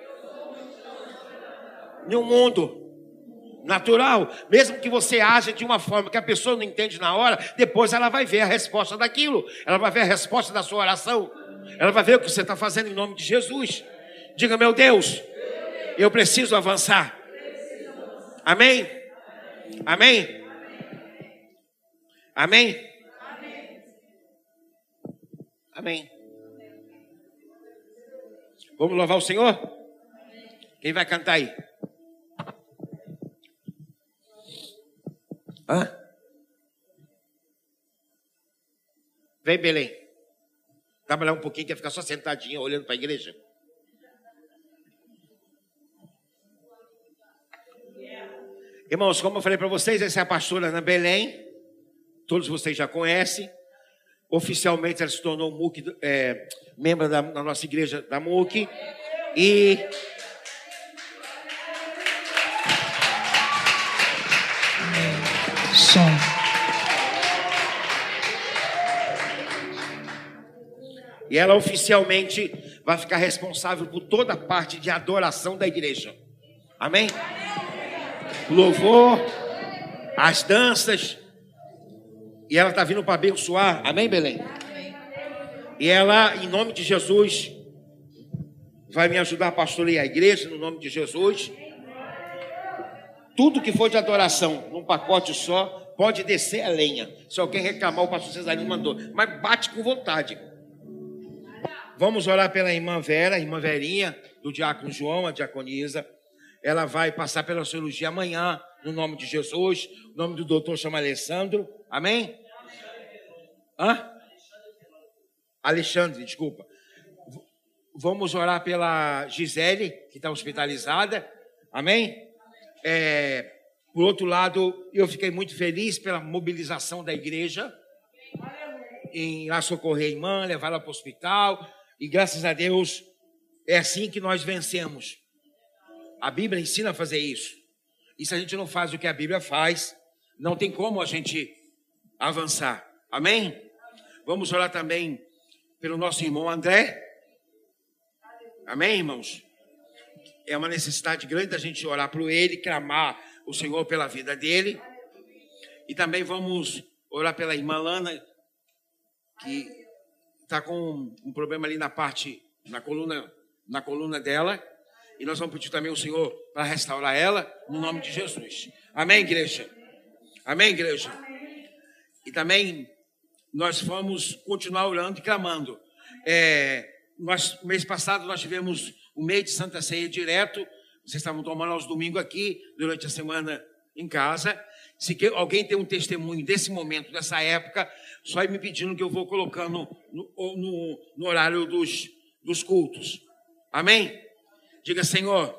Em um mundo natural, mesmo que você haja de uma forma que a pessoa não entende na hora, depois ela vai ver a resposta daquilo. Ela vai ver a resposta da sua oração. Ela vai ver o que você está fazendo em nome de Jesus. Diga, meu Deus, eu preciso avançar. Amém? Amém? Amém? Amém. Vamos louvar o Senhor? Quem vai cantar aí? Hã? Vem, Belém. Trabalhar um pouquinho, quer ficar só sentadinha olhando para a igreja? Irmãos, como eu falei para vocês, essa é a pastora Ana Belém. Todos vocês já conhecem. Oficialmente ela se tornou M U C, é, membro da, da nossa igreja da M U C. E som. E ela oficialmente vai ficar responsável por toda a parte de adoração da igreja. Amém? O louvor, as danças. E ela está vindo para abençoar. Amém, Belém? E ela, em nome de Jesus, vai me ajudar a pastorear a igreja, no nome de Jesus. Tudo que for de adoração, num pacote só, pode descer a lenha. Se alguém reclamar, o pastor Cesarino mandou. Mas bate com vontade. Vamos orar pela irmã Vera, a irmã Verinha, do diácono João, a diaconisa. Ela vai passar pela cirurgia amanhã, no nome de Jesus. O nome do doutor chama Alessandro. Amém? Hã? Alexandre, desculpa. Vamos orar pela Gisele, que está hospitalizada. Amém? É, por outro lado, eu fiquei muito feliz pela mobilização da igreja em ir lá socorrer a irmã, levar ela para o hospital. E graças a Deus, é assim que nós vencemos. A Bíblia ensina a fazer isso. E se a gente não faz o que a Bíblia faz, não tem como a gente avançar. Amém? Vamos orar também pelo nosso irmão André. Amém, irmãos? É uma necessidade grande da gente orar por ele, clamar o Senhor pela vida dele. E também vamos orar pela irmã Lana, que está com um problema ali na parte, na coluna, na coluna dela. E nós vamos pedir também ao Senhor para restaurar ela, no nome de Jesus. Amém, igreja? Amém, igreja? E também nós vamos continuar orando e clamando. É, nós, mês passado nós tivemos o mês de Santa Ceia direto. Vocês estavam tomando aos domingos aqui, durante a semana em casa. Se que, alguém tem um testemunho desse momento, dessa época, só ir me pedindo que eu vou colocando no, no, no horário dos, dos cultos. Amém? Diga, Senhor,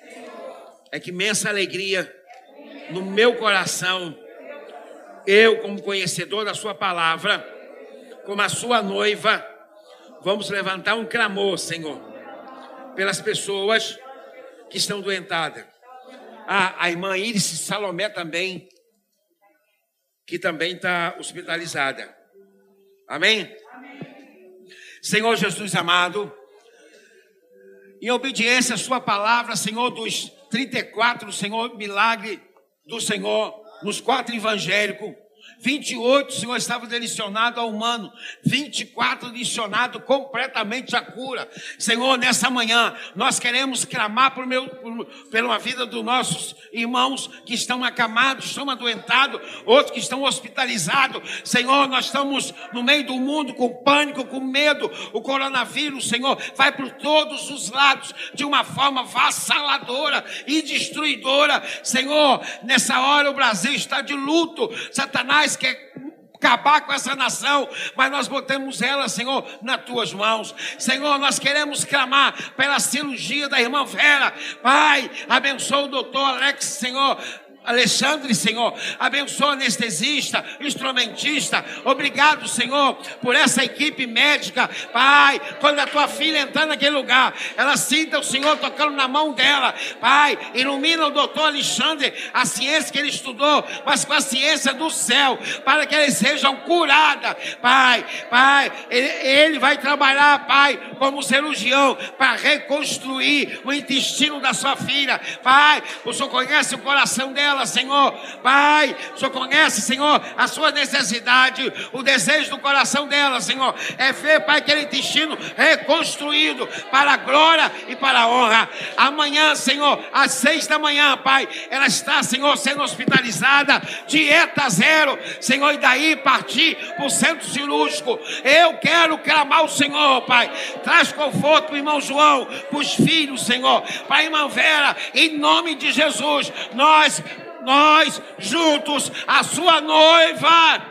é que imensa alegria no meu coração, eu como conhecedor da sua palavra, como a sua noiva, vamos levantar um clamor, Senhor, pelas pessoas que estão doentadas. Ah, a irmã Iris Salomé também, que também está hospitalizada. Amém? Senhor Jesus amado, em obediência à sua palavra, Senhor, dos trinta e quatro, Senhor, milagre do Senhor, nos quatro evangélicos, vinte e oito, Senhor, estava direcionado ao humano, vinte e quatro direcionado completamente à cura. Senhor, nessa manhã, nós queremos clamar por meu, por, pela vida dos nossos irmãos que estão acamados, estão adoentados, outros que estão hospitalizados. Senhor, nós estamos no meio do mundo com pânico, com medo. O coronavírus, Senhor, vai por todos os lados de uma forma vassaladora e destruidora. Senhor, nessa hora o Brasil está de luto. Satanás quer acabar com essa nação, mas nós botamos ela, Senhor, nas tuas mãos. Senhor, nós queremos clamar pela cirurgia da irmã Vera. Pai, abençoa o doutor Alex, Senhor, Alexandre, Senhor, abençoa anestesista, instrumentista. Obrigado, Senhor, por essa equipe médica. Pai, quando a tua filha entrar naquele lugar, ela sinta o Senhor tocando na mão dela. Pai, ilumina o doutor Alexandre, a ciência que ele estudou, mas com a ciência do céu, para que eles sejam curados. Pai, Pai, ele, ele vai trabalhar, Pai, como cirurgião, para reconstruir o intestino da sua filha. Pai, o Senhor conhece o coração dela, Senhor. Pai, o Senhor conhece, Senhor, a sua necessidade, o desejo do coração dela, Senhor, é ver, Pai, aquele intestino reconstruído para a glória e para a honra. Amanhã, Senhor, às seis da manhã, Pai, ela está, Senhor, sendo hospitalizada, dieta zero, Senhor, e daí partir para o centro cirúrgico. Eu quero clamar ao Senhor, Pai, traz conforto para o irmão João, para os filhos, Senhor, para a irmã Vera, em nome de Jesus. Nós Nós juntos, a sua noiva,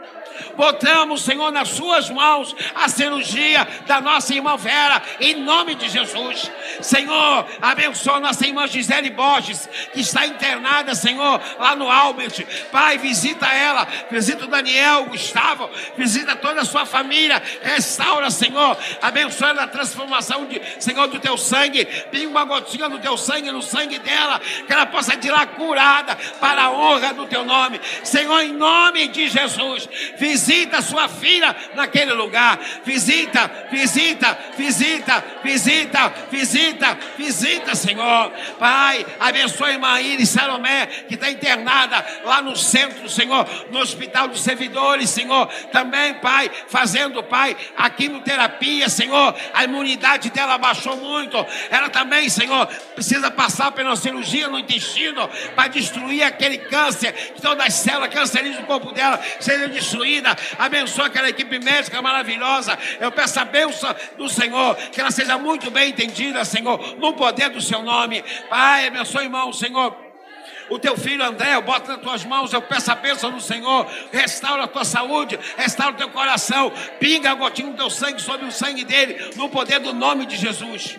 botamos, Senhor, nas suas mãos a cirurgia da nossa irmã Vera, em nome de Jesus. Senhor, abençoa nossa irmã Gisele Borges, que está internada, Senhor, lá no Albert. Pai, visita ela, visita o Daniel, o Gustavo, visita toda a sua família, restaura, Senhor, abençoa a transformação, de, Senhor, do teu sangue. Pinga uma gotinha do teu sangue no sangue dela, que ela possa ir lá curada para a honra do teu nome. Senhor, em nome de Jesus, visita Visita a sua filha naquele lugar. Visita, visita, visita, visita, visita, visita, Senhor. Pai, abençoe a irmã Iris Salomé, que está internada lá no centro, Senhor, no Hospital dos Servidores, Senhor. Também, Pai, fazendo, Pai, a quimioterapia, Senhor. A imunidade dela baixou muito. Ela também, Senhor, precisa passar pela cirurgia no intestino para destruir aquele câncer, que todas as células cancerígenas do corpo dela sejam destruídas. Abençoa aquela equipe médica maravilhosa. Eu peço a bênção do Senhor, que ela seja muito bem entendida, Senhor, no poder do seu nome. Pai, abençoa, irmão, Senhor. O teu filho André, eu boto nas tuas mãos, eu peço a bênção do Senhor. Restaura a tua saúde, restaura o teu coração. Pinga a gotinha do teu sangue sobre o sangue dele, no poder do nome de Jesus.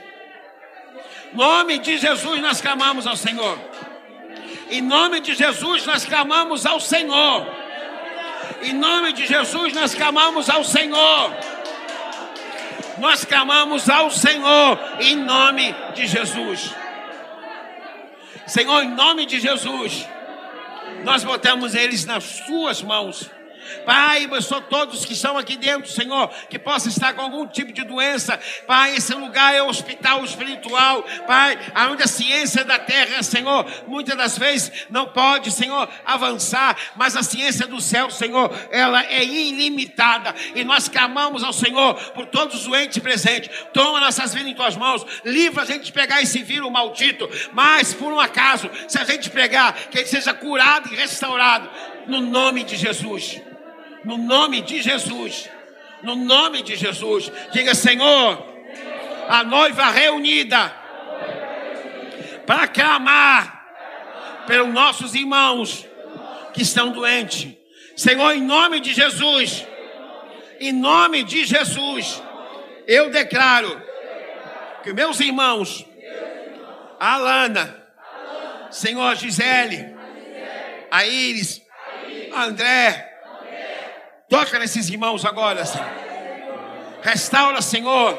Nome de Jesus nós clamamos ao Senhor. Em nome de Jesus nós clamamos ao Senhor. Em nome de Jesus nós clamamos ao Senhor. Nós clamamos ao Senhor em nome de Jesus. Senhor, em nome de Jesus, nós botamos eles nas tuas mãos. Pai, abençoa todos que estão aqui dentro, Senhor, que possam estar com algum tipo de doença. Pai, esse lugar é um hospital espiritual, Pai, onde a ciência da terra, Senhor, muitas das vezes não pode, Senhor, avançar, mas a ciência do céu, Senhor, ela é ilimitada, e nós clamamos ao Senhor por todos os doentes presentes. Toma nossas vidas em tuas mãos, livra a gente de pegar esse vírus maldito, mas por um acaso, se a gente pegar, que ele seja curado e restaurado, no nome de Jesus. No nome de Jesus, no nome de Jesus, diga: Senhor, a noiva reunida para clamar pelos nossos irmãos que estão doentes. Senhor, em nome de Jesus, em nome de Jesus, eu declaro que meus irmãos, a Alana, Senhor, a Gisele, a Iris, a André, toca nesses irmãos agora, Senhor. Restaura, Senhor,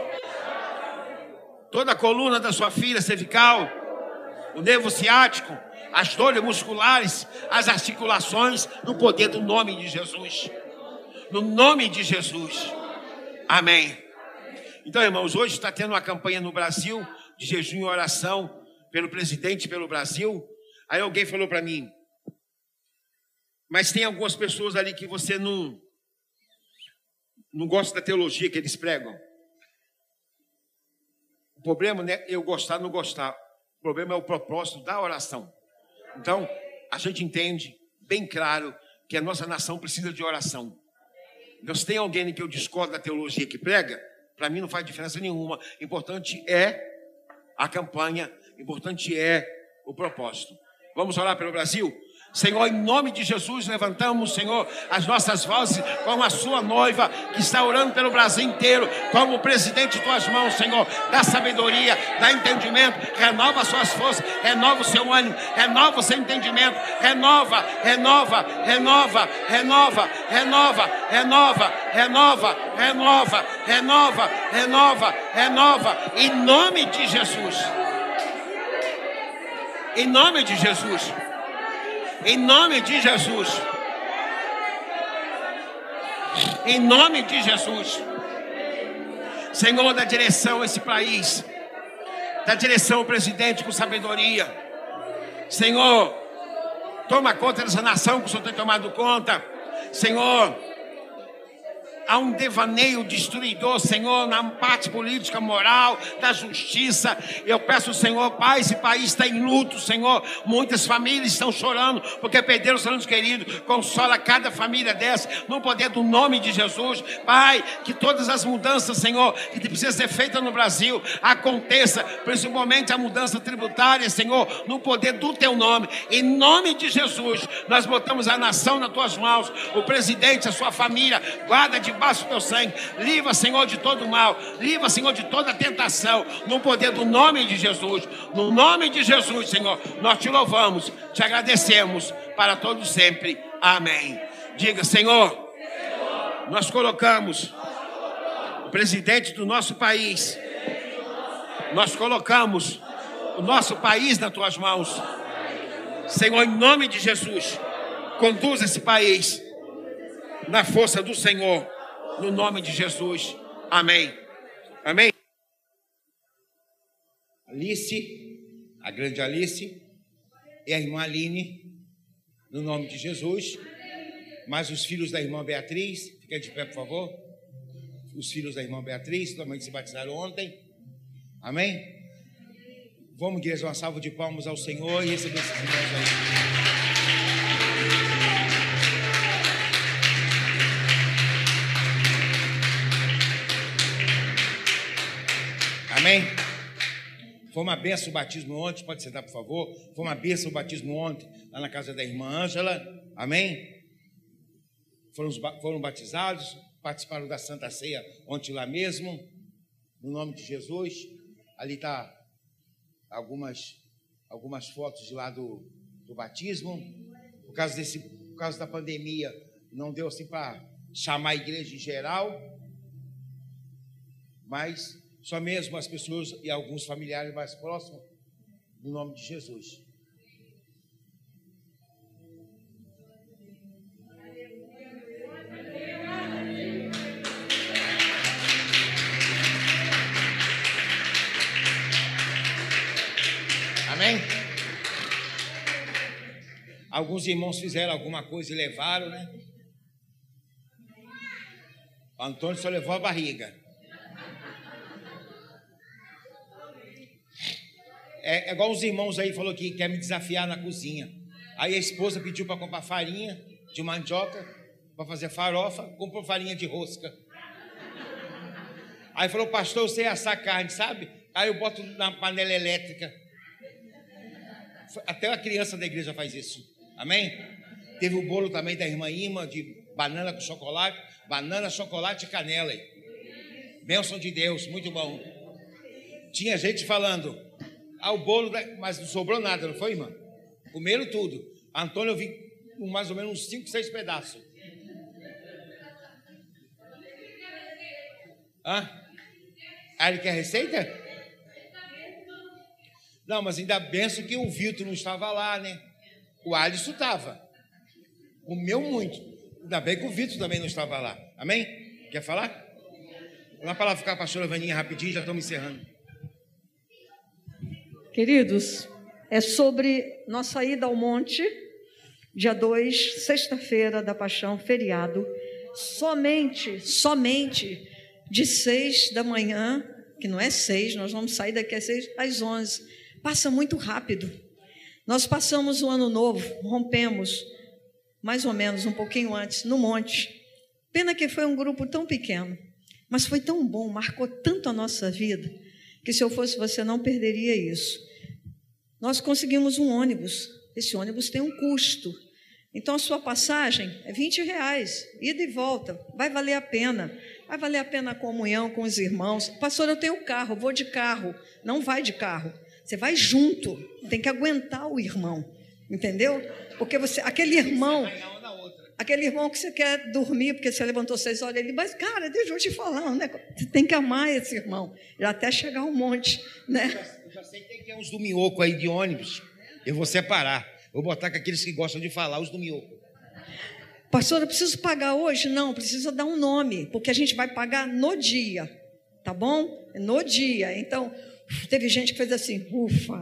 toda a coluna da sua filha cervical, o nervo ciático, as dores musculares, as articulações, no poder do nome de Jesus. No nome de Jesus. Amém. Então, irmãos, hoje está tendo uma campanha no Brasil de jejum e oração pelo presidente, pelo Brasil. Aí alguém falou para mim: mas tem algumas pessoas ali que você não não gosta da teologia que eles pregam. O problema não é eu gostar ou não gostar. O problema é o propósito da oração. Então, a gente entende bem claro que a nossa nação precisa de oração. Então, se tem alguém que eu discordo da teologia que prega, para mim não faz diferença nenhuma. Importante é a campanha, importante é o propósito. Vamos orar pelo Brasil? Senhor, em nome de Jesus, levantamos, Senhor, as nossas vozes como a sua noiva que está orando pelo Brasil inteiro, como o presidente de tuas mãos, Senhor. Dá sabedoria, dá entendimento, renova as suas forças, renova o seu ânimo, renova o seu entendimento, renova, renova, renova, renova, renova, renova, renova, renova, renova, renova, renova, em nome de Jesus. Em nome de Jesus. Em nome de Jesus. Em nome de Jesus. Senhor, dá direção a esse país. Dá direção ao presidente com sabedoria. Senhor, toma conta dessa nação que o Senhor tem tomado conta. Senhor, há um devaneio destruidor, Senhor, na parte política, moral, da justiça. Eu peço, Senhor, Pai, esse país está em luto, Senhor. Muitas famílias estão chorando porque perderam os anos queridos. Consola cada família dessa, no poder do nome de Jesus. Pai, que todas as mudanças, Senhor, que precisam ser feitas no Brasil, aconteça, principalmente a mudança tributária, Senhor, no poder do Teu nome. Em nome de Jesus, nós botamos a nação nas Tuas mãos, o presidente, a sua família, guarda de debaixo do teu sangue, livra, Senhor, de todo mal, livra, Senhor, de toda tentação, no poder do nome de Jesus. No nome de Jesus, Senhor, nós te louvamos, te agradecemos para todos sempre. Amém. Diga: Senhor, nós colocamos o presidente do nosso país, nós colocamos o nosso país nas tuas mãos. Senhor, em nome de Jesus, conduza esse país na força do Senhor, no nome de Jesus. Amém. Amém. Alice, a grande Alice, e a irmã Aline, no nome de Jesus. Mais os filhos da irmã Beatriz, fica de pé, por favor. Os filhos da irmã Beatriz, também que se batizaram ontem. Amém? Vamos, igreja, uma salva de palmas ao Senhor e receber esses irmãos aí. Amém? Foi uma benção o batismo ontem, pode sentar, por favor. Foi uma benção o batismo ontem, lá na casa da irmã Ângela. Amém? Foram, foram batizados, participaram da Santa Ceia ontem lá mesmo, no nome de Jesus. Ali está algumas, algumas fotos de lá do, do batismo. Por causa, desse, por causa da pandemia, não deu assim para chamar a igreja em geral, mas só mesmo as pessoas e alguns familiares mais próximos, no nome de Jesus. Amém? Alguns irmãos fizeram alguma coisa e levaram, né? O Antônio só levou a barriga. É, é igual os irmãos aí falou que quer me desafiar na cozinha. Aí a esposa pediu para comprar farinha de mandioca para fazer farofa, comprou farinha de rosca. Aí falou, pastor, eu sei assar carne, sabe? Aí eu boto na panela elétrica. Até a criança da igreja faz isso. Amém? Teve o bolo também da irmã Ima, de banana com chocolate, banana, chocolate e canela. Bênção de Deus, muito bom. Tinha gente falando, ah, o bolo, da... mas não sobrou nada, não foi, irmã? Comeram tudo. Antônio, eu vi com mais ou menos uns cinco, seis pedaços. Hã? Ah, ele quer receita? Não, mas ainda benção que o Vitor não estava lá, né? O Alisson estava. Comeu muito. Ainda bem que o Vitor também não estava lá. Amém? Quer falar? Vamos para lá ficar a pastora Vaninha rapidinho, já estamos encerrando. Queridos, é sobre nossa ida ao monte, dia dois, sexta-feira da Paixão, feriado, somente, somente de seis da manhã, que não é seis, nós vamos sair daqui às seis, às onze. Passa muito rápido. Nós passamos o ano novo, rompemos, mais ou menos, um pouquinho antes, no monte. Pena que foi um grupo tão pequeno, mas foi tão bom, marcou tanto a nossa vida, que se eu fosse você não perderia isso. Nós conseguimos um ônibus, esse ônibus tem um custo, então a sua passagem é vinte reais, ida e volta, vai valer a pena, vai valer a pena a comunhão com os irmãos. Pastor, eu tenho carro, vou de carro. Não vai de carro, você vai junto, tem que aguentar o irmão, entendeu? Porque você, aquele irmão, aquele irmão que você quer dormir, porque você levantou seis horas, ele, mas cara, deixa eu te falar, né? Você tem que amar esse irmão, já até chegar ao monte, né? Eu já sei que tem uns do Mioco aí de ônibus, eu vou separar, vou botar com aqueles que gostam de falar, os do Mioco. Pastor, eu preciso pagar hoje? Não, precisa dar um nome, porque a gente vai pagar no dia, tá bom? No dia, então, teve gente que fez assim, ufa,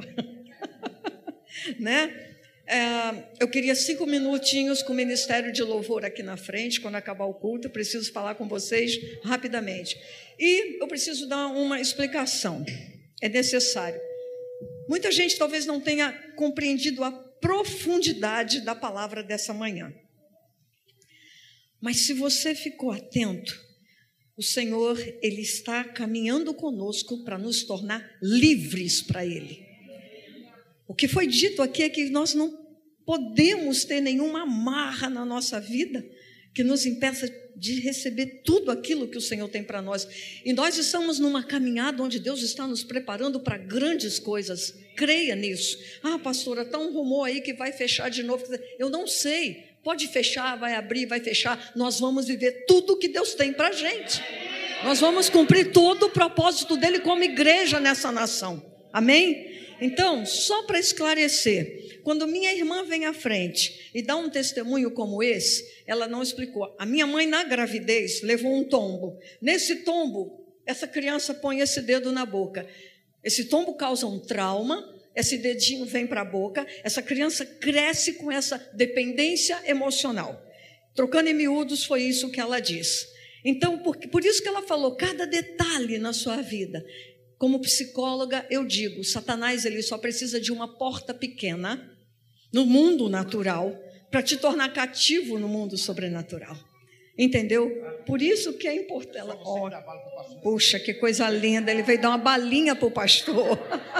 né? É, eu queria cinco minutinhos com o Ministério de Louvor aqui na frente, quando acabar o culto, eu preciso falar com vocês rapidamente. E eu preciso dar uma explicação, é necessário. Muita gente talvez não tenha compreendido a profundidade da palavra dessa manhã. Mas se você ficou atento, o Senhor, Ele está caminhando conosco para nos tornar livres para Ele. O que foi dito aqui é que nós não podemos ter nenhuma amarra na nossa vida que nos impeça de receber tudo aquilo que o Senhor tem para nós. E nós estamos numa caminhada onde Deus está nos preparando para grandes coisas. Creia nisso. Ah, pastora, está um rumor aí que vai fechar de novo. Eu não sei. Pode fechar, vai abrir, vai fechar. Nós vamos viver tudo que Deus tem para a gente. Nós vamos cumprir todo o propósito dEle como igreja nessa nação. Amém? Então, só para esclarecer, quando minha irmã vem à frente e dá um testemunho como esse, ela não explicou. A minha mãe, na gravidez, levou um tombo. Nesse tombo, essa criança põe esse dedo na boca. Esse tombo causa um trauma, esse dedinho vem para a boca, essa criança cresce com essa dependência emocional. Trocando em miúdos, foi isso que ela disse. Então, por, por isso que ela falou, cada detalhe na sua vida. Como psicóloga, eu digo, Satanás ele só precisa de uma porta pequena no mundo natural para te tornar cativo no mundo sobrenatural. Entendeu? Por isso que é importante. Ela, ó, puxa, que coisa linda, ele veio dar uma balinha para o pastor.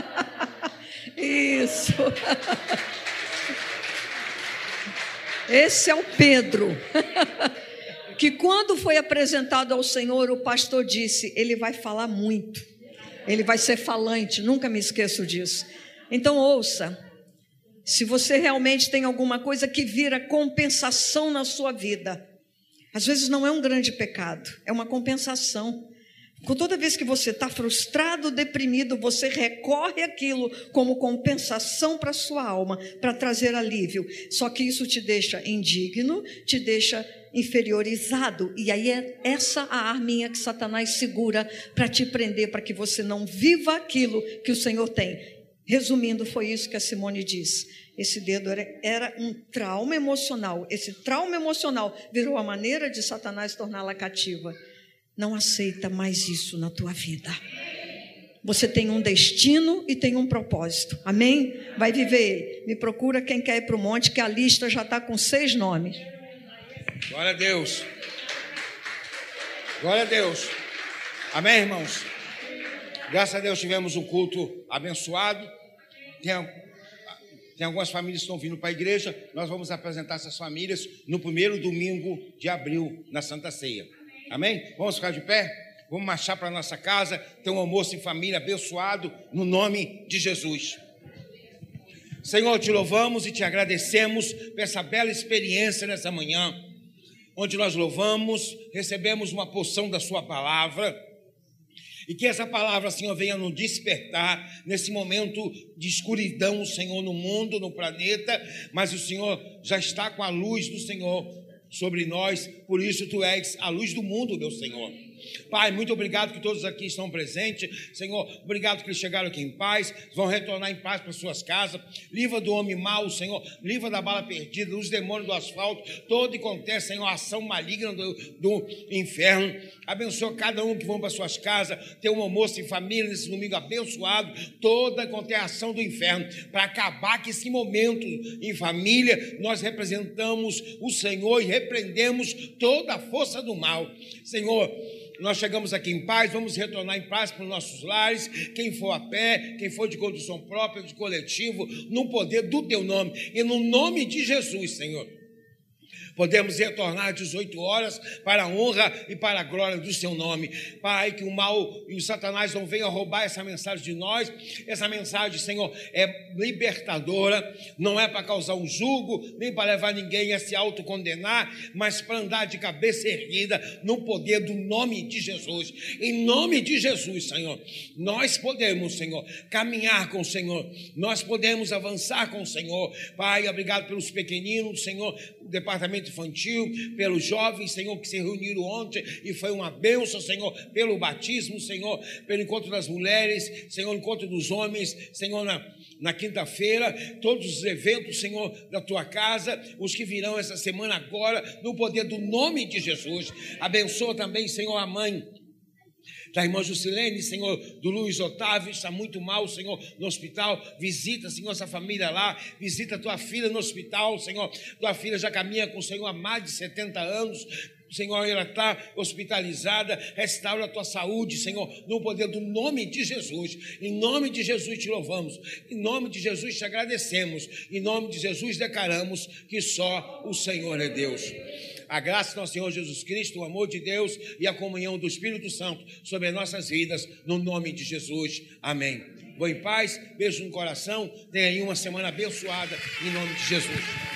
Isso. Esse é o Pedro. Que quando foi apresentado ao Senhor, o pastor disse, ele vai falar muito. Ele vai ser falante, nunca me esqueço disso. Então ouça, se você realmente tem alguma coisa que vira compensação na sua vida, às vezes não é um grande pecado, é uma compensação. Toda vez que você está frustrado, deprimido, você recorre àquilo como compensação para a sua alma, para trazer alívio. Só que isso te deixa indigno, te deixa inferiorizado. E aí é essa a arminha que Satanás segura para te prender, para que você não viva aquilo que o Senhor tem. Resumindo, foi isso que a Simone disse. Esse dedo era, era um trauma emocional. Esse trauma emocional virou a maneira de Satanás torná-la cativa. Não aceita mais isso na tua vida. Você tem um destino e tem um propósito. Amém? Vai viver ele. Me procura quem quer ir para o monte, que a lista já está com seis nomes. Glória a Deus. Glória a Deus. Amém, irmãos? Graças a Deus tivemos um culto abençoado. Tem, tem algumas famílias que estão vindo para a igreja. Nós vamos apresentar essas famílias no primeiro domingo de abril, na Santa Ceia. Amém? Vamos ficar de pé? Vamos marchar para a nossa casa, ter um almoço em família abençoado, no nome de Jesus. Senhor, te louvamos e te agradecemos por essa bela experiência nessa manhã, onde nós louvamos, recebemos uma porção da sua palavra, e que essa palavra, Senhor, venha nos despertar nesse momento de escuridão, Senhor, no mundo, no planeta, mas o Senhor já está com a luz do Senhor sobre nós, por isso tu és a luz do mundo, meu Senhor. Pai, muito obrigado que todos aqui estão presentes. Senhor, obrigado que eles chegaram aqui em paz, vão retornar em paz para suas casas. Livra do homem mau, Senhor, livra da bala perdida, dos demônios do asfalto, todo e qualquer, Senhor, ação maligna do, do inferno. Abençoa cada um que vão para suas casas, ter um almoço em família nesse domingo abençoado, toda e qualquer ação do inferno, para acabar que esse momento em família, nós representamos o Senhor e repreendemos toda a força do mal. Senhor, nós chegamos aqui em paz, vamos retornar em paz para os nossos lares, quem for a pé, quem for de condução própria, de coletivo, no poder do teu nome e no nome de Jesus, Senhor. Podemos retornar às dezoito horas para a honra e para a glória do seu nome. Pai, que o mal e o Satanás não venham roubar essa mensagem de nós. Essa mensagem, Senhor, é libertadora, não é para causar um jugo, nem para levar ninguém a se autocondenar, mas para andar de cabeça erguida no poder do nome de Jesus. Em nome de Jesus, Senhor, nós podemos, Senhor, caminhar com o Senhor, nós podemos avançar com o Senhor. Pai, obrigado pelos pequeninos, Senhor, o departamento infantil, pelos jovens, Senhor, que se reuniram ontem e foi uma bênção, Senhor, pelo batismo, Senhor, pelo encontro das mulheres, Senhor, encontro dos homens, Senhor, na, na quinta-feira, todos os eventos, Senhor, da tua casa, os que virão essa semana agora, no poder do nome de Jesus. Abençoa também, Senhor, a mãe da irmã Juscelene, Senhor, do Luiz Otávio, está muito mal, Senhor, no hospital. Visita, Senhor, essa família lá, visita tua filha no hospital, Senhor. Tua filha já caminha com o Senhor há mais de setenta anos, Senhor, ela está hospitalizada. Restaura a tua saúde, Senhor, no poder do nome de Jesus. Em nome de Jesus te louvamos, em nome de Jesus te agradecemos, em nome de Jesus declaramos que só o Senhor é Deus. A graça do nosso Senhor Jesus Cristo, o amor de Deus e a comunhão do Espírito Santo sobre as nossas vidas, no nome de Jesus. Amém. Vou em paz, beijo no coração, tenha aí uma semana abençoada, em nome de Jesus.